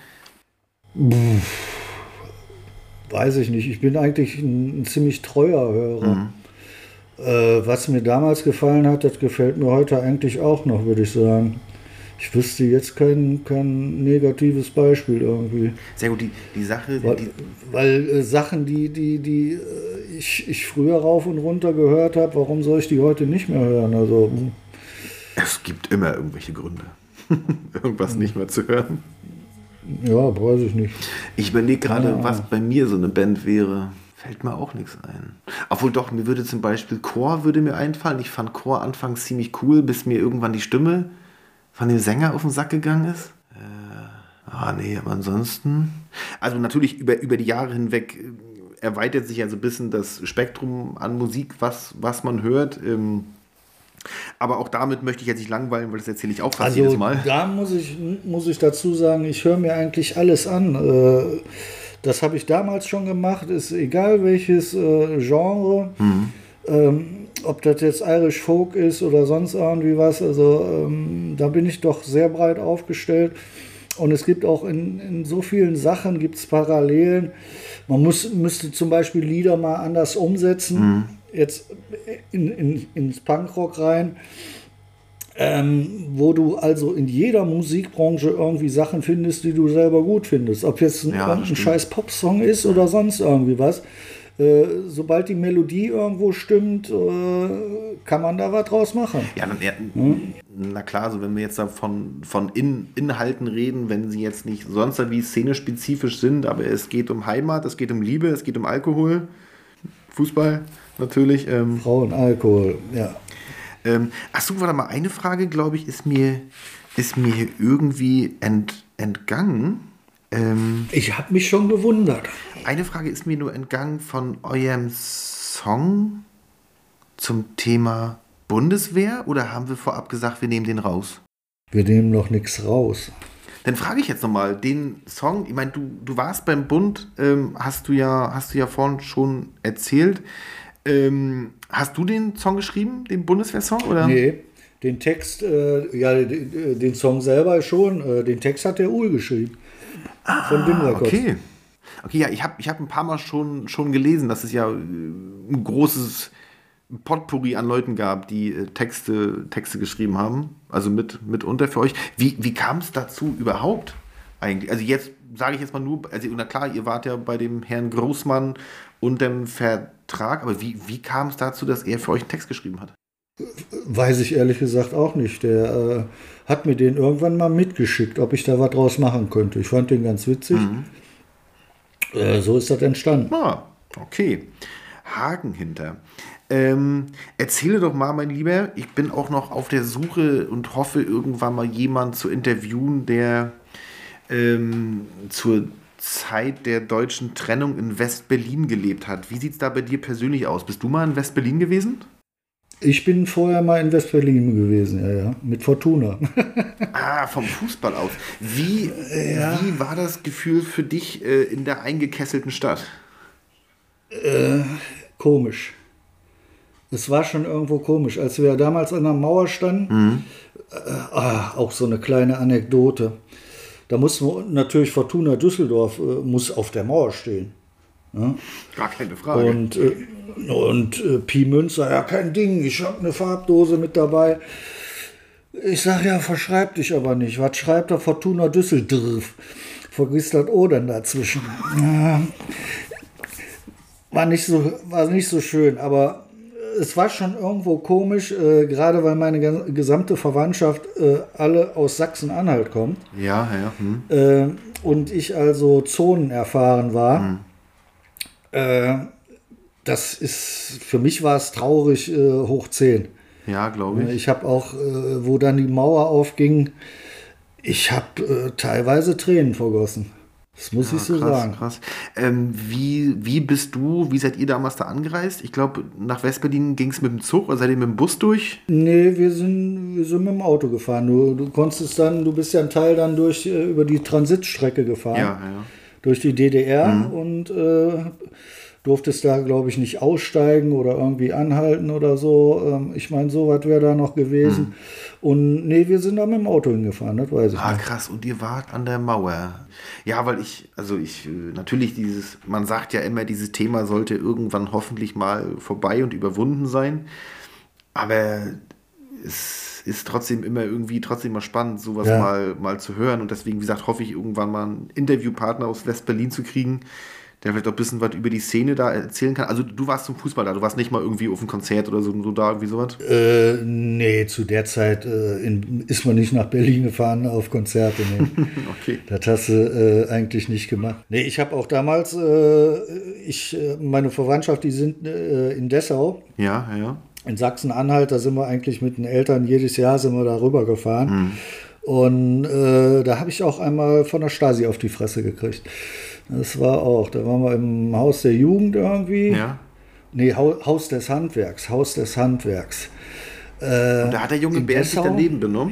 Weiß ich nicht. Ich bin eigentlich ein, ein ziemlich treuer Hörer. Mhm. Äh, was mir damals gefallen hat, das gefällt mir heute eigentlich auch noch, würde ich sagen. Ich wüsste jetzt kein, kein negatives Beispiel irgendwie. Sehr gut, die, die Sache... Weil, Die, weil äh, Sachen, die, die, die äh, ich, ich früher rauf und runter gehört habe, warum soll ich die heute nicht mehr hören? Also, hm, es gibt immer irgendwelche Gründe, irgendwas nicht mehr zu hören. ja, weiß ich nicht. Ich überlege gerade, Ah. was bei mir so eine Band wäre. Fällt mir auch nichts ein. Obwohl doch, mir würde zum Beispiel Chor würde mir einfallen. Ich fand Chor anfangs ziemlich cool, bis mir irgendwann die Stimme von dem Sänger auf den Sack gegangen ist. Äh, ah nee, aber ansonsten... Also natürlich über, über die Jahre hinweg äh, erweitert sich ja so ein bisschen das Spektrum an Musik, was, was man hört. Ähm, aber auch damit möchte ich jetzt nicht langweilen, weil das erzähle ich auch fast Also jedes Mal. da muss ich, muss ich dazu sagen, ich höre mir eigentlich alles an. Äh, Das habe ich damals schon gemacht, ist egal welches äh, Genre, Mhm. ähm, ob das jetzt Irish Folk ist oder sonst irgendwie was, also ähm, da bin ich doch sehr breit aufgestellt. Und es gibt auch in, in so vielen Sachen gibt's Parallelen. Man muss, müsste zum Beispiel Lieder mal anders umsetzen, mhm. jetzt in, in, ins Punkrock rein, ähm, wo du also in jeder Musikbranche irgendwie Sachen findest, die du selber gut findest. Ob jetzt ein, ja, ein scheiß Popsong ist oder sonst irgendwie was. Äh, sobald die Melodie irgendwo stimmt, äh, kann man da was draus machen. Ja, dann, ja hm? na klar, also wenn wir jetzt da von, von In, Inhalten reden, wenn sie jetzt nicht sonst wie szenespezifisch sind, aber es geht um Heimat, es geht um Liebe, es geht um Alkohol, Fußball natürlich. Ähm, Frauen, Alkohol, ja. Ähm, achso, warte mal, eine Frage, glaube ich, ist mir, ist mir hier irgendwie ent, entgangen. Ähm, ich habe mich schon gewundert. Eine Frage ist mir nur entgangen von eurem Song zum Thema Bundeswehr, oder haben wir vorab gesagt, wir nehmen den raus? Wir nehmen noch nichts raus. Dann frage ich jetzt nochmal, den Song, ich meine, du, du warst beim Bund, ähm, hast du ja, hast du ja vorhin schon erzählt. Ähm, hast du den Song geschrieben, den Bundeswehr-Song? Oder? Nee, den Text, äh, ja, den, den Song selber schon, äh, den Text hat der Uhl geschrieben. Von ah, okay. Okay, ja, ich habe ich hab ein paar Mal schon, schon gelesen, dass es ja ein großes Potpourri an Leuten gab, die äh, Texte, Texte geschrieben haben, also mit, mitunter für euch. Wie, wie kam es dazu überhaupt eigentlich? Also jetzt sage ich jetzt mal nur, also na klar, ihr wart ja bei dem Herrn Großmann und dem Vertrag, aber wie, wie kam es dazu, dass er für euch einen Text geschrieben hat? Weiß ich ehrlich gesagt auch nicht. Der äh, hat mir den irgendwann mal mitgeschickt, ob ich da was draus machen könnte. Ich fand den ganz witzig. Mhm. Äh, so ist das entstanden. Ah, okay. Haken hinter. Ähm, erzähle doch mal, mein Lieber, ich bin auch noch auf der Suche und hoffe, irgendwann mal jemanden zu interviewen, der ähm, zur Zeit der deutschen Trennung in West-Berlin gelebt hat. Wie sieht es da bei dir persönlich aus? Bist du mal in West-Berlin gewesen? Ich bin vorher mal in West-Berlin gewesen, ja, ja, mit Fortuna. Ah, vom Fußball aus. Wie, ja. wie war das Gefühl für dich äh, in der eingekesselten Stadt? Äh, komisch. Es war schon irgendwo komisch. Als wir damals an der Mauer standen, mhm. äh, ah, auch so eine kleine Anekdote. Da mussten wir natürlich, Fortuna Düsseldorf äh, muss auf der Mauer stehen. Ja? Gar keine Frage. Und, äh, und äh, Pi Münzer, ja kein Ding, ich habe eine Farbdose mit dabei. Ich sage, ja, verschreib dich aber nicht. Was schreibt da Fortuna Düsseldorf? Vergiss das O dann dazwischen. Ja. War nicht so, war nicht so schön, aber es war schon irgendwo komisch, äh, gerade weil meine gesamte Verwandtschaft äh, alle aus Sachsen-Anhalt kommt. Ja, ja. Hm. Äh, und ich also Zonen erfahren war. Hm. Äh, das ist, für mich war es traurig, äh, hoch zehn. Ja, glaube ich. Ich habe auch, äh, wo dann die Mauer aufging, ich habe äh, teilweise Tränen vergossen. Das muss ja, ich so krass, sagen. Krass. Ähm, wie, wie bist du, wie seid ihr damals da angereist? Ich glaube, nach West-Berlin ging es mit dem Zug oder seid ihr mit dem Bus durch? Nee, wir sind, wir sind mit dem Auto gefahren. Du, du konntest dann, du bist ja ein Teil dann durch, äh, über die Transitstrecke gefahren. Ja, ja. Durch die D D R mhm. und äh, durftest da, glaube ich, nicht aussteigen oder irgendwie anhalten oder so. Ähm, ich meine, so was wäre da noch gewesen. Mhm. Und nee, wir sind da mit dem Auto hingefahren, das weiß ich Ah, nicht. krass, und ihr wart an der Mauer. Ja, weil ich, also ich, natürlich dieses, man sagt ja immer, dieses Thema sollte irgendwann hoffentlich mal vorbei und überwunden sein. Aber es ist trotzdem immer irgendwie, trotzdem mal spannend, sowas ja. mal, mal zu hören. Und deswegen, wie gesagt, hoffe ich irgendwann mal einen Interviewpartner aus West-Berlin zu kriegen, der vielleicht auch ein bisschen was über die Szene da erzählen kann. Also du warst zum Fußball da, du warst nicht mal irgendwie auf einem Konzert oder so, so da, irgendwie sowas? Äh, nee, zu der Zeit äh, in, ist man nicht nach Berlin gefahren auf Konzerte. Nee. Okay. Das hast du äh, eigentlich nicht gemacht. Nee, ich habe auch damals, äh, ich, meine Verwandtschaft, die sind äh, in Dessau. Ja, ja. In Sachsen-Anhalt, da sind wir eigentlich mit den Eltern, jedes Jahr sind wir da rüber gefahren. Mhm. Und äh, da habe ich auch einmal von der Stasi auf die Fresse gekriegt. Das war auch, da waren wir im Haus der Jugend irgendwie. Ja. Nee, Haus des Handwerks, Haus des Handwerks. Äh, Und da hat der junge Bär sich daneben benommen?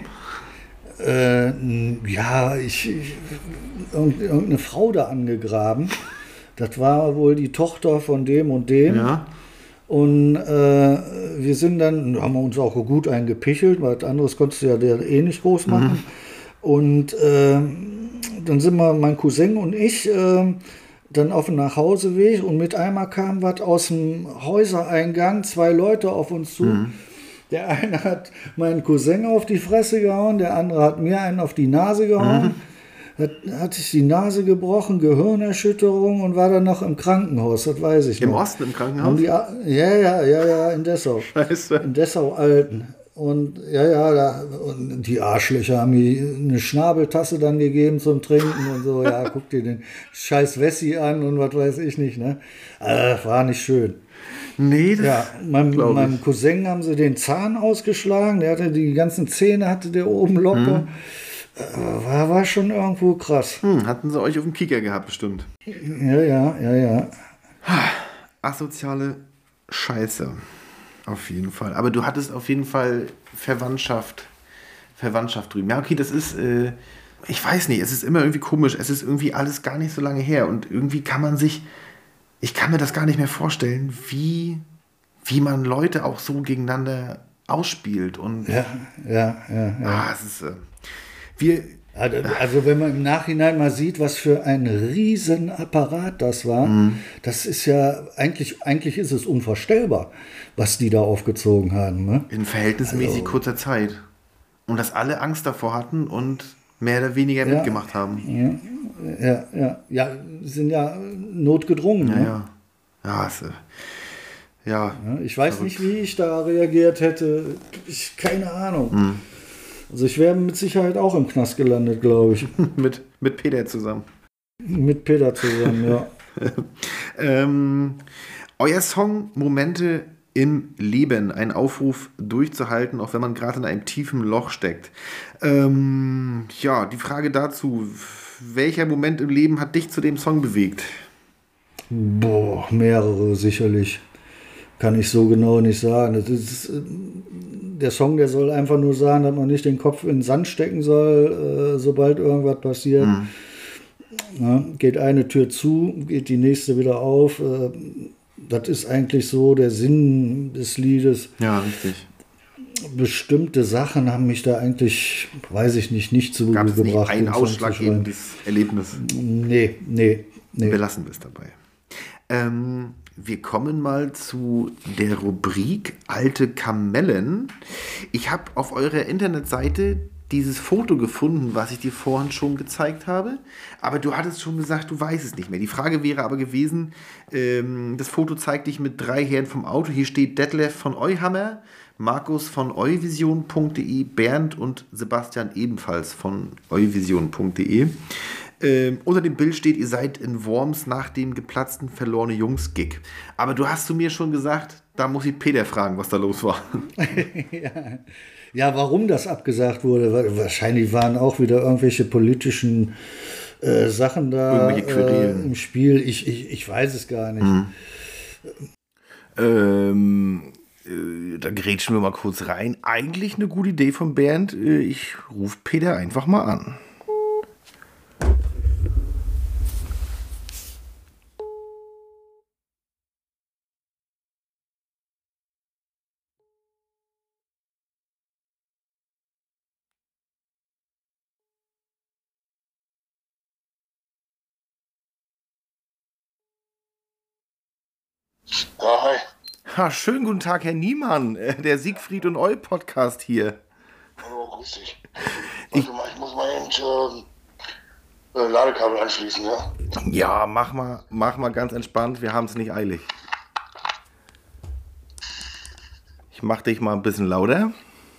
Äh, ja, ich, ich irgendeine Frau da angegraben. Das war wohl die Tochter von dem und dem. Ja. Und äh, wir sind dann, haben wir uns auch gut eingepichelt, weil anderes konntest du ja der eh nicht groß machen. Mhm. Und äh, dann sind wir, mein Cousin und ich, äh, dann auf dem Nachhauseweg und mit einmal kam was aus dem Häusereingang, zwei Leute auf uns zu. Mhm. Der eine hat meinen Cousin auf die Fresse gehauen, der andere hat mir einen auf die Nase gehauen. Mhm. Hat, hat sich die Nase gebrochen, Gehirnerschütterung und war dann noch im Krankenhaus, das weiß ich Im noch. Im Osten im Krankenhaus? Die, ja, ja, ja, ja, in Dessau. Scheiße. In Dessau-Alten. Und ja, ja, da, und die Arschlöcher haben mir eine Schnabeltasse dann gegeben zum Trinken und so. Ja, guck dir den scheiß Wessi an und was weiß ich nicht, ne? Also, war nicht schön. Nee, das ja, meinem, meinem Cousin haben sie den Zahn ausgeschlagen. Der hatte die ganzen Zähne, hatte der oben locker. Hm. Äh, war, war schon irgendwo krass. Hm, hatten sie euch auf dem Kicker gehabt, bestimmt. Ja, ja, ja, ja. Asoziale Scheiße. Auf jeden Fall. Aber du hattest auf jeden Fall Verwandtschaft, Verwandtschaft drüben. Ja, okay, das ist, äh, ich weiß nicht, es ist immer irgendwie komisch. Es ist irgendwie alles gar nicht so lange her. Und irgendwie kann man sich, ich kann mir das gar nicht mehr vorstellen, wie, wie man Leute auch so gegeneinander ausspielt. Und ja, ja, ja. ja. Ah, es ist, äh, wir... Also wenn man im Nachhinein mal sieht, was für ein Riesenapparat das war, mhm. das ist ja, eigentlich, eigentlich ist es unvorstellbar, was die da aufgezogen haben. Ne? In verhältnismäßig also, kurzer Zeit. Und dass alle Angst davor hatten und mehr oder weniger ja, mitgemacht haben. Ja, ja, ja, ja, sind ja notgedrungen. Ja, ne? ja. Ja, es, ja. ja. Ich weiß verrückt. nicht, wie ich da reagiert hätte. Ich, keine Ahnung. Mhm. Also ich wäre mit Sicherheit auch im Knast gelandet, glaube ich. mit, mit Peter zusammen. Mit Peter zusammen, ja. ähm, euer Song Momente im Leben, ein Aufruf durchzuhalten, auch wenn man gerade in einem tiefen Loch steckt. Ähm, ja, die Frage dazu, welcher Moment im Leben hat dich zu dem Song bewegt? Boah, mehrere sicherlich. Kann ich so genau nicht sagen. Das ist, der Song, der soll einfach nur sagen, dass man nicht den Kopf in den Sand stecken soll, äh, sobald irgendwas passiert. Mhm. Ja, geht eine Tür zu, geht die nächste wieder auf. Äh, das ist eigentlich so der Sinn des Liedes. Ja, richtig. Bestimmte Sachen haben mich da eigentlich, weiß ich nicht, nicht zu Gab es gebracht. Nicht ein ausschlaggebendes Erlebnis? Nee, nee, nee. Wir lassen es dabei. Ähm, wir kommen mal zu der Rubrik Alte Kamellen. Ich habe auf eurer Internetseite dieses Foto gefunden, was ich dir vorhin schon gezeigt habe. Aber du hattest schon gesagt, du weißt es nicht mehr. Die Frage wäre aber gewesen, ähm, das Foto zeigt dich mit drei Herren vom Auto. Hier steht Detlef von Euhammer, Markus von euvision punkt de, Bernd und Sebastian ebenfalls von euvision punkt de. Ähm, unter dem Bild steht, ihr seid in Worms nach dem geplatzten Verlorene Jungs-Gig. Aber du hast zu mir schon gesagt, da muss ich Peter fragen, was da los war. ja. ja, warum das abgesagt wurde. Wahrscheinlich waren auch wieder irgendwelche politischen äh, Sachen da äh, im Spiel. Ich, ich, ich weiß es gar nicht. Mhm. Ähm, äh, da grätschen wir mal kurz rein. Eigentlich eine gute Idee von Bernd. Ich rufe Peter einfach mal an. Ja, hi. Ha, schönen guten Tag, Herr Niemann, der Siegfried und Eu Podcast hier. Hallo, grüß dich. Warte mal, ich muss mal eben äh, äh, Ladekabel anschließen, ja? Ja, mach mal, mach mal ganz entspannt, wir haben es nicht eilig. Ich mach dich mal ein bisschen lauter.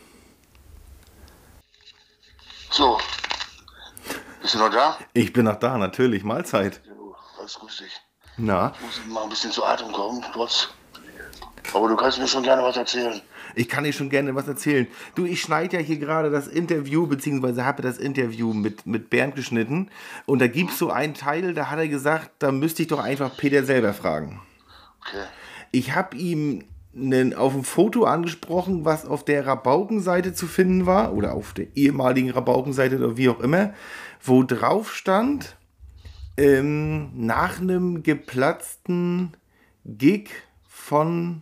So. Bist du noch da? Ich bin noch da, natürlich, Mahlzeit. Ja, alles grüß dich. Na? Ich muss mal ein bisschen zu Atem kommen, trotz. Aber du kannst mir schon gerne was erzählen. Ich kann dir schon gerne was erzählen. Du, ich schneide ja hier gerade das Interview, beziehungsweise habe das Interview mit, mit Bernd geschnitten. Und da gibt es so einen Teil, da hat er gesagt, da müsste ich doch einfach Peter selber fragen. Okay. Ich habe ihm nen, auf ein Foto angesprochen, was auf der Rabaukenseite zu finden war, oder auf der ehemaligen Rabaukenseite oder wie auch immer, wo drauf stand, ähm, nach einem geplatzten Gig von,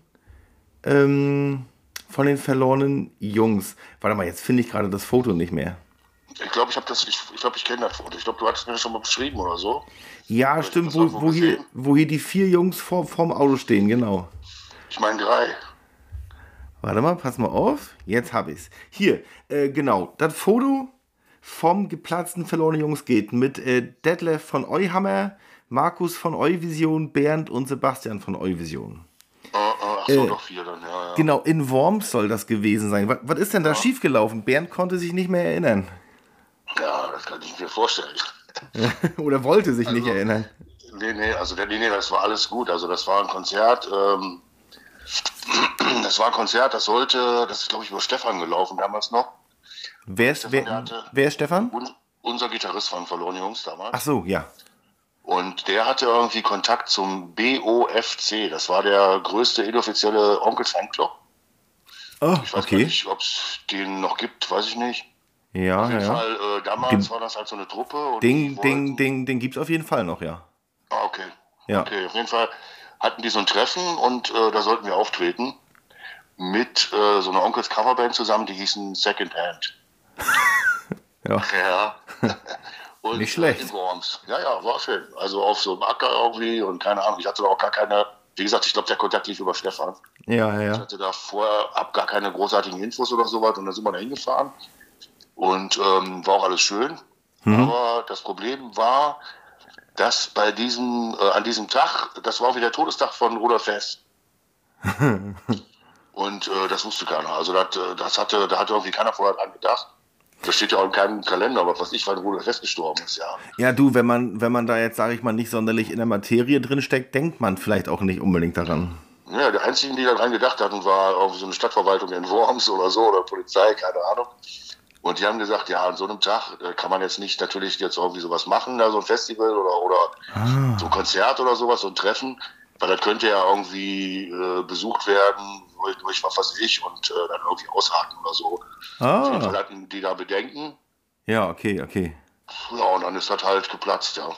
ähm, von den verlorenen Jungs. Warte mal, jetzt finde ich gerade das Foto nicht mehr. Ich glaube, ich habe das, ich, ich glaube, ich kenne das Foto. Ich glaube, du hattest mir das schon mal beschrieben oder so. Ja, Oder ich stimmt, hab das wo, irgendwo wo, hier, gesehen. wo hier die vier Jungs vor, vorm Auto stehen, genau. Ich meine drei. Warte mal, pass mal auf. Jetzt habe ich's. Hier, äh, genau. Das Foto vom geplatzten Verlorene Jungs geht mit äh, Detlef von Euhammer, Markus von Euvision, Bernd und Sebastian von Euvision. Äh, äh, ach so, Äh, doch vier dann, ja, ja. Genau, in Worms soll das gewesen sein. Was, was ist denn da schiefgelaufen? Bernd konnte sich nicht mehr erinnern. Ja, das kann ich mir vorstellen. Oder wollte sich nicht Also, erinnern. Nee, nee, also der, nee, nee, das war alles gut. Also das war ein Konzert, ähm, das war ein Konzert, das sollte, das ist glaube ich über Stefan gelaufen damals noch. Wer ist, Stefan, der wer, hatte- wer ist Stefan? Un, unser Gitarrist von Verlorene Jungs damals. Ach so, ja. Und der hatte irgendwie Kontakt zum B O F C. Das war der größte inoffizielle Onkels Fanclub. Oh, Ich weiß okay. gar nicht, ob es den noch gibt, weiß ich nicht. Ja, Auf ja, jeden ja. Fall, äh, damals Gen- war das halt so eine Truppe. Und die Den, den, wollten- den, den gibt es auf jeden Fall noch, ja. Ah, okay. Ja. Okay, auf jeden Fall hatten die so ein Treffen und äh, da sollten wir auftreten mit äh, so einer Onkels Coverband zusammen, die hießen Second Hand. Ja. Ja. Und, Nicht schlecht. Äh, in Worms. Ja, ja, war schön. Also auf so einem Acker irgendwie und keine Ahnung. Ich hatte da auch gar keine, wie gesagt, ich glaube, der Kontakt lief über Stefan. Ja, ja, Ich ja. hatte da vorher ab gar keine großartigen Infos oder sowas und dann sind wir da hingefahren und ähm, war auch alles schön. Aber das Problem war, dass bei diesem, äh, an diesem Tag, das war auch wieder der Todestag von Rudolf Hess. Und äh, das wusste keiner. Also das, äh, das hatte, da hatte irgendwie keiner vorher dran gedacht. Das steht ja auch in keinem Kalender, aber was ich, wann Rudolf Hess gestorben ist, ja. Ja, du, wenn man, wenn man da jetzt, sage ich mal, nicht sonderlich in der Materie drin steckt, denkt man vielleicht auch nicht unbedingt daran. Ja, der Einzigen, die da dran gedacht hatten, war irgendwie so eine Stadtverwaltung in Worms oder so oder Polizei, keine Ahnung. Und die haben gesagt, ja, an so einem Tag äh, kann man jetzt nicht natürlich jetzt irgendwie sowas machen, da so ein Festival oder, oder so ein Konzert oder sowas, so ein Treffen, weil das könnte ja irgendwie äh, besucht werden durch, durch was weiß ich und äh, dann irgendwie ausarten oder so. Auf jeden Fall Ah, hatten die da Bedenken. ja, okay, okay. Ja, und dann ist das halt geplatzt, ja.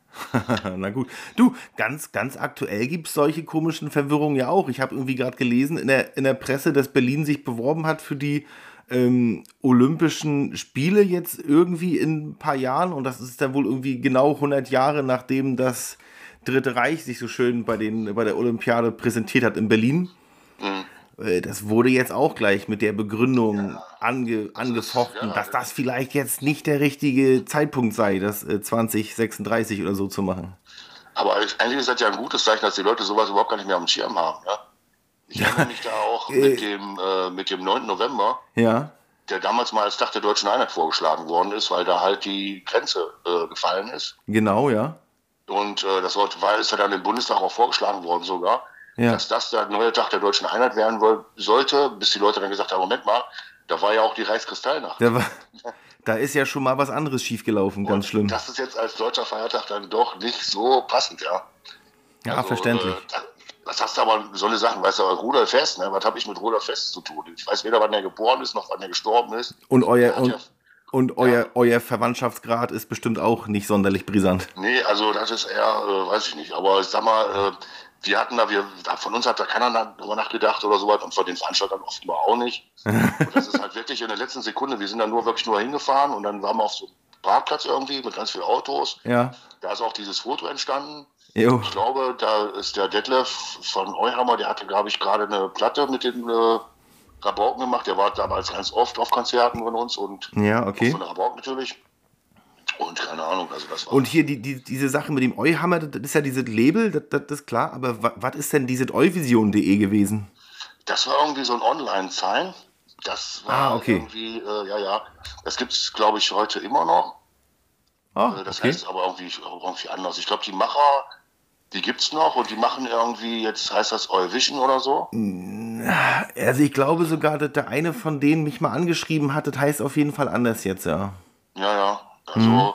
Na gut. Du, ganz, ganz aktuell gibt es solche komischen Verwirrungen ja auch. Ich habe irgendwie gerade gelesen in der, in der Presse, dass Berlin sich beworben hat für die ähm, Olympischen Spiele jetzt irgendwie in ein paar Jahren. Und das ist dann wohl irgendwie genau hundert Jahre, nachdem das Dritte Reich sich so schön bei, den, bei der Olympiade präsentiert hat in Berlin. Äh, Das wurde jetzt auch gleich mit der Begründung ange, angefochten, ja, dass das vielleicht jetzt nicht der richtige Zeitpunkt sei, das äh, zwanzig sechsunddreißig oder so zu machen. Aber eigentlich ist das ja ein gutes Zeichen, dass die Leute sowas überhaupt gar nicht mehr am Schirm haben, ja. Ich erinnere mich da auch mit dem, äh, mit dem neunten November, Ja, der damals mal als Tag der Deutschen Einheit vorgeschlagen worden ist, weil da halt die Grenze äh, gefallen ist. genau, ja. Und äh, das war, war- ist ja dann im Bundestag auch vorgeschlagen worden sogar, Ja. dass das der neue Tag der Deutschen Einheit werden woll- sollte, bis die Leute dann gesagt haben, Moment mal, da war ja auch die Reichskristallnacht. Da, war, da ist ja schon mal was anderes schiefgelaufen, ganz Und schlimm. Das ist jetzt als deutscher Feiertag dann doch nicht so passend, ja. Ja, Also, verständlich. Äh, da- das hast du aber so eine Sachen, weißt du, aber Rudolf Hess, ne, was habe ich mit Rudolf Hess zu tun? Ich weiß weder, wann er geboren ist, noch wann er gestorben ist. Und euer, hat und, ja- und euer, euer Verwandtschaftsgrad ist bestimmt auch nicht sonderlich brisant. Nee, also das ist eher, äh, weiß ich nicht. Aber ich sag mal, äh, wir hatten da, wir, von uns hat da keiner darüber nachgedacht oder sowas und von den Veranstaltern offenbar auch nicht. Und das ist halt wirklich in der letzten Sekunde, wir sind dann nur wirklich nur hingefahren und dann waren wir auf so einem Parkplatz irgendwie mit ganz vielen Autos. Ja. Da ist auch dieses Foto entstanden. Jo. Ich glaube, da ist der Detlef von Euhammer, der hatte, glaube ich, gerade eine Platte mit den äh, Rabauken gemacht. Der war damals ganz oft auf Konzerten von uns und Ja, auch okay. von der Rabauken natürlich. Und keine Ahnung, also das war. Und hier die, die, diese Sache mit dem Euhammer, das ist ja dieses Label, das, das, das ist klar, aber wa- was ist denn dieses euvision punkt de gewesen? Das war irgendwie so ein Online-Sign. Das war Ah, okay. irgendwie, äh, ja, ja. Das gibt es, glaube ich, heute immer noch. Ah, Äh, das okay. heißt aber irgendwie, irgendwie anders. Ich glaube, die Macher, die gibt es noch und die machen irgendwie, jetzt heißt das Euvision oder so. Also ich glaube sogar, dass der eine von denen mich mal angeschrieben hat, das heißt auf jeden Fall anders jetzt, ja. Ja, ja. Also,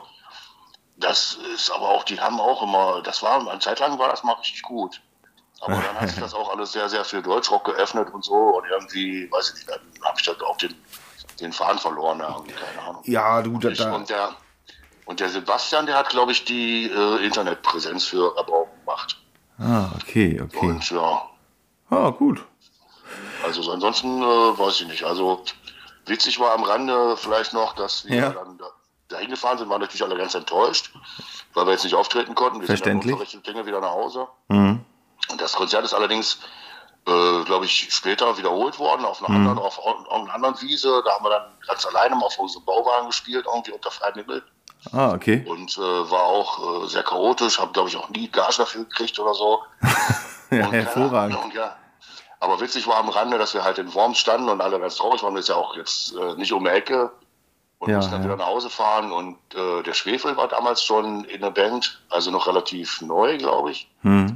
das ist aber auch, die haben auch immer, das war, eine Zeit lang war das mal richtig gut. Aber dann hat sich das auch alles sehr, sehr viel Deutschrock geöffnet und so und irgendwie, weiß ich nicht, dann habe ich dann auch den, den Faden verloren, ja, irgendwie, keine Ahnung. Ja, du, da, Ich, da, und, der, und der Sebastian, der hat, glaube ich, die äh, Internetpräsenz für Rabauken gemacht. ah, okay, okay. Und ja, Ah, gut. also so ansonsten äh, weiß ich nicht. Also Witzig war am Rande vielleicht noch, dass wir Ja. dann da, dahin gefahren sind, waren natürlich alle ganz enttäuscht, weil wir jetzt nicht auftreten konnten. Wir Verständlich. sind dann unverrichtete Dinge wieder nach Hause. Mhm. Und das Konzert ist allerdings, äh, glaube ich, später wiederholt worden auf einer anderen, auf, auf einer anderen Wiese. Da haben wir dann ganz alleine mal auf unserem Bauwagen gespielt, irgendwie unter freiem Himmel. Ah, okay. Und äh, war auch äh, sehr chaotisch, habe, glaube ich, auch nie Gage dafür gekriegt oder so. Ja, Und, hervorragend. Und, ja. Aber witzig war am Rande, dass wir halt in Worms standen und alle ganz traurig waren. Das ist ja auch jetzt äh, nicht um die Ecke. Und Ja, mussten dann ja. wieder nach Hause fahren. Und äh, der Schwefel war damals schon in der Band, also noch relativ neu, glaube ich. Mhm.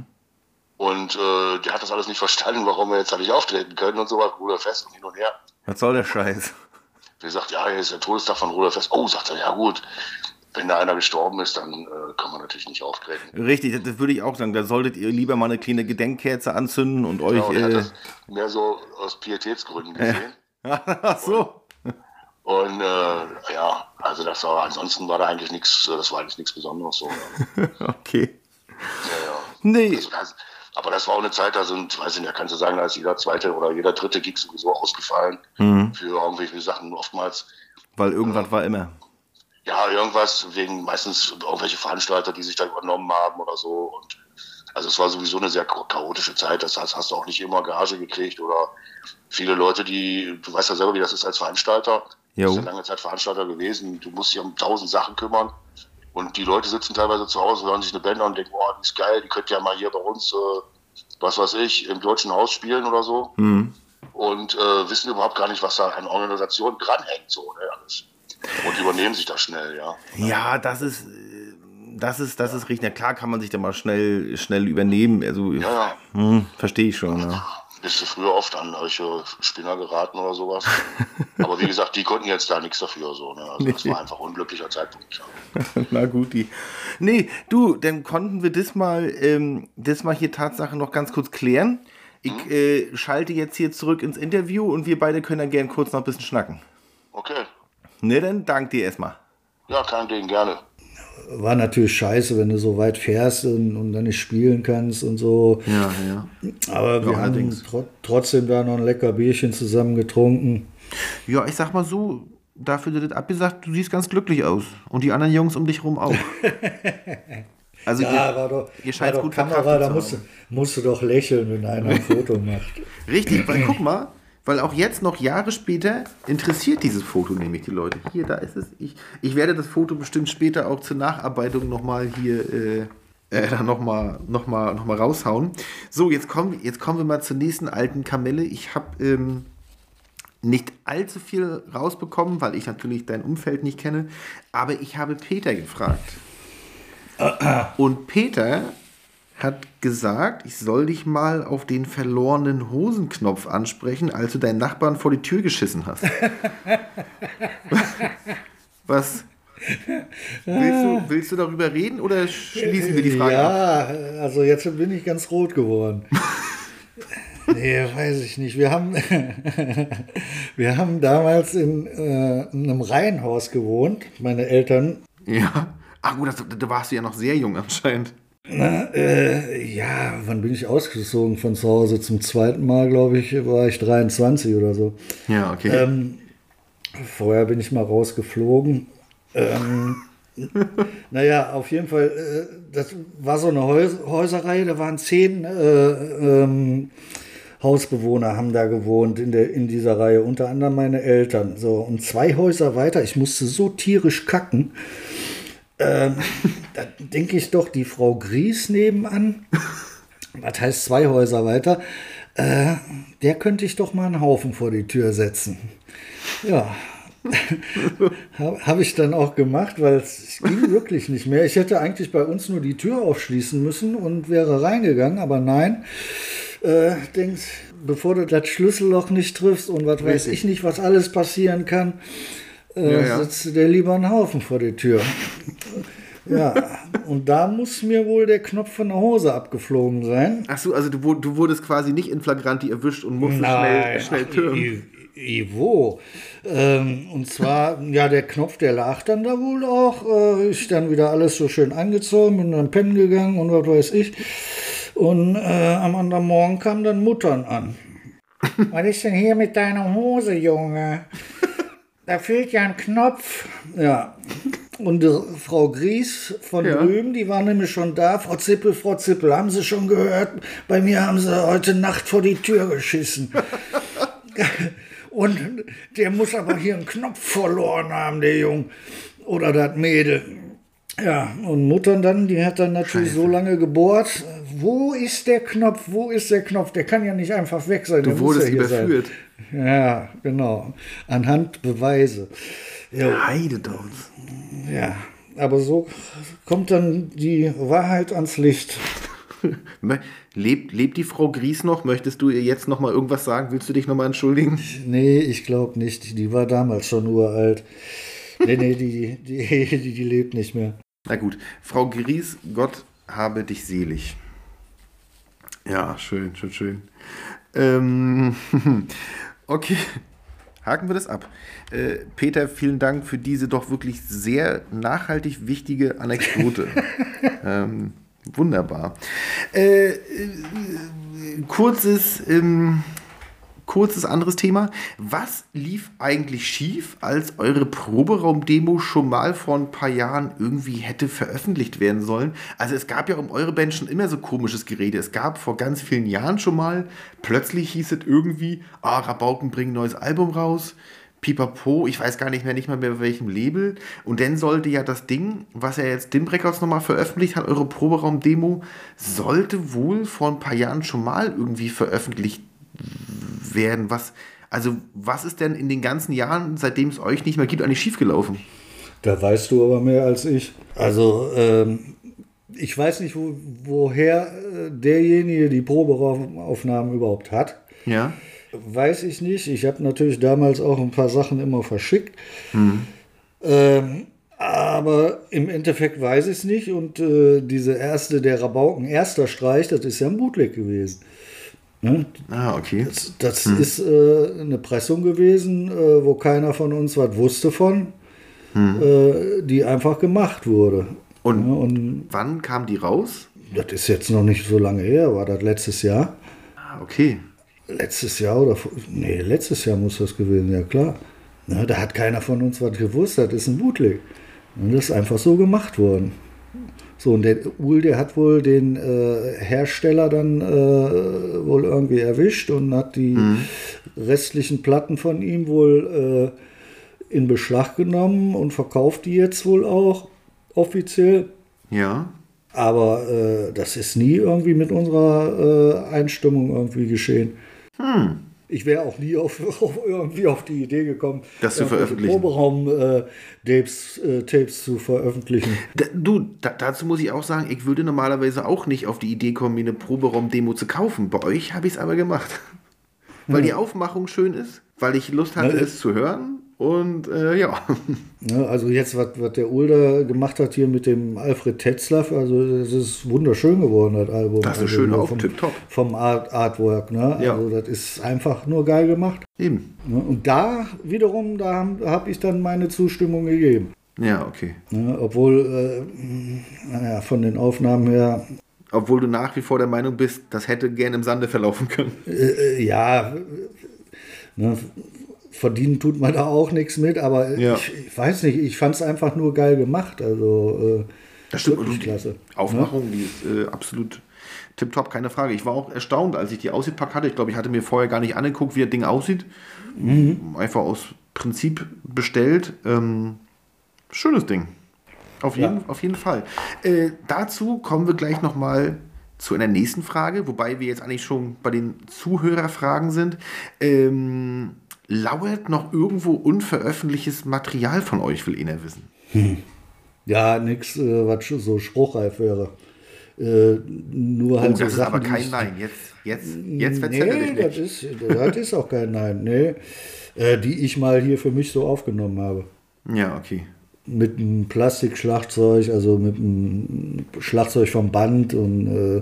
Und äh, der hat das alles nicht verstanden, warum wir jetzt da nicht auftreten können und so was. Ruderfest und hin und her. Was soll der Scheiß? Wir sagt, ja, hier ist der Todestag von Ruderfest. Oh, sagt er, ja gut. Wenn da einer gestorben ist, dann äh, kann man natürlich nicht auftreten. Richtig, das, das würde ich auch sagen. Da solltet ihr lieber mal eine kleine Gedenkkerze anzünden und euch. Ja, und er hat Äh, das mehr so aus Pietätsgründen gesehen. Ach so. Und äh, ja, also das war, ansonsten war da eigentlich nichts, das war eigentlich nichts Besonderes so. Ja, Okay. ja. Nee. Also das, aber das war auch eine Zeit, da sind, weiß ich nicht, kannst du sagen, da ist jeder zweite oder jeder dritte Gig sowieso ausgefallen Mhm. für irgendwelche Sachen oftmals. Weil irgendwas war immer. Ja, irgendwas wegen meistens irgendwelche Veranstalter, die sich da übernommen haben oder so. Und also es war sowieso eine sehr chaotische Zeit. Das heißt, hast du auch nicht immer Gage gekriegt oder viele Leute, die, du weißt ja selber, wie das ist als Veranstalter. Du Jo. bist ja lange Zeit Veranstalter gewesen. Du musst dich um tausend Sachen kümmern. Und die Leute sitzen teilweise zu Hause, hören sich eine Band an und denken, boah, die ist geil, die könnte ja mal hier bei uns, äh, was weiß ich, im Deutschen Haus spielen oder so. Mhm. Und äh, wissen überhaupt gar nicht, was da an Organisation dranhängt, so, ne, alles. Und übernehmen sich das schnell, ja. Ja, das ist. äh, Das ist, das ist richtig. Na klar kann man sich da mal schnell, schnell übernehmen. Also, Ja, ja. hm, verstehe ich schon. Ja. Bist du früher oft an solche Spinner geraten oder sowas. Aber wie gesagt, die konnten jetzt da nichts dafür. So, ne? Also das war einfach ein unglücklicher Zeitpunkt. Ja. Na gut, die. Nee, du, dann konnten wir das mal, ähm, das mal hier Tatsache noch ganz kurz klären. Ich Mhm. äh, schalte jetzt hier zurück ins Interview und wir beide können dann gern kurz noch ein bisschen schnacken. Okay. Ne, dann dank dir erstmal. Ja, kein Ding, gerne. War natürlich scheiße, wenn du so weit fährst und, und dann nicht spielen kannst und so. Ja, ja. Aber wir Ja, haben allerdings. tro trotzdem da noch ein lecker Bierchen zusammen getrunken. Ja, ich sag mal so, dafür du das abgesagt, du siehst ganz glücklich aus. Und die anderen Jungs um dich rum auch. Also Ja, ihr, war doch, ihr war scheint doch gut Kamera, verkraftet da zu musst du, haben. musst du doch lächeln, wenn einer ein Foto macht. Richtig, weil guck mal, weil auch jetzt noch Jahre später interessiert dieses Foto nämlich die Leute. Hier, da ist es. Ich, ich werde das Foto bestimmt später auch zur Nacharbeitung nochmal hier äh, äh, dann nochmal noch mal, noch mal raushauen. So, jetzt kommen, jetzt kommen wir mal zur nächsten alten Kamelle. Ich habe ähm, nicht allzu viel rausbekommen, weil ich natürlich dein Umfeld nicht kenne, aber ich habe Peter gefragt. Und Peter hat gesagt, ich soll dich mal auf den verlorenen Hosenknopf ansprechen, als du deinen Nachbarn vor die Tür geschissen hast. Was? Willst du, willst du darüber reden oder schließen wir die Frage ab? Ja, also jetzt bin ich ganz rot geworden. Nee, weiß ich nicht. Wir haben, wir haben damals in, äh, in einem Reihenhaus gewohnt, meine Eltern. Ja. Ach gut, das, da warst du ja noch sehr jung anscheinend. Na, äh, ja, wann bin ich ausgezogen von zu Hause? Zum zweiten Mal, glaube ich, war ich dreiundzwanzig oder so. Ja, okay. Ähm, vorher bin ich mal rausgeflogen. Ähm, naja, auf jeden Fall, äh, das war so eine Häus Häuserreihe, da waren zehn äh, ähm, Hausbewohner haben da gewohnt in, der, in dieser Reihe, unter anderem meine Eltern. So, und zwei Häuser weiter, ich musste so tierisch kacken. Ähm, da denke ich doch, die Frau Gries nebenan, was heißt zwei Häuser weiter, äh, der könnte ich doch mal einen Haufen vor die Tür setzen. Ja, habe hab ich dann auch gemacht, weil es ging wirklich nicht mehr. Ich hätte eigentlich bei uns nur die Tür aufschließen müssen und wäre reingegangen, aber nein. Äh, denkst, bevor du das Schlüsselloch nicht triffst und was weiß ich nicht, was alles passieren kann, äh, Ja, ja. setzt der lieber einen Haufen vor die Tür. Ja, und da muss mir wohl der Knopf von der Hose abgeflogen sein. Ach so, also du, wur- du wurdest quasi nicht in Flagranti erwischt und musstest schnell, schnell ach, türmen. I- I- Ivo. Ähm, und zwar, ja, der Knopf, der lag dann da wohl auch. Äh, ich dann wieder alles so schön angezogen, bin dann pennen gegangen und was weiß ich. Und äh, am anderen Morgen kam dann Muttern an. Was ist denn hier mit deiner Hose, Junge? da fehlt ja ein Knopf. Ja. Und äh, Frau Gries von Ja. drüben, die war nämlich schon da. Frau Zippel, Frau Zippel, haben Sie schon gehört? Bei mir haben sie heute Nacht vor die Tür geschissen. Und der muss aber hier einen Knopf verloren haben, der Jung. Oder das Mädel. Ja, und Mutter dann, die hat dann natürlich Scheiße. so lange gebohrt. Wo ist der Knopf? Wo ist der Knopf? Der kann ja nicht einfach weg sein. Du der muss wurdest ja hier überführt. Sein. Ja, genau. Anhand Beweise. Ja, Heidedorns. ja, aber so kommt dann die Wahrheit ans Licht. Lebt, lebt die Frau Gries noch? Möchtest du ihr jetzt noch mal irgendwas sagen? Willst du dich noch mal entschuldigen? Nee, ich glaube nicht. Die war damals schon uralt. Nee, nee, die, die, die, die lebt nicht mehr. Na gut, Frau Gries, Gott habe dich selig. Ja, schön, schön, schön. Ähm, okay, haken wir das ab. Äh, Peter, vielen Dank für diese doch wirklich sehr nachhaltig wichtige Anekdote. ähm, wunderbar. Äh, äh, kurzes, ähm, kurzes anderes Thema. Was lief eigentlich schief, als eure Proberaum-Demo schon mal vor ein paar Jahren irgendwie hätte veröffentlicht werden sollen? Also es gab ja um eure Band schon immer so komisches Gerede. Es gab vor ganz vielen Jahren schon mal, plötzlich hieß es irgendwie, ah, Rabauken bringen ein neues Album raus. Pipapo, ich weiß gar nicht mehr, nicht mal mehr bei welchem Label. Und dann sollte ja das Ding, was ja jetzt Dim Records nochmal veröffentlicht hat, eure Proberaum-Demo, sollte wohl vor ein paar Jahren schon mal irgendwie veröffentlicht werden. Was, also was ist denn in den ganzen Jahren, seitdem es euch nicht mehr gibt, eigentlich schiefgelaufen? Da weißt du aber mehr als ich. Also, ähm, ich weiß nicht, wo, woher äh, derjenige die Probeaufnahmen überhaupt hat. Ja. Weiß ich nicht. Ich habe natürlich damals auch ein paar Sachen immer verschickt. Mhm. Ähm, aber im Endeffekt weiß ich es nicht. Und äh, diese erste, der Rabauken, erster Streich, das ist ja ein Bootleg gewesen. Ne? Ah, okay. Das, das hm. ist äh, eine Pressung gewesen, äh, wo keiner von uns was wusste von, hm. äh, die einfach gemacht wurde. Und, ja, und wann kam die raus? Das ist jetzt noch nicht so lange her, war das letztes Jahr? Ah, okay. Letztes Jahr oder, nee, letztes Jahr muss das gewesen, ja klar. Na, da hat keiner von uns was gewusst, das ist ein Bootleg. Und das ist einfach so gemacht worden. So, und der Uhl, der hat wohl den äh, Hersteller dann äh, wohl irgendwie erwischt und hat die mhm. restlichen Platten von ihm wohl äh, in Beschlag genommen und verkauft die jetzt wohl auch offiziell. Ja. Aber äh, das ist nie irgendwie mit unserer äh, Einstimmung irgendwie geschehen. Hm. Ich wäre auch nie auf, auf, irgendwie auf die Idee gekommen, das zu veröffentlichen. Proberaum-Tapes äh, Tapes zu veröffentlichen. Da, du, da, dazu muss ich auch sagen, ich würde normalerweise auch nicht auf die Idee kommen, mir eine Proberaum-Demo zu kaufen. Bei euch habe ich es aber gemacht. Weil die Aufmachung schön ist, weil ich Lust hatte, ja, es zu hören. Und äh, ja. ja. Also jetzt, was, was der Ulder gemacht hat hier mit dem Alfred Tetzlaff, also das ist wunderschön geworden, das Album. Das ist also schön auf, vom, tipptopp. Vom Art, Artwork, ne? Ja. Also das ist einfach nur geil gemacht. Eben. Ja, und da wiederum, da habe hab ich dann meine Zustimmung gegeben. Ja, okay. Ja, obwohl, äh, naja, von den Aufnahmen her... Obwohl du nach wie vor der Meinung bist, das hätte gern im Sande verlaufen können. Äh, ja, ne, verdienen tut man da auch nichts mit, aber ja. ich, ich weiß nicht, ich fand es einfach nur geil gemacht. Also, äh, das stimmt, wirklich klasse. Die Aufmachung, ja? Die ist äh, absolut tipptopp, keine Frage. Ich war auch erstaunt, als ich die ausgepackt hatte. Ich glaube, ich hatte mir vorher gar nicht angeguckt, wie das Ding aussieht. Mhm. Einfach aus Prinzip bestellt. Ähm, schönes Ding. Auf jeden, ja. auf jeden Fall. Äh, dazu kommen wir gleich nochmal zu einer nächsten Frage, wobei wir jetzt eigentlich schon bei den Zuhörerfragen sind. Ähm, lauert noch irgendwo unveröffentlichtes Material von euch, will einer wissen? Hm. Ja, nichts, äh, was so spruchreif wäre. Äh, nur oh, halt das so ist Sachen, aber kein Nein. Jetzt, jetzt, jetzt verzähl nee, dich nicht. Das ist, das ist auch kein Nein. Nee. Äh, die ich mal hier für mich so aufgenommen habe. Ja, okay. Mit einem Plastikschlagzeug, also mit einem Schlagzeug vom Band und äh,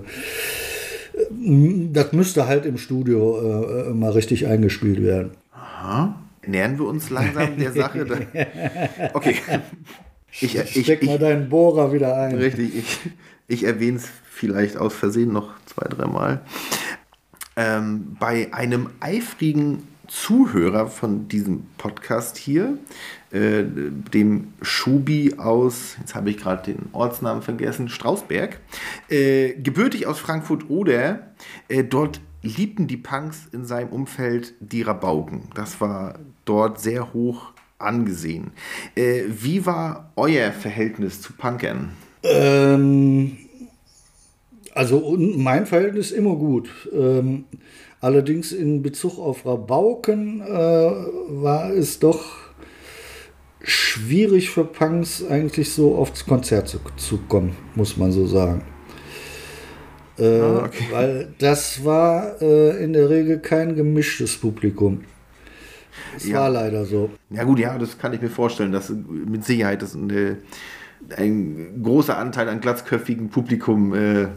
das müsste halt im Studio äh, mal richtig eingespielt werden. Aha. Nähern wir uns langsam der Sache? Okay. Ich, ich, Steck ich, mal deinen Bohrer wieder ein. Richtig, ich, ich erwähne es vielleicht aus Versehen noch zwei, dreimal. Ähm, bei einem eifrigen Zuhörer von diesem Podcast hier, äh, dem Schubi aus, jetzt habe ich gerade den Ortsnamen vergessen, Strausberg, äh, gebürtig aus Frankfurt-Oder. Äh, dort liebten die Punks in seinem Umfeld die Rabauken. Das war dort sehr hoch angesehen. Äh, wie war euer Verhältnis zu Punkern? Ähm, also mein Verhältnis immer gut. Ähm, allerdings in Bezug auf Rabauken äh, war es doch schwierig für Punks eigentlich so aufs Konzert zu, zu kommen, muss man so sagen. Äh, ah, okay. Weil das war äh, in der Regel kein gemischtes Publikum. Es ja. war leider so. Ja gut, ja, das kann ich mir vorstellen, dass mit Sicherheit das eine, ein großer Anteil an glatzköpfigem Publikum äh,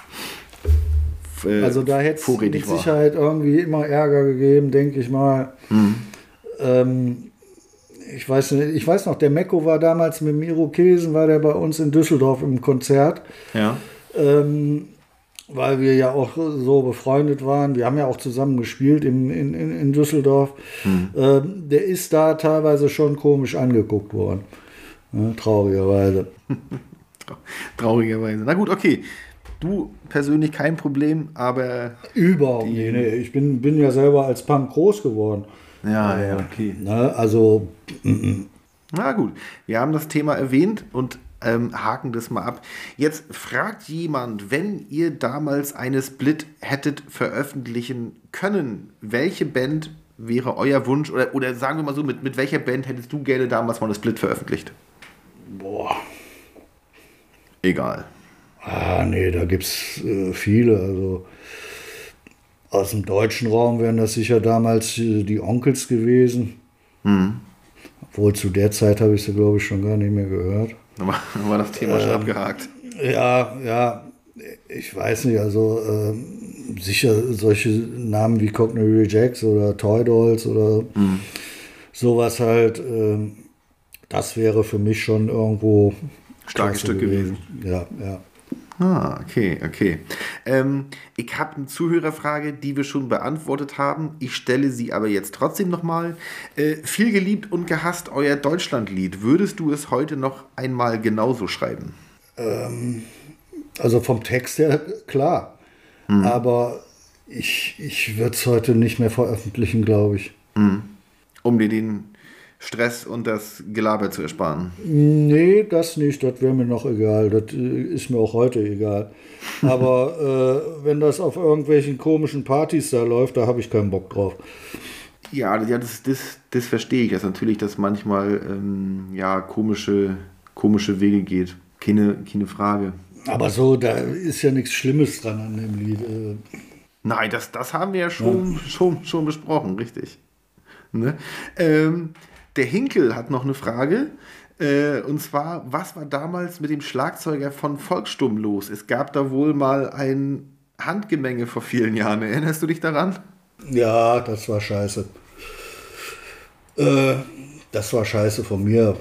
äh, also da hätte es mit war. Sicherheit irgendwie immer Ärger gegeben, denke ich mal. Mhm. Ähm, ich weiß nicht, ich weiß noch, der Mecko war damals mit dem Irokesen, war der bei uns in Düsseldorf im Konzert. Ja. Ähm, weil wir ja auch so befreundet waren. Wir haben ja auch zusammen gespielt in, in, in Düsseldorf. Hm. Ähm, der ist da teilweise schon komisch angeguckt worden. Ja, traurigerweise. Traurigerweise. Na gut, okay. Du persönlich kein Problem, aber... Überhaupt nicht. Nee, ich bin, bin ja selber als Punk groß geworden. Ja, aber, ja, okay. Ne, also... M-m. Na gut, wir haben das Thema erwähnt und Ähm, haken das mal ab. Jetzt fragt jemand, wenn ihr damals eine Split hättet veröffentlichen können, welche Band wäre euer Wunsch? Oder, oder sagen wir mal so, mit, mit welcher Band hättest du gerne damals mal eine Split veröffentlicht? Boah. Egal. Ah, nee, da gibt es äh, viele. Also aus dem deutschen Raum wären das sicher damals äh, die Onkels gewesen. Mhm. Obwohl zu der Zeit habe ich sie, glaube ich, schon gar nicht mehr gehört. Dann war das Thema ähm, schon abgehakt. Ja, ja, ich weiß nicht, also ähm, sicher solche Namen wie Cockney Rejects oder Toy Dolls oder mhm. sowas halt, ähm, das wäre für mich schon irgendwo starkes Stück gewesen. gewesen. Ja, ja. Ah, okay, okay. Ähm, ich habe eine Zuhörerfrage, die wir schon beantwortet haben. Ich stelle sie aber jetzt trotzdem nochmal. Äh, viel geliebt und gehasst, euer Deutschlandlied. Würdest du es heute noch einmal genauso schreiben? Ähm, also vom Text her, klar. Mhm. Aber ich, ich würde es heute nicht mehr veröffentlichen, glaube ich. Mhm. Um dir den Stress und das Gelaber zu ersparen? Nee, das nicht, das wäre mir noch egal, das ist mir auch heute egal. Aber äh, wenn das auf irgendwelchen komischen Partys da läuft, da habe ich keinen Bock drauf. Ja, ja das, das, das verstehe ich, dass natürlich das manchmal ähm, ja, komische, komische Wege geht. Keine, keine Frage. Aber so, da ist ja nichts Schlimmes dran an dem Lied. Nein, das, das haben wir ja schon, ja. schon, schon besprochen, richtig. Ne? Ähm, Der Hinkel hat noch eine Frage, äh, und zwar, was war damals mit dem Schlagzeuger von Volkssturm los? Es gab da wohl mal ein Handgemenge vor vielen Jahren. Erinnerst du dich daran? Ja, das war scheiße. Äh, das war scheiße von mir.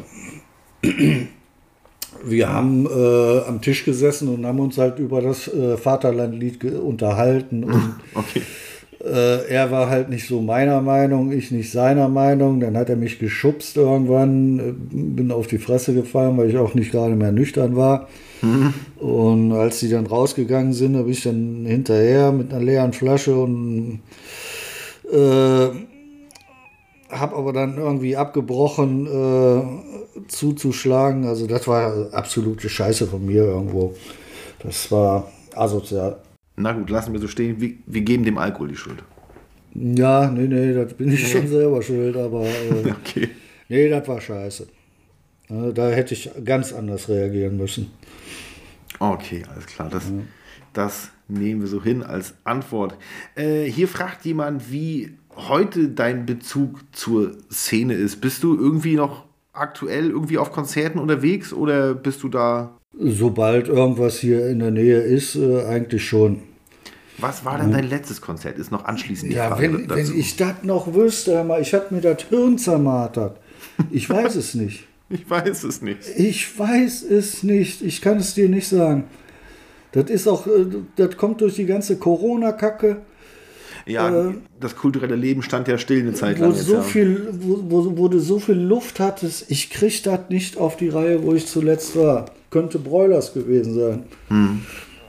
Wir haben äh, am Tisch gesessen und haben uns halt über das äh, Vaterlandlied ge- unterhalten. Und okay. Äh, er war halt nicht so meiner Meinung, ich nicht seiner Meinung. Dann hat er mich geschubst irgendwann, äh, bin auf die Fresse gefallen, weil ich auch nicht gerade mehr nüchtern war. Mhm. Und als die dann rausgegangen sind, habe ich dann hinterher mit einer leeren Flasche und äh, habe aber dann irgendwie abgebrochen äh, zuzuschlagen. Also das war absolute Scheiße von mir irgendwo. Das war asozial. Na gut, lassen wir so stehen. Wir, wir geben dem Alkohol die Schuld. Ja, nee, nee, das bin ich schon selber schuld, aber äh, okay. Nee, das war scheiße. Äh, da hätte ich ganz anders reagieren müssen. Okay, alles klar. Das, ja. das nehmen wir so hin als Antwort. Äh, hier fragt jemand, wie heute dein Bezug zur Szene ist. Bist du irgendwie noch aktuell irgendwie auf Konzerten unterwegs oder bist du da? Sobald irgendwas hier in der Nähe ist, äh, eigentlich schon. Was war denn dein letztes Konzert? Ist noch anschließend die ja, Frage wenn, dazu. wenn ich das noch wüsste, ich habe mir das Hirn zermartert. Ich weiß es nicht. Ich weiß es nicht. Ich weiß es nicht. Ich kann es dir nicht sagen. Das ist auch, das kommt durch die ganze Corona-Kacke. Ja, äh, das kulturelle Leben stand ja still eine Zeit wo, lang. Jetzt, so ja. viel, wo, wo, wo du so viel Luft hattest, ich krieg das nicht auf die Reihe, wo ich zuletzt war. Könnte Broilers gewesen sein. Hm.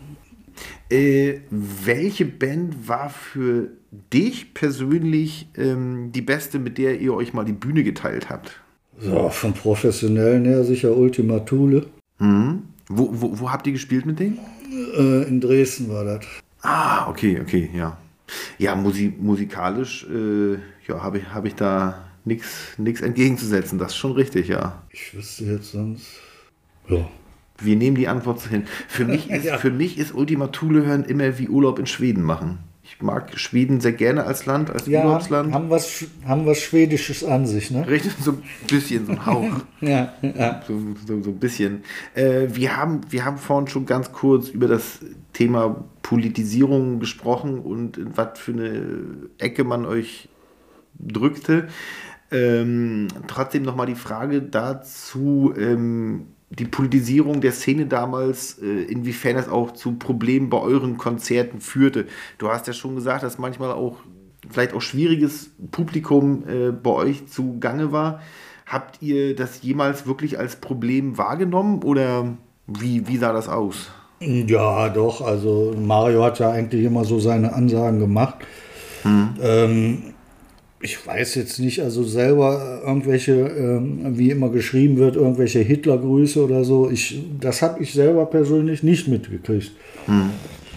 Äh, welche Band war für dich persönlich ähm, die beste, mit der ihr euch mal die Bühne geteilt habt? So, vom Professionellen her sicher Ultima Thule. Hm. Wo, wo, wo habt ihr gespielt mit denen? Äh, in Dresden war das. Ah, okay, okay, ja. Ja, musi musikalisch äh, ja, habe ich, hab ich da nichts entgegenzusetzen. Das ist schon richtig, ja. Ich wüsste jetzt sonst. Ja. Wir nehmen die Antwort so hin. Für mich ist, Ja. für mich ist Ultima Thule hören immer wie Urlaub in Schweden machen. Ich mag Schweden sehr gerne als Land, als Ja, Urlaubsland. haben was, haben was Schwedisches an sich, ne? Richtig, so ein bisschen, so ein Hauch. Ja, ja. So, so, so ein bisschen. Äh, wir, haben, wir haben vorhin schon ganz kurz über das Thema Politisierung gesprochen und in was für eine Ecke man euch drückte. Ähm, trotzdem nochmal die Frage dazu, ähm, die Politisierung der Szene damals, äh, inwiefern das auch zu Problemen bei euren Konzerten führte. Du hast ja schon gesagt, dass manchmal auch vielleicht auch schwieriges Publikum äh, bei euch zugange war. Habt ihr das jemals wirklich als Problem wahrgenommen oder wie, wie sah das aus? Ja, doch. Also Mario hat ja eigentlich immer so seine Ansagen gemacht. Hm. Ähm, ich weiß jetzt nicht, also selber irgendwelche, ähm, wie immer geschrieben wird, irgendwelche Hitlergrüße oder so. Ich, das habe ich selber persönlich nicht mitgekriegt. Hm.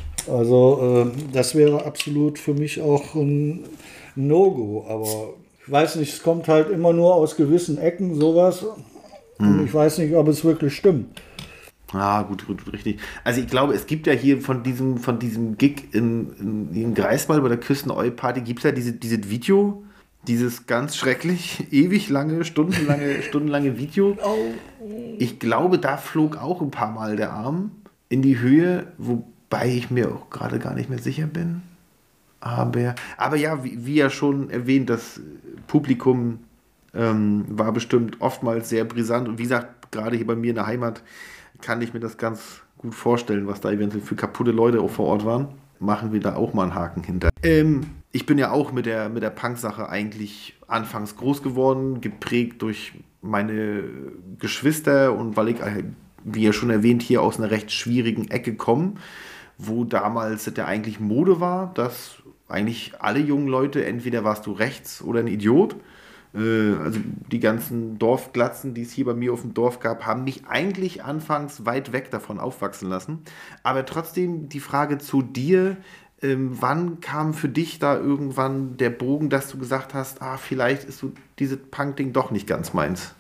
Also äh, das wäre absolut für mich auch ein No-Go. Aber ich weiß nicht, es kommt halt immer nur aus gewissen Ecken sowas. Hm. Und ich weiß nicht, ob es wirklich stimmt. Ah, gut, gut, richtig. Also ich glaube, es gibt ja hier von diesem, von diesem Gig in, in, in Greifswald bei der Küsten-Eu-Party gibt es ja diese, dieses Video, dieses ganz schrecklich, ewig lange, stundenlange, stundenlange Video. Ich glaube, da flog auch ein paar Mal der Arm in die Höhe, wobei ich mir auch gerade gar nicht mehr sicher bin. Aber, aber ja, wie, wie ja schon erwähnt, das Publikum ähm, war bestimmt oftmals sehr brisant. Und wie gesagt, gerade hier bei mir in der Heimat kann ich mir das ganz gut vorstellen, was da eventuell für kaputte Leute auch vor Ort waren. Machen wir da auch mal einen Haken hinter. Ähm, ich bin ja auch mit der, mit der Punk-Sache eigentlich anfangs groß geworden, geprägt durch meine Geschwister und weil ich, wie ja schon erwähnt, hier aus einer recht schwierigen Ecke komme, wo damals der eigentlich Mode war, dass eigentlich alle jungen Leute, entweder warst du rechts oder ein Idiot. Also die ganzen Dorfglatzen, die es hier bei mir auf dem Dorf gab, haben mich eigentlich anfangs weit weg davon aufwachsen lassen. Aber trotzdem die Frage zu dir, ähm, wann kam für dich da irgendwann der Bogen, dass du gesagt hast, ah, vielleicht ist so dieses Punk-Ding doch nicht ganz meins?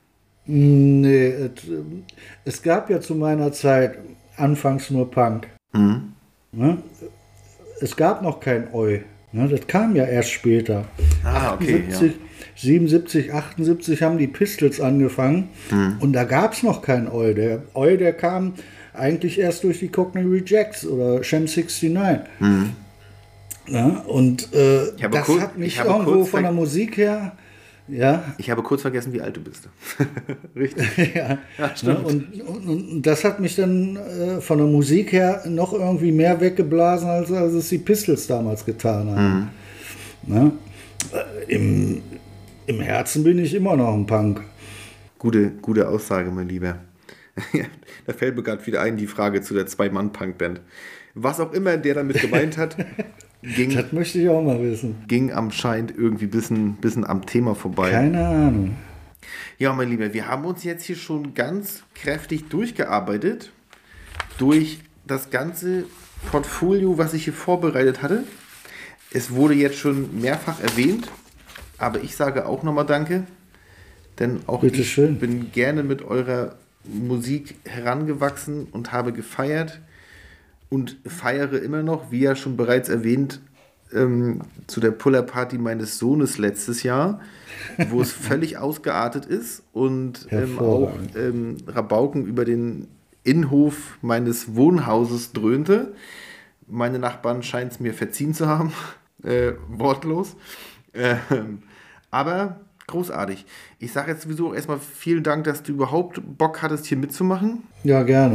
Nee, es, es gab ja zu meiner Zeit anfangs nur Punk. Mhm. Ne? Es gab noch kein Eu. Ne? Das kam ja erst später. Ah, okay, achtundsiebzig, ja. siebenundsiebzig, achtundsiebzig haben die Pistols angefangen hm. und da gab es noch keinen Eu. Der Eu, der kam eigentlich erst durch die Cockney Rejects oder Sham neunundsechzig. Hm. Ja, und äh, das kurz, hat mich irgendwo von der Musik her... Ja. Ich habe kurz vergessen, wie alt du bist. Richtig. Ja, ja, stimmt. Und, und, und das hat mich dann äh, von der Musik her noch irgendwie mehr weggeblasen, als, als es die Pistols damals getan haben. Mhm. Ja? Äh, im, Im Herzen bin ich immer noch ein Punk. Gute, gute Aussage, mein Lieber. Da fällt mir gerade wieder ein, die Frage zu der Zwei-Mann-Punk-Band. Was auch immer der damit gemeint hat, ging, das möchte ich auch mal wissen. Ging anscheinend irgendwie ein bisschen, bisschen am Thema vorbei. Keine Ahnung. Ja, mein Lieber, wir haben uns jetzt hier schon ganz kräftig durchgearbeitet durch das ganze Portfolio, was ich hier vorbereitet hatte. Es wurde jetzt schon mehrfach erwähnt, aber ich sage auch nochmal Danke, denn auch Bitte ich schön. bin gerne mit eurer Musik herangewachsen und habe gefeiert und feiere immer noch, wie ja schon bereits erwähnt, ähm, zu der Puller-Party meines Sohnes letztes Jahr, wo es völlig ausgeartet ist und ähm, auch ähm, Rabauken über den Innenhof meines Wohnhauses dröhnte. Meine Nachbarn scheinen es mir verziehen zu haben, äh, wortlos. Ähm, aber großartig. Ich sage jetzt sowieso erstmal vielen Dank, dass du überhaupt Bock hattest, hier mitzumachen. Ja, gerne.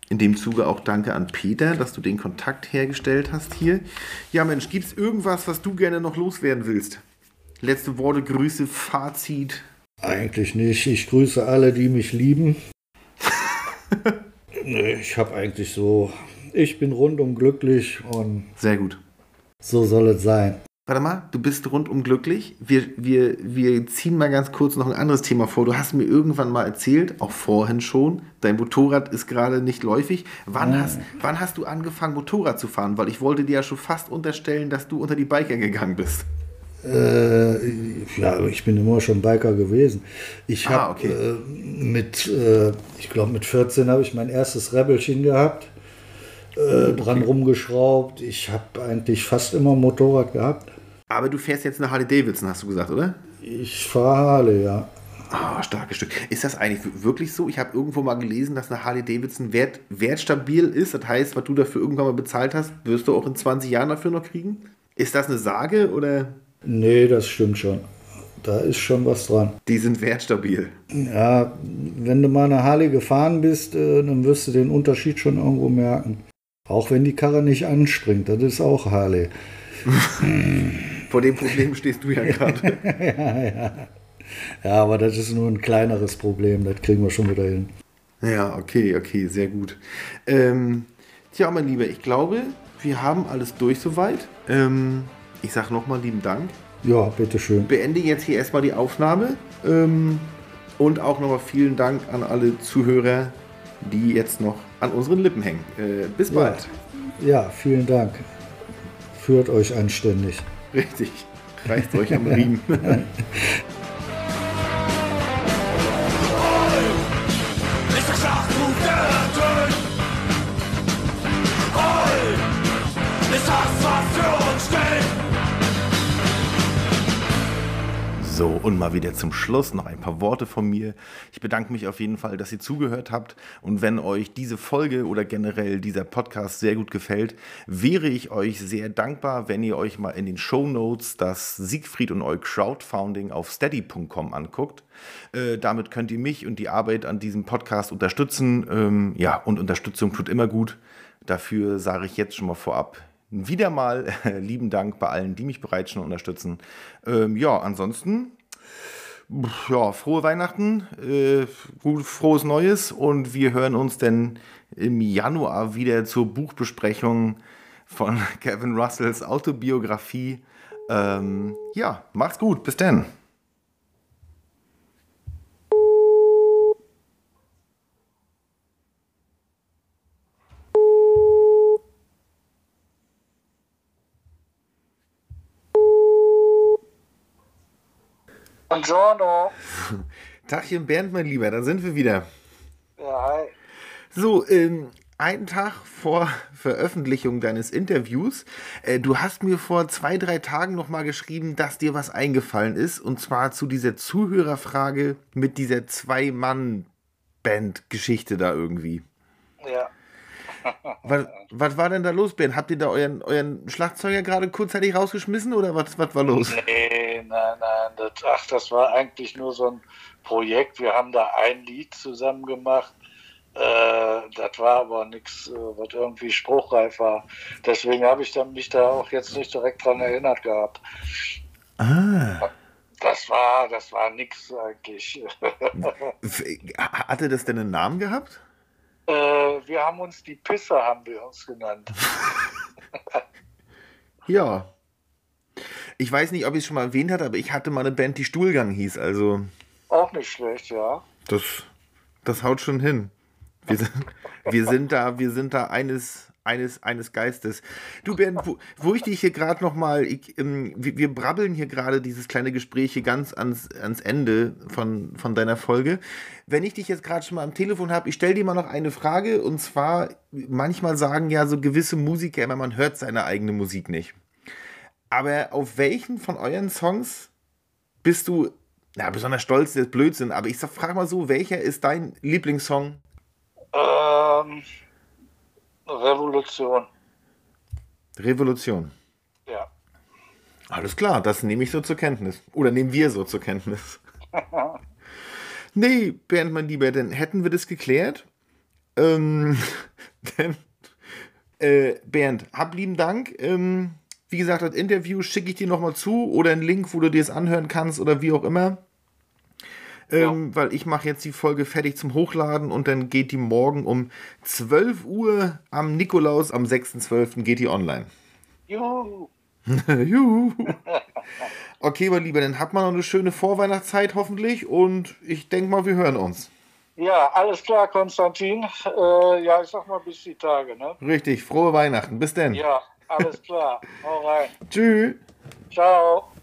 In dem Zuge auch danke an Peter, dass du den Kontakt hergestellt hast hier. Ja Mensch, gibt es irgendwas, was du gerne noch loswerden willst? Letzte Worte, Grüße, Fazit? Eigentlich nicht. Ich grüße alle, die mich lieben. Nee, ich habe eigentlich so, ich bin rundum glücklich und sehr gut. So soll es sein. Warte mal, du bist rundum glücklich. Wir, wir, wir ziehen mal ganz kurz noch ein anderes Thema vor. Du hast mir irgendwann mal erzählt, auch vorhin schon, dein Motorrad ist gerade nicht läufig. Wann, ja. hast, wann hast du angefangen, Motorrad zu fahren? Weil ich wollte dir ja schon fast unterstellen, dass du unter die Biker gegangen bist. Äh, ja, ich bin immer schon Biker gewesen. Ich habe ah, okay. äh, mit, äh, ich glaube mit vierzehn habe ich mein erstes Rebelchen gehabt, äh, okay. dran rumgeschraubt. Ich habe eigentlich fast immer ein Motorrad gehabt. Aber du fährst jetzt eine Harley Davidson, hast du gesagt, oder? Ich fahre Harley, ja. Ah, starkes Stück. Ist das eigentlich wirklich so? Ich habe irgendwo mal gelesen, dass eine Harley Davidson wert, wertstabil ist. Das heißt, was du dafür irgendwann mal bezahlt hast, wirst du auch in zwanzig Jahren dafür noch kriegen? Ist das eine Sage oder? Nee, das stimmt schon. Da ist schon was dran. Die sind wertstabil. Ja, wenn du mal eine Harley gefahren bist, dann wirst du den Unterschied schon irgendwo merken. Auch wenn die Karre nicht anspringt, das ist auch Harley. Vor dem Problem stehst du ja gerade. ja, ja. ja, aber das ist nur ein kleineres Problem, das kriegen wir schon wieder hin. Ja, okay, okay, sehr gut. Ähm, tja, mein Lieber, ich glaube, wir haben alles durch soweit. Ähm, ich sage nochmal lieben Dank. Ja, bitteschön. Beende jetzt hier erstmal die Aufnahme. Ähm, und auch nochmal vielen Dank an alle Zuhörer, die jetzt noch an unseren Lippen hängen. Äh, bis bald. Ja, ja, vielen Dank. Führt euch anständig. Richtig. Reißt euch am Riemen. Ist der Schlachtruf der Tön. Heul ist das, was für uns steht. So, und mal wieder zum Schluss noch ein paar Worte von mir. Ich bedanke mich auf jeden Fall, dass ihr zugehört habt. Und wenn euch diese Folge oder generell dieser Podcast sehr gut gefällt, wäre ich euch sehr dankbar, wenn ihr euch mal in den Shownotes das Siegfried und Eu Crowdfunding auf steady punkt com anguckt. Äh, damit könnt ihr mich und die Arbeit an diesem Podcast unterstützen. Ähm, ja, und Unterstützung tut immer gut. Dafür sage ich jetzt schon mal vorab wieder mal äh, lieben Dank bei allen, die mich bereits schon unterstützen. Ähm, ja, ansonsten, ja, frohe Weihnachten, äh, gut, frohes Neues und wir hören uns dann im Januar wieder zur Buchbesprechung von Kevin Russells Autobiografie. Ähm, ja, macht's gut, bis dann. Buongiorno. Tagchen Bernd, mein Lieber, da sind wir wieder. Ja, hi. So, ähm, einen Tag vor Veröffentlichung deines Interviews, äh, du hast mir vor zwei, drei Tagen nochmal geschrieben, dass dir was eingefallen ist, und zwar zu dieser Zuhörerfrage mit dieser Zwei-Mann-Band-Geschichte da irgendwie. Ja. Was, was war denn da los, Ben? Habt ihr da euren, euren Schlagzeuger gerade kurzzeitig rausgeschmissen oder was, was war los? Nee, nein, nein. Das, ach, das war eigentlich nur so ein Projekt. Wir haben da ein Lied zusammen gemacht. Äh, das war aber nichts, äh, was irgendwie spruchreif war. Deswegen habe ich dann mich da auch jetzt nicht direkt dran erinnert gehabt. Ah. Das war, das war nix eigentlich. Hatte das denn einen Namen gehabt? Äh, wir haben uns die Pisser, haben wir uns genannt. Ja. Ich weiß nicht, ob ich es schon mal erwähnt hatte, aber ich hatte mal eine Band, die Stuhlgang hieß, also... Auch nicht schlecht, ja. Das, das haut schon hin. Wir sind, wir sind da, wir sind da eines, eines, eines Geistes. Du Bernd, wo, wo ich dich hier gerade nochmal, ähm, wir, wir brabbeln hier gerade dieses kleine Gespräch hier ganz ans, ans Ende von, von deiner Folge. Wenn ich dich jetzt gerade schon mal am Telefon habe, ich stelle dir mal noch eine Frage, und zwar, manchmal sagen ja so gewisse Musiker immer, man hört seine eigene Musik nicht. Aber auf welchen von euren Songs bist du, na, besonders stolz, das ist Blödsinn, aber ich frage mal so, welcher ist dein Lieblingssong? Ähm, Revolution. Revolution. Ja. Alles klar, das nehme ich so zur Kenntnis. Oder nehmen wir so zur Kenntnis. Nee, Bernd, mein Lieber, dann hätten wir das geklärt. Ähm, denn, äh, Bernd, hab lieben Dank. Ähm, wie gesagt, das Interview schicke ich dir nochmal zu oder einen Link, wo du dir es anhören kannst oder wie auch immer. Ähm, ja. Weil ich mache jetzt die Folge fertig zum Hochladen und dann geht die morgen um zwölf Uhr am Nikolaus, am sechsten zwölften geht die online. Juhu. Juhu. Okay, mein Lieber, dann habt mal noch eine schöne Vorweihnachtszeit hoffentlich und ich denke mal, wir hören uns. Ja, alles klar, Konstantin. Äh, ja, ich sag mal bis die Tage, ne? Richtig, frohe Weihnachten. Bis denn. Ja, alles klar. Hau rein. Tschüss. Ciao.